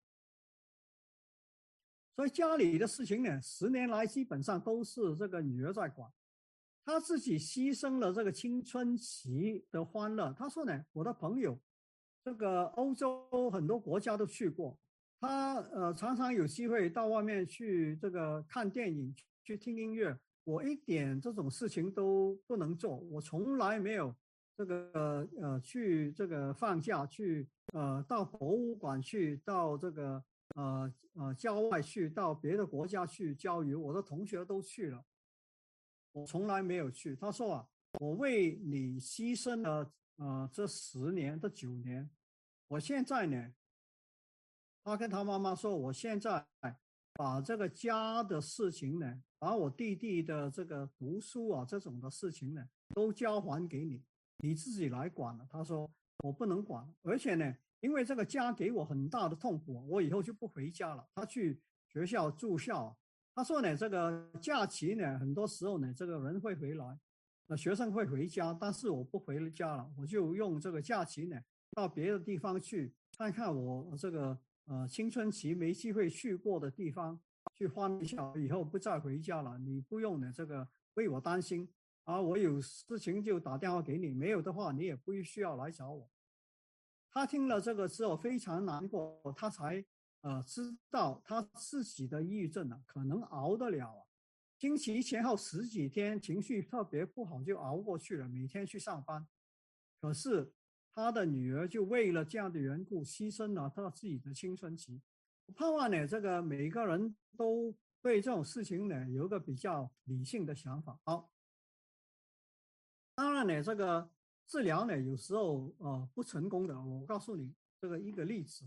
所以家里的事情呢，10年来基本上都是这个女儿在管。他自己牺牲了这个青春期的欢乐。他说呢，我的朋友，这个欧洲很多国家都去过，他常常有机会到外面去这个看电影，去听音乐。我一点这种事情都不能做，我从来没有这个去这个放假去到博物馆去，到这个郊外去，到别的国家去郊游。我的同学都去了。我从来没有去。他说啊，我为你牺牲了这10年这9年，我现在呢，他跟他妈妈说，我现在把这个家的事情呢，把我弟弟的这个读书啊这种的事情呢，都交还给你，你自己来管了。他说我不能管，而且呢，因为这个家给我很大的痛苦，我以后就不回家了。他去学校住校。他说呢，这个假期呢，很多时候呢，这个人会回来，学生会回家，但是我不回家了，我就用这个假期呢，到别的地方去看看我这个青春期没机会去过的地方，去欢一下，以后不再回家了。你不用呢这个为我担心啊，我有事情就打电话给你，没有的话你也不需要来找我。他听了这个之后非常难过，他才知道他自己的抑郁症呢，可能熬得了啊。经期前后10几天情绪特别不好就熬过去了，每天去上班。可是他的女儿就为了这样的缘故牺牲了他自己的青春期。我盼望呢，这个每个人都对这种事情呢有一个比较理性的想法。好，当然呢，这个治疗呢有时候不成功的。我告诉你这个一个例子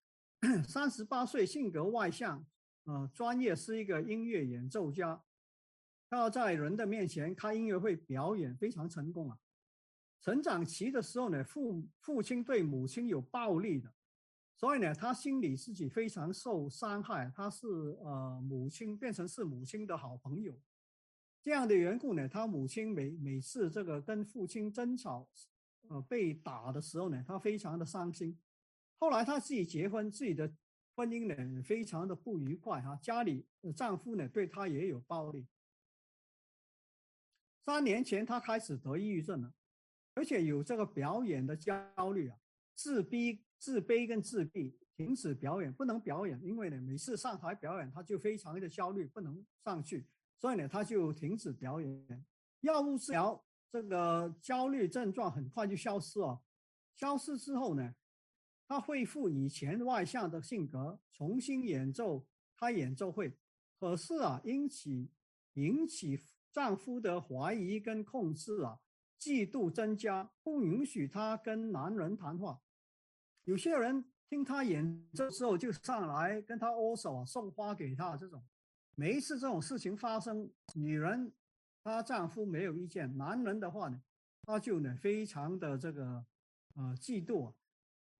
，38岁，性格外向，专业是一个音乐演奏家，他要在人的面前开音乐会表演，非常成功啊。成长期的时候呢，父亲对母亲有暴力的，所以呢，他心里自己非常受伤害。他是母亲变成是母亲的好朋友，这样的缘故呢，他母亲每次这个跟父亲争吵，被打的时候呢，他非常的伤心。后来他自己结婚，自己的婚姻呢非常的不愉快哈，家里丈夫呢对他也有暴力。3年前他开始得抑郁症了，而且有这个表演的焦虑啊，自卑跟自闭，停止表演，不能表演，因为呢每次上台表演他就非常的焦虑，不能上去，所以呢他就停止表演。药物治疗这个焦虑症状很快就消失了，消失之后呢，他恢复以前外向的性格，重新开演奏会。可是啊，引起丈夫的怀疑跟控制啊，嫉妒增加，不允许他跟男人谈话。有些人听他演奏之后就上来跟他握手啊，送花给他这种。每一次这种事情发生，女人她丈夫没有意见，男人的话呢，他就呢非常的这个嫉妒啊。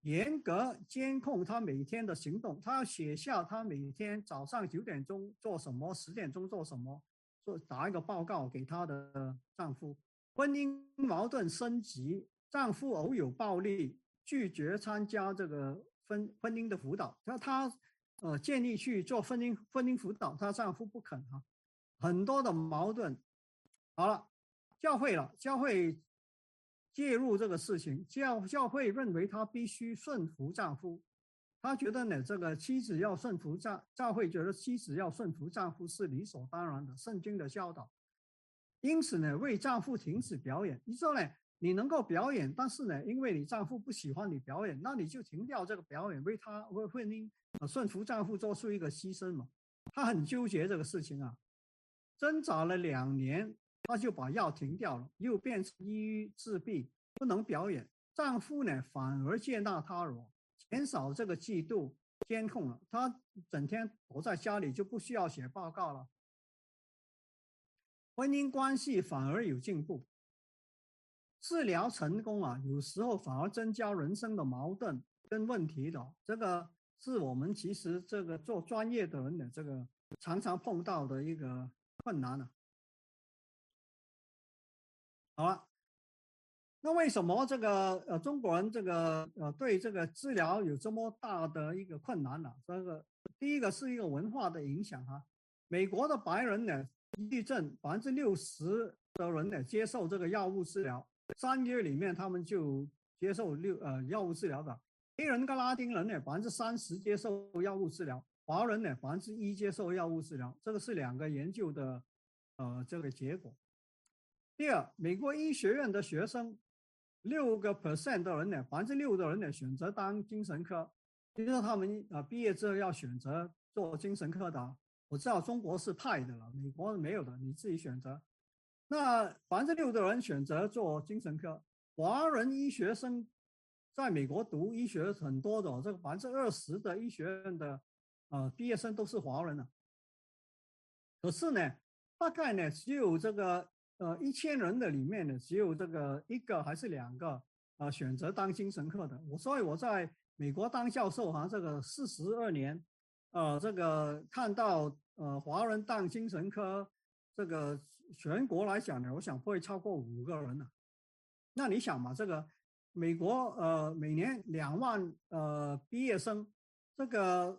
严格监控他每天的行动，他要写下他每天早上9点钟做什么，10点钟做什么，打一个报告给他的丈夫。婚姻矛盾升级，丈夫偶有暴力，拒绝参加这个婚姻的辅导。他建议去做婚姻辅导，她丈夫不肯啊，很多的矛盾。好了，教会介入这个事情，教会认为她必须顺服丈夫。他觉得呢，这个妻子要顺服教会觉得妻子要顺服丈夫是理所当然的，圣经的教导。因此呢，为丈夫停止表演。你说呢，你能够表演，但是呢，因为你丈夫不喜欢你表演，那你就停掉这个表演，为婚姻顺服丈夫做出一个牺牲嘛。她很纠结这个事情啊，挣扎了2年，她就把药停掉了，又变成抑郁自闭，不能表演。丈夫呢，反而接纳她了，减少这个嫉妒监控了，她整天躲在家里就不需要写报告了。婚姻关系反而有进步，治疗成功啊，有时候反而增加人生的矛盾跟问题的，这个是我们其实这个做专业的人的这个常常碰到的一个困难啊。好了，那为什么这个中国人这个对这个治疗有这么大的一个困难呢？这个第一个是一个文化的影响啊，美国的白人呢，抑郁症60%的人呢接受这个药物治疗，3个月里面他们就接受药物治疗的。黑人跟拉丁人呢30%接受药物治疗，华人呢1%接受药物治疗，这个是2个研究的这个结果。第二，美国医学院的学生6% 的人呢，6%的人呢选择当精神科，就是说他们毕业之后要选择做精神科的。我知道中国是派的了，美国没有的，你自己选择。那6%的人选择做精神科，华人医学生在美国读医学很多的，这个20%的医学院的毕业生都是华人了。可是呢，大概呢只有这个1000人的里面呢，只有这个1个还是2个选择当精神科的。所以我在美国当教授这个42年，这个看到华人当精神科，这个全国来讲呢，我想不会超过5个人了。那你想嘛，这个美国每年2万毕业生，这个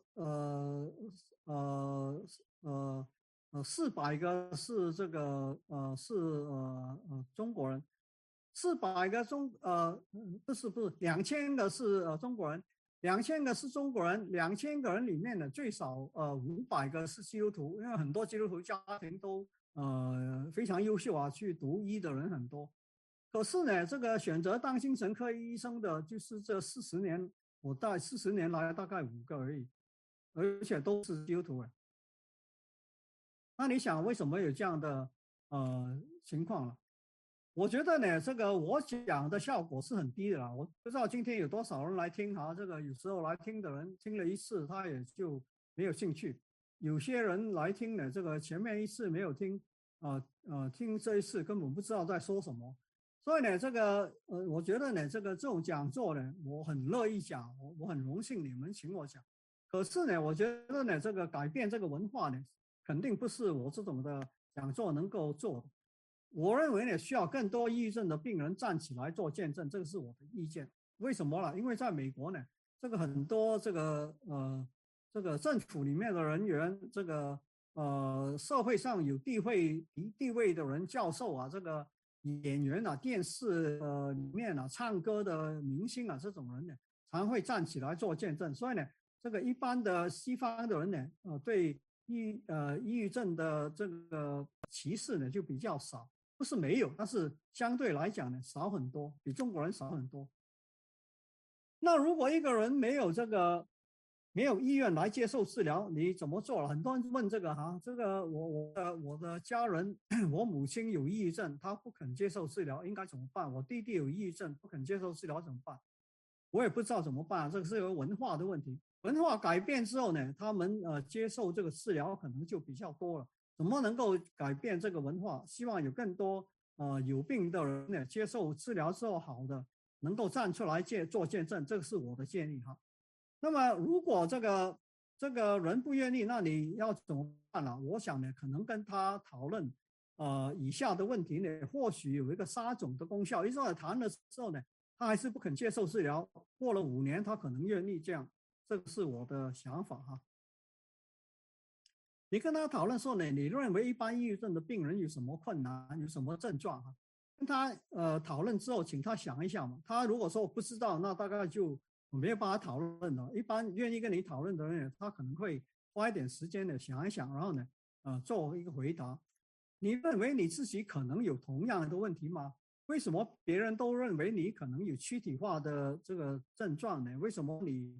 400个是这个中国人，400个不是2000个是中国人，2000个是中国人，2000个人里面呢最少500个是基督徒，因为很多基督徒家庭都非常优秀啊，去读医的人很多。可是呢，这个选择当精神科医生的，就是这40年，我带40年来大概5个而已，而且都是基督徒。那你想为什么有这样的情况了？我觉得呢，这个我讲的效果是很低的啦。我不知道今天有多少人来听哈，这个有时候来听的人听了1次，他也就没有兴趣。有些人来听呢，这个前面1次没有听，听这1次根本不知道在说什么。所以呢，这个我觉得呢，这种讲座呢，我很乐意讲，我很荣幸你们请我讲。可是呢，我觉得呢，这个改变这个文化呢，肯定不是我这种的讲座能够做的。我认为呢，需要更多抑郁症的病人站起来做见证，这个是我的意见。为什么呢？因为在美国呢，这个很多这个政府里面的人员，这个社会上有地位的人，教授啊，这个演员啊，电视里面啊唱歌的明星啊，这种人呢，常会站起来做见证。所以呢，这个一般的西方的人呢，对抑郁症的这个歧视呢就比较少。不是没有，但是相对来讲呢少很多，比中国人少很多。那如果一个人没有意愿来接受治疗，你怎么做了？很多人问这个哈，这个我的家人，我母亲有抑郁症，她不肯接受治疗，应该怎么办？我弟弟有抑郁症，不肯接受治疗怎么办？我也不知道怎么办，这个是有文化的问题。文化改变之后呢，他们接受这个治疗可能就比较多了。怎么能够改变这个文化？希望有更多有病的人呢接受治疗之后好的， 能够站出来做见证，这个是我的建议哈。那么如果这个人不愿意，那你要怎么办呢？我想呢，可能跟他讨论以下的问题呢，或许有一个杀种的功效。一说谈的时候呢，他还是不肯接受治疗，过了5年，他可能愿意这样，这个是我的想法哈。你跟他讨论说呢，你认为一般抑郁症的病人有什么困难，有什么症状哈？跟他讨论之后，请他想一想嘛。他如果说不知道，那大概就没有办法讨论了。一般愿意跟你讨论的人，他可能会花一点时间的想一想，然后呢，做一个回答。你认为你自己可能有同样的问题吗？为什么别人都认为你可能有躯体化的这个症状呢？为什么你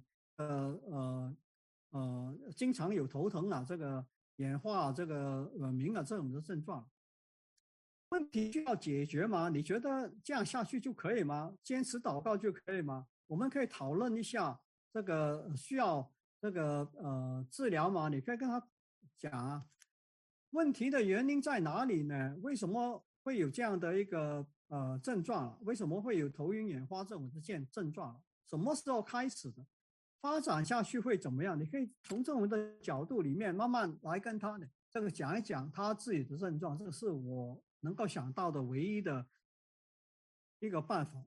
经常有头疼啊，这个眼花、这个耳鸣啊这种的症状？问题需要解决吗？你觉得这样下去就可以吗？坚持祷告就可以吗？我们可以讨论一下这个需要这个治疗吗？你可以跟他讲啊，问题的原因在哪里呢？为什么会有这样的一个症状？为什么会有头晕眼花这种的症状？什么时候开始的？发展下去会怎么样？你可以从这种的角度里面慢慢来跟他呢，这个讲一讲他自己的症状，这个是我能够想到的唯一的一个办法。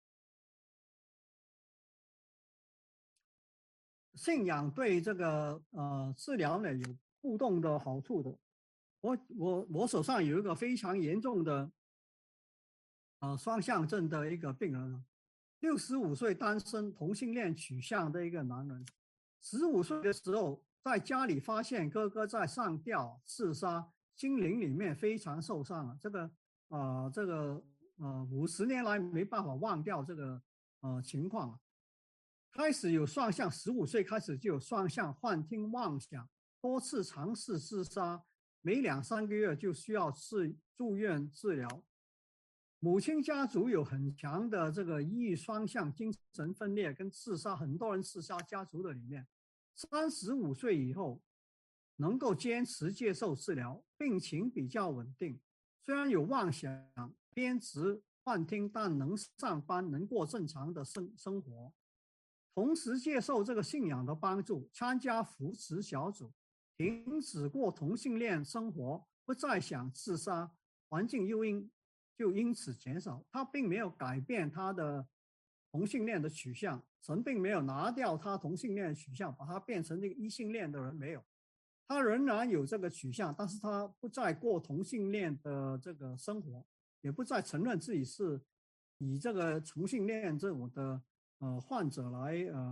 信仰对这个治疗呢有互动的好处的。我手上有一个非常严重的双向症的一个病人，65岁单身同性恋取向的一个男人，15岁的时候在家里发现哥哥在上吊自杀，心灵里面非常受伤了。50年来没办法忘掉这个情况。开始有双向，15岁开始就有双向幻听妄想，多次尝试自杀，每2、3个月就需要住院治疗。母亲家族有很强的这个抑郁双向精神分裂跟自杀，很多人自杀家族的里面。35岁以后能够坚持接受治疗，病情比较稳定，虽然有妄想、偏执、幻听，但能上班，能过正常的生活。同时接受这个信仰的帮助，参加扶持小组，停止过同性恋生活，不再想自杀，环境就因此减少。他并没有改变他的同性恋的取向，神并没有拿掉他同性恋的取向，把他变成这个异性恋的人，没有。他仍然有这个取向，但是他不再过同性恋的这个生活，也不再承认自己是以这个同性恋这种的患者来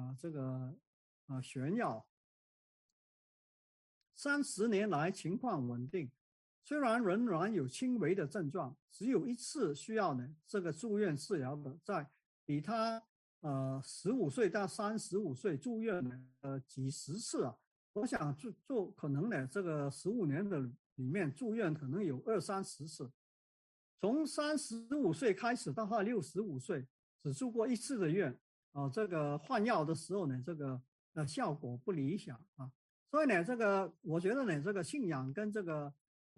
炫耀。30年来情况稳定，虽然仍然有轻微的症状，只有一次需要呢这个住院治疗的，在比他15岁到35岁住院的几十次啊。我想可能呢这个15年的里面住院可能有20-30次。从35岁开始到他65岁，只住过1次的院。这个换药的时候呢，这个效果不理想啊。所以呢，这个我觉得呢，这个信仰跟这个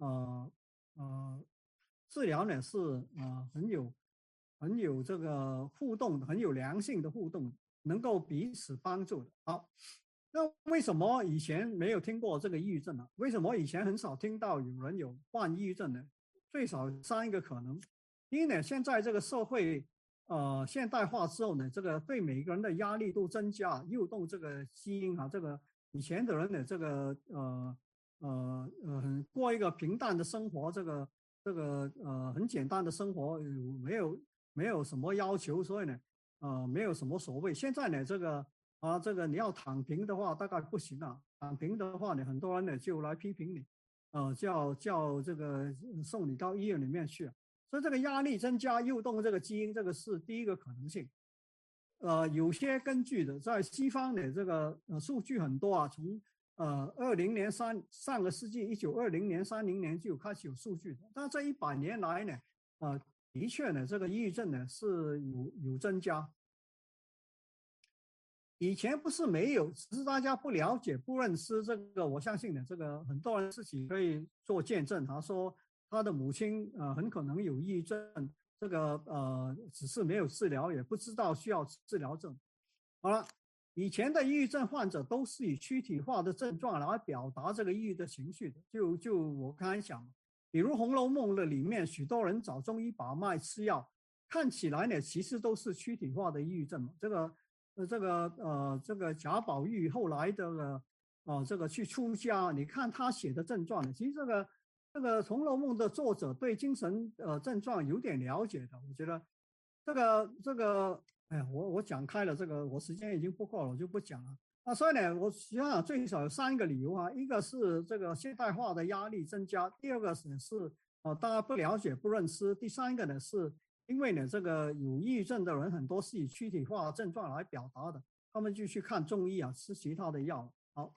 治疗呢是很有这个互动，很有良性的互动，能够彼此帮助的。好，那为什么以前没有听过这个抑郁症呢？为什么以前很少听到有人有患抑郁症呢？最少3个可能。第一呢，现在这个社会现代化之后呢，这个对每个人的压力都增加，诱动这个基因啊，这个以前的人呢，这个过一个平淡的生活，这个很简单的生活，没有什么要求，所以呢没有什么所谓。现在呢这个你要躺平的话，大概不行了。躺平的话呢，很多人呢就来批评你，叫这个送你到医院里面去。所以这个压力增加，诱动这个基因，这个是第一个可能性。有些根据的，在西方的这个数据很多啊，从20年上个世纪1920年、30年就开始有数据的。但这100年来呢，的确呢，这个抑郁症呢是有增加。以前不是没有，只是大家不了解、不认识这个。我相信呢，这个很多人自己可以做见证。他说他的母亲很可能有抑郁症， 这个只是没有治疗，也不知道需要治疗症。好了，以前的抑郁症患者都是以躯体化的症状来表达这个抑郁的情绪的，就我刚才讲，比如《红楼梦》的里面，许多人找中医把脉吃药，看起来呢其实都是躯体化的抑郁症嘛。这个贾宝玉后来的这个去出家，你看他写的症状呢，其实这个《红楼梦》的作者对精神症状有点了解的，我觉得这个，哎呀，我讲开了，这个我时间已经不够了，我就不讲了。所以呢，我想最少有3个理由啊，一个是这个现代化的压力增加，第二个是大家不了解不认识，第三个呢是因为呢这个有抑郁症的人很多是以躯体化症状来表达的，他们就去看中医啊，吃其他的药。好。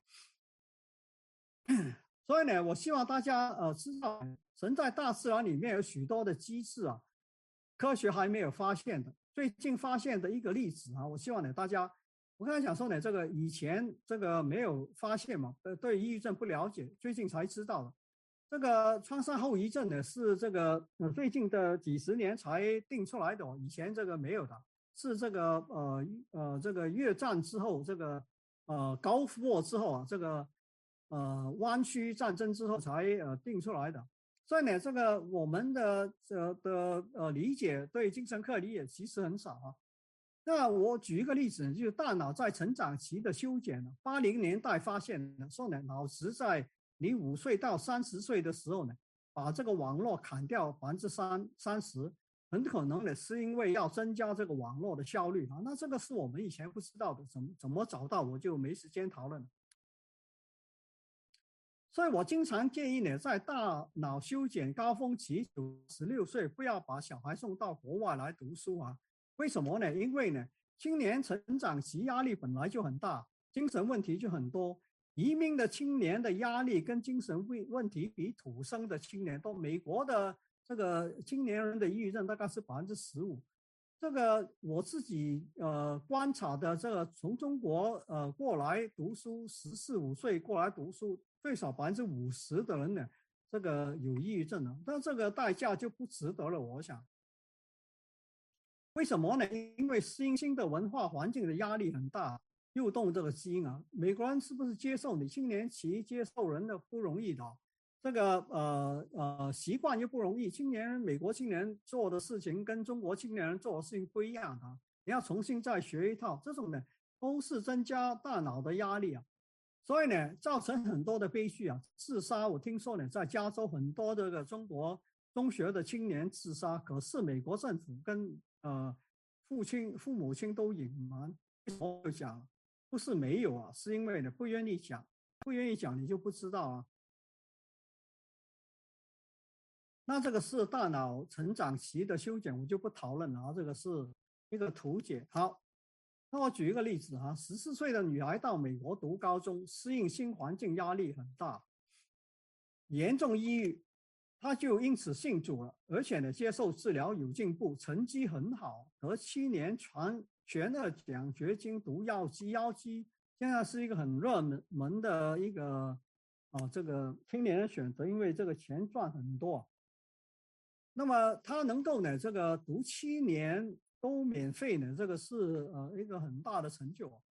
所以呢，我希望大家知道，神在大自然里面有许多的机制啊，科学还没有发现的。最近发现的一个例子啊，我希望呢大家，我刚才讲说呢，这个以前这个没有发现嘛，对抑郁症不了解，最近才知道的。这个创伤后遗症呢是这个最近的几十年才定出来的哦，以前这个没有的，是这个这个越战之后，这个高沃之后啊，这个湾区战争之后才定出来的。所以呢，这个我们的理解对精神科理解其实很少啊。那我举一个例子，就是大脑在成长期的修剪呢，80年代发现的说呢，脑质在你5岁到30岁的时候呢，把这个网络砍掉30%，很可能呢是因为要增加这个网络的效率啊。那这个是我们以前不知道的，怎么找到我就没时间讨论了。所以我经常建议呢，在大脑修剪高峰期，16岁不要把小孩送到国外来读书啊。为什么呢？因为呢，青年成长期压力本来就很大，精神问题就很多。移民的青年的压力跟精神问题比土生的青年多。美国的这个青年人的抑郁症大概是15%。这个我自己观察的，这个从中国过来读书，14、15岁过来读书，最少50%的人呢，这个有抑郁症了，但这个代价就不值得了，我想。为什么呢？因为适应新的文化环境的压力很大，诱动这个基因啊。美国人是不是接受你青年期接受人的不容易的？这个习惯又不容易。美国青年做的事情跟中国青年人做的事情不一样啊，你要重新再学一套，这种呢都是增加大脑的压力啊。所以呢，造成很多的悲剧啊，自杀。我听说呢，在加州很多这个中国中学的青年自杀，可是美国政府跟父母亲都隐瞒。我讲不是没有啊，是因为呢不愿意讲，不愿意讲你就不知道啊。那这个是大脑成长期的修剪，我就不讨论了啊，这个是一个图解。好，那我举一个例子啊，14岁的女孩到美国读高中，适应新环境压力很大，严重抑郁，她就因此信主了，而且呢接受治疗有进步，成绩很好，得7年全额奖学金读药剂，现在是一个很热门的一个这个青年人选择，因为这个钱赚很多。那么他能够呢，这个读7年都免费呢，这个是一个很大的成就。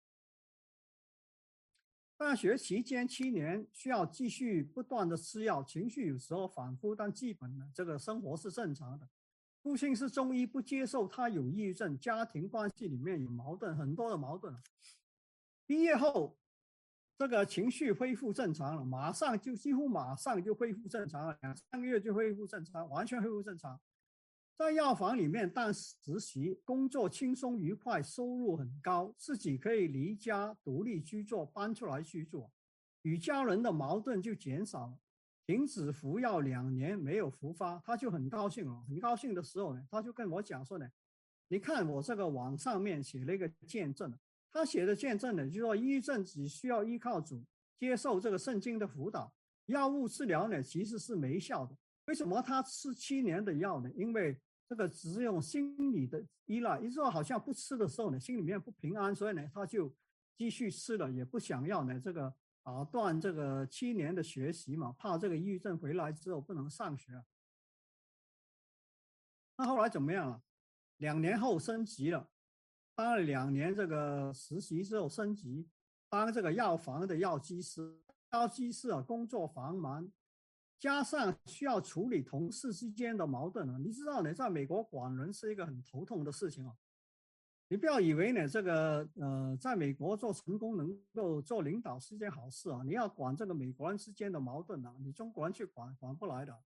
大学期间7年需要继续不断的吃药，情绪有时候反复，但基本呢，这个生活是正常的。父亲是中医，不接受他有抑郁症，家庭关系里面有矛盾，很多的矛盾。毕业后，这个情绪恢复正常了，几乎马上就恢复正常了，2、3个月就恢复正常，完全恢复正常。在药房里面当实习，工作轻松愉快，收入很高，自己可以离家独立居住，搬出来居住，与家人的矛盾就减少了。停止服药2年没有复发，他就很高兴了。很高兴的时候呢，他就跟我讲说呢，你看我这个网上面写了一个见证，他写的见证呢，就是说抑郁症只需要依靠主，接受这个圣经的辅导，药物治疗呢其实是没效的。为什么他吃7年的药呢？因为这个只用心理的依赖，一说好像不吃的时候呢，心里面不平安，所以呢他就继续吃了，也不想要呢这个打断这个7年的学习嘛，怕这个抑郁症回来之后不能上学。 那后来怎么样了？2年后升级了，当了2年这个实习之后升级，当这个药房的药剂师。药剂师啊，工作繁忙，加上需要处理同事之间的矛盾啊，你知道呢，在美国管人是一个很头痛的事情啊。你不要以为呢，这个在美国做成功能够做领导是件好事啊，你要管这个美国人之间的矛盾啊，你中国人去管不来的。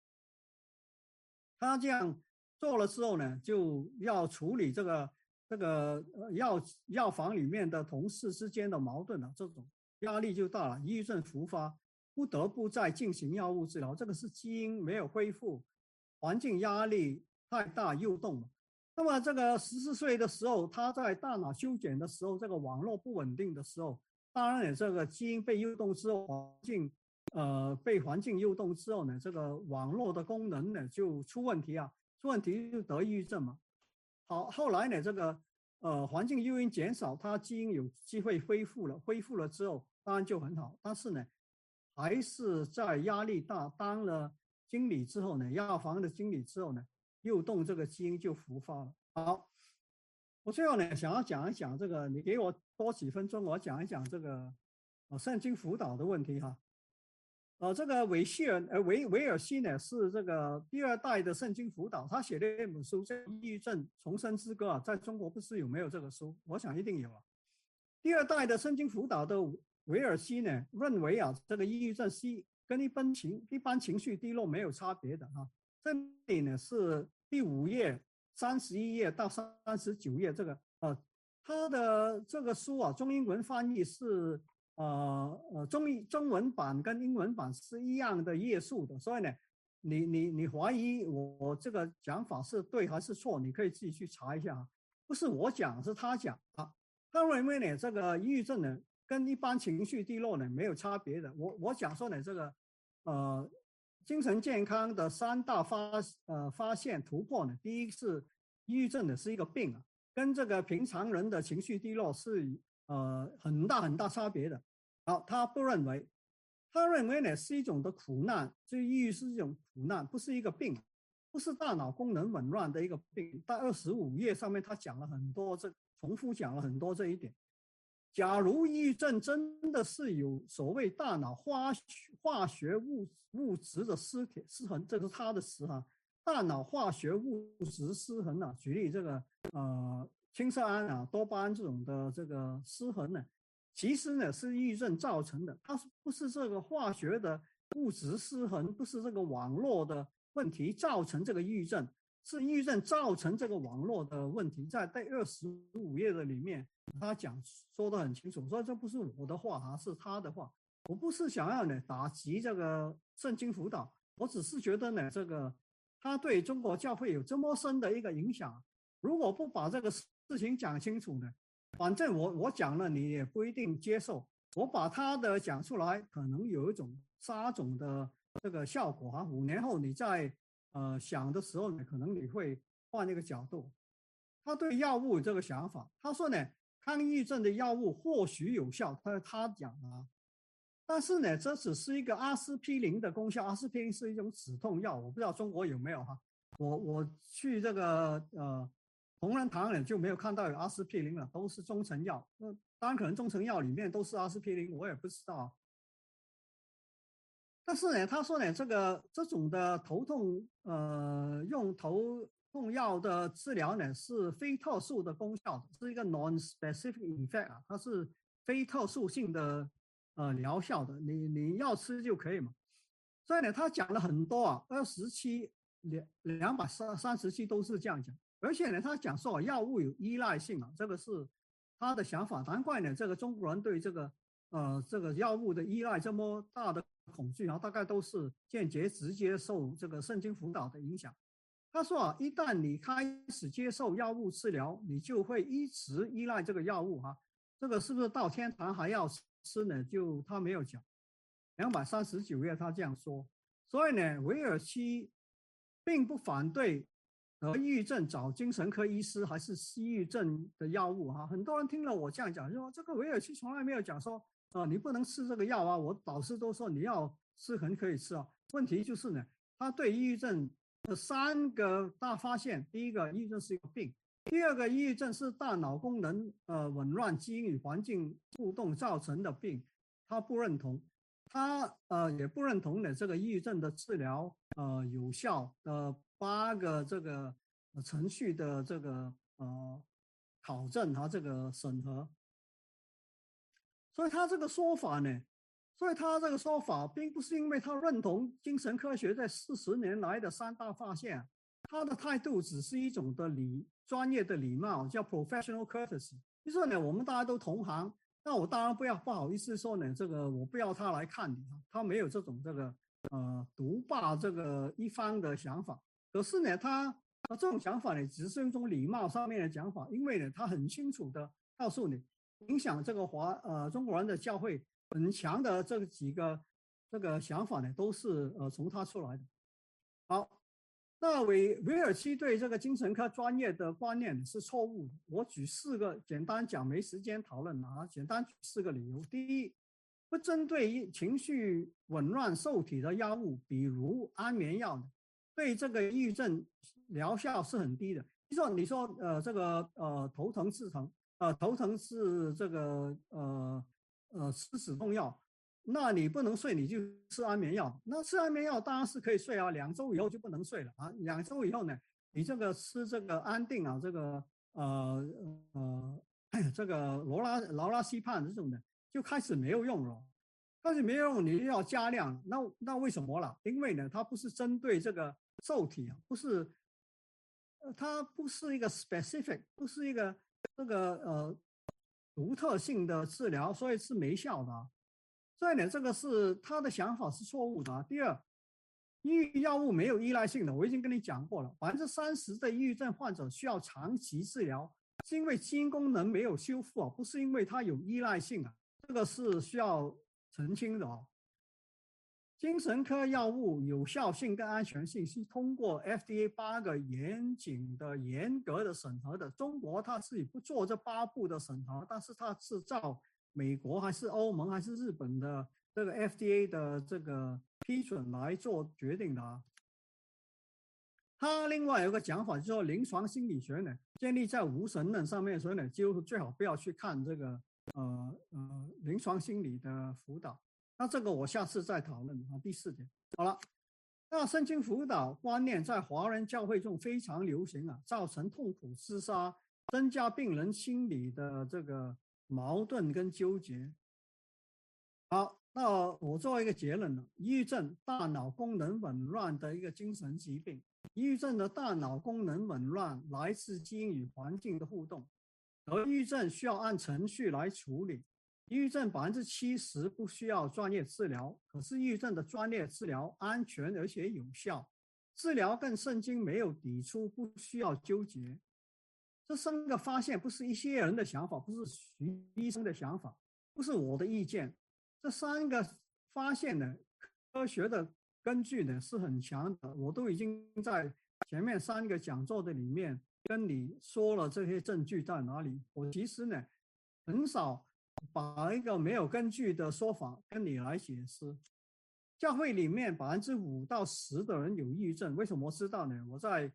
他这样做了之后呢，就要处理这个药房里面的同事之间的矛盾啊，这种压力就大了，抑郁症复发，不得不再进行药物治疗。这个是基因没有恢复，环境压力太大诱动了。那么这个14岁的时候，他在大脑修剪的时候，这个网络不稳定的时候，当然也这个基因被诱动之后，被环境诱动之后呢，这个网络的功能呢就出问题啊，出问题就得抑郁症嘛。好，后来呢，这个环境诱因减少，它基因有机会恢复了之后，当然就很好。但是呢，还是在压力大，当了经理之后呢，药房的经理之后呢，诱动这个基因就复发了。好，我最后呢想要讲一讲这个，你给我多几分钟，我讲一讲这个圣经辅导的问题哈。这个韦尔西呢是这个第2代的圣经辅导，他写的一本书叫《抑郁症重生之歌》啊，在中国不知有没有这个书？我想一定有啊。第2代的圣经辅导的韦尔西呢认为啊，这个抑郁症是跟一般情绪低落没有差别的哈。这里呢是第5页、31页到39页，这个他的这个书啊，中英文翻译是。中文版跟英文版是一样的页数的，所以呢，你怀疑我这个讲法是对还是错，你可以自己去查一下啊，不是我讲，是他讲啊。他认为呢，这个抑郁症呢跟一般情绪低落呢没有差别的。我讲说呢，这个精神健康的3大发现突破呢，第一是抑郁症呢是一个病啊，跟这个平常人的情绪低落是很大差别的。好，他不认为，他认为呢是一种的苦难，就抑郁是一种苦难，不是一个病，不是大脑功能紊乱的一个病。在25页上面他讲了很多，重复讲了很多这一点。假如抑郁症真的是有所谓大脑化学物质的失衡，这是他的词哈，大脑化学物质失衡啊，举例这个青色胺啊、多巴胺这种的这个失衡呢，其实呢是抑郁症造成的，它不是这个化学的物质失衡，不是这个网络的问题造成这个抑郁症，是抑郁症造成这个网络的问题。在第25页的里面，他说得很清楚，所以这不是我的话啊，是他的话。我不是想要呢打击这个圣经辅导，我只是觉得呢，这个他对中国教会有这么深的一个影响，如果不把这个事情讲清楚呢，反正我讲了你也不一定接受，我把他的讲出来，可能有一种杀种的这个效果啊。5年后你在想的时候呢，可能你会换一个角度。他对药物这个想法，他说呢，抗抑郁症的药物或许有效，他讲啊，但是呢，这只是一个阿司匹林的功效，阿司匹林是一种止痛药，我不知道中国有没有哈。我去这个同仁堂呢就没有看到有阿司匹林了，都是中成药。当然可能中成药里面都是阿司匹林，我也不知道。但是呢，他说呢，这种的头痛，用头痛药的治疗呢是非特殊的功效的，是一个 non-specific effect 啊，它是非特殊性的疗效的，你要吃就可以嘛。所以呢，他讲了很多啊，237都是这样讲，而且呢，他讲说药物有依赖性啊，这个是他的想法，难怪呢，这个中国人对这个药物的依赖这么大的恐惧啊，大概都是间接、直接受这个圣经辅导的影响。他说啊，一旦你开始接受药物治疗，你就会一直依赖这个药物哈。这个是不是到天堂还要吃呢？就他没有讲。239页他这样说。所以呢，韦尔西并不反对得抑郁症找精神科医师还是抑郁症的药物哈。很多人听了我这样讲，说这个韦尔西从来没有讲说你不能吃这个药啊，我导师都说你要吃可以吃啊。问题就是呢，他对抑郁症 3个大发现：第一个，抑郁症是一个病；第二个，抑郁症是大脑功能紊乱、基因与环境互动造成的病，他不认同。他也不认同的这个抑郁症的治疗有效的8个这个程序的这个考证和这个审核。所以他这个说法呢，并不是因为他认同精神科学在40年来的3大发现，他的态度只是一种的专业的礼貌，叫 professional courtesy。就说呢，我们大家都同行，那我当然不好意思说呢，这个我不要他来看你，他没有这种这个独霸这个一方的想法。可是呢，他这种想法呢，只是一种礼貌上面的讲法，因为呢，他很清楚的告诉你。影响这个中国人的教会很强的这几个这个想法呢，都是从他出来的。好，那韦尔奇对这个精神科专业的观念是错误的。我举4个，简单讲，没时间讨论啊，简单举4个理由。第一，不针对情绪紊乱受体的药物，比如安眠药，对这个抑郁症疗效是很低的。你说这个头疼是这个吃止痛药，那你不能睡，你就吃安眠药。那吃安眠药当然是可以睡啊，2周以后就不能睡了啊。2周以后呢，你这个吃这个安定啊，这个这个劳拉西泮这种的就开始没有用了。但是没有用，你就要加量。那为什么了？因为呢，它不是针对这个受体啊，它不是一个 specific， 不是一个这个独特性的治疗，所以是没效的啊。所以呢，这个是他的想法是错误的啊。第二，抑郁药物没有依赖性的，我已经跟你讲过了，30%的抑郁症患者需要长期治疗，是因为基因功能没有修复啊，不是因为它有依赖性啊，这个是需要澄清的哦。精神科药物有效性跟安全性是通过 FDA 8个严格的审核的。中国它自己不做这8步的审核，但是它是照美国还是欧盟还是日本的这个 FDA 的这个批准来做决定的啊。他另外有个讲法，就是说临床心理学呢建立在无神论上面，所以呢就最好不要去看这个临床心理的辅导。那这个我下次再讨论啊。第4点，好了，那身心辅导观念在华人教会中非常流行啊，造成痛苦厮杀，增加病人心理的这个矛盾跟纠结。好，那我做一个结论了，抑郁症大脑功能紊乱的一个精神疾病。抑郁症的大脑功能紊乱来自基因与环境的互动，而抑郁症需要按程序来处理。抑郁症70%不需要专业治疗，可是抑郁症的专业治疗安全而且有效，治疗跟圣经没有抵触，不需要纠结。这3个发现不是一些人的想法，不是徐医生的想法，不是我的意见。这3个发现呢，科学的根据呢是很强的，我都已经在前面3个讲座的里面跟你说了这些证据在哪里。我其实呢很少把一个没有根据的说法跟你来解释。教会里面5%到10%的人有抑郁症，为什么知道呢？我在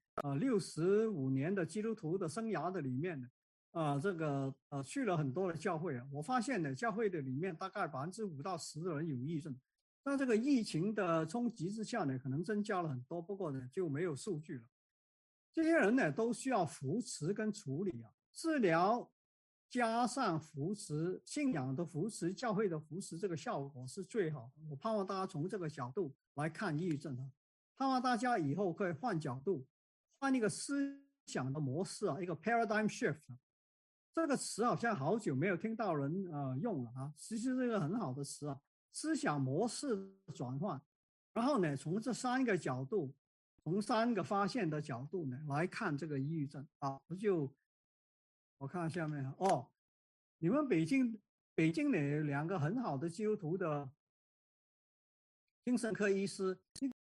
65年的基督徒的生涯的里面呢，去了很多的教会啊，我发现呢，教会的里面大概5%到10%的人有抑郁症。那这个疫情的冲击之下呢，可能增加了很多，不过呢就没有数据了。这些人呢都需要扶持跟处理啊，治疗加上扶持，信仰的扶持，教会的扶持，这个效果是最好的。我盼望大家从这个角度来看抑郁症啊，盼望大家以后可以换角度，换一个思想的模式啊，一个 paradigm shift。这个词好像好久没有听到人用了啊，其实是一个很好的词啊，思想模式转换。然后呢，从这3个角度，从3个发现的角度呢来看这个抑郁症啊，我看下面哦，你们北京呢有2个很好的基督徒的精神科医师，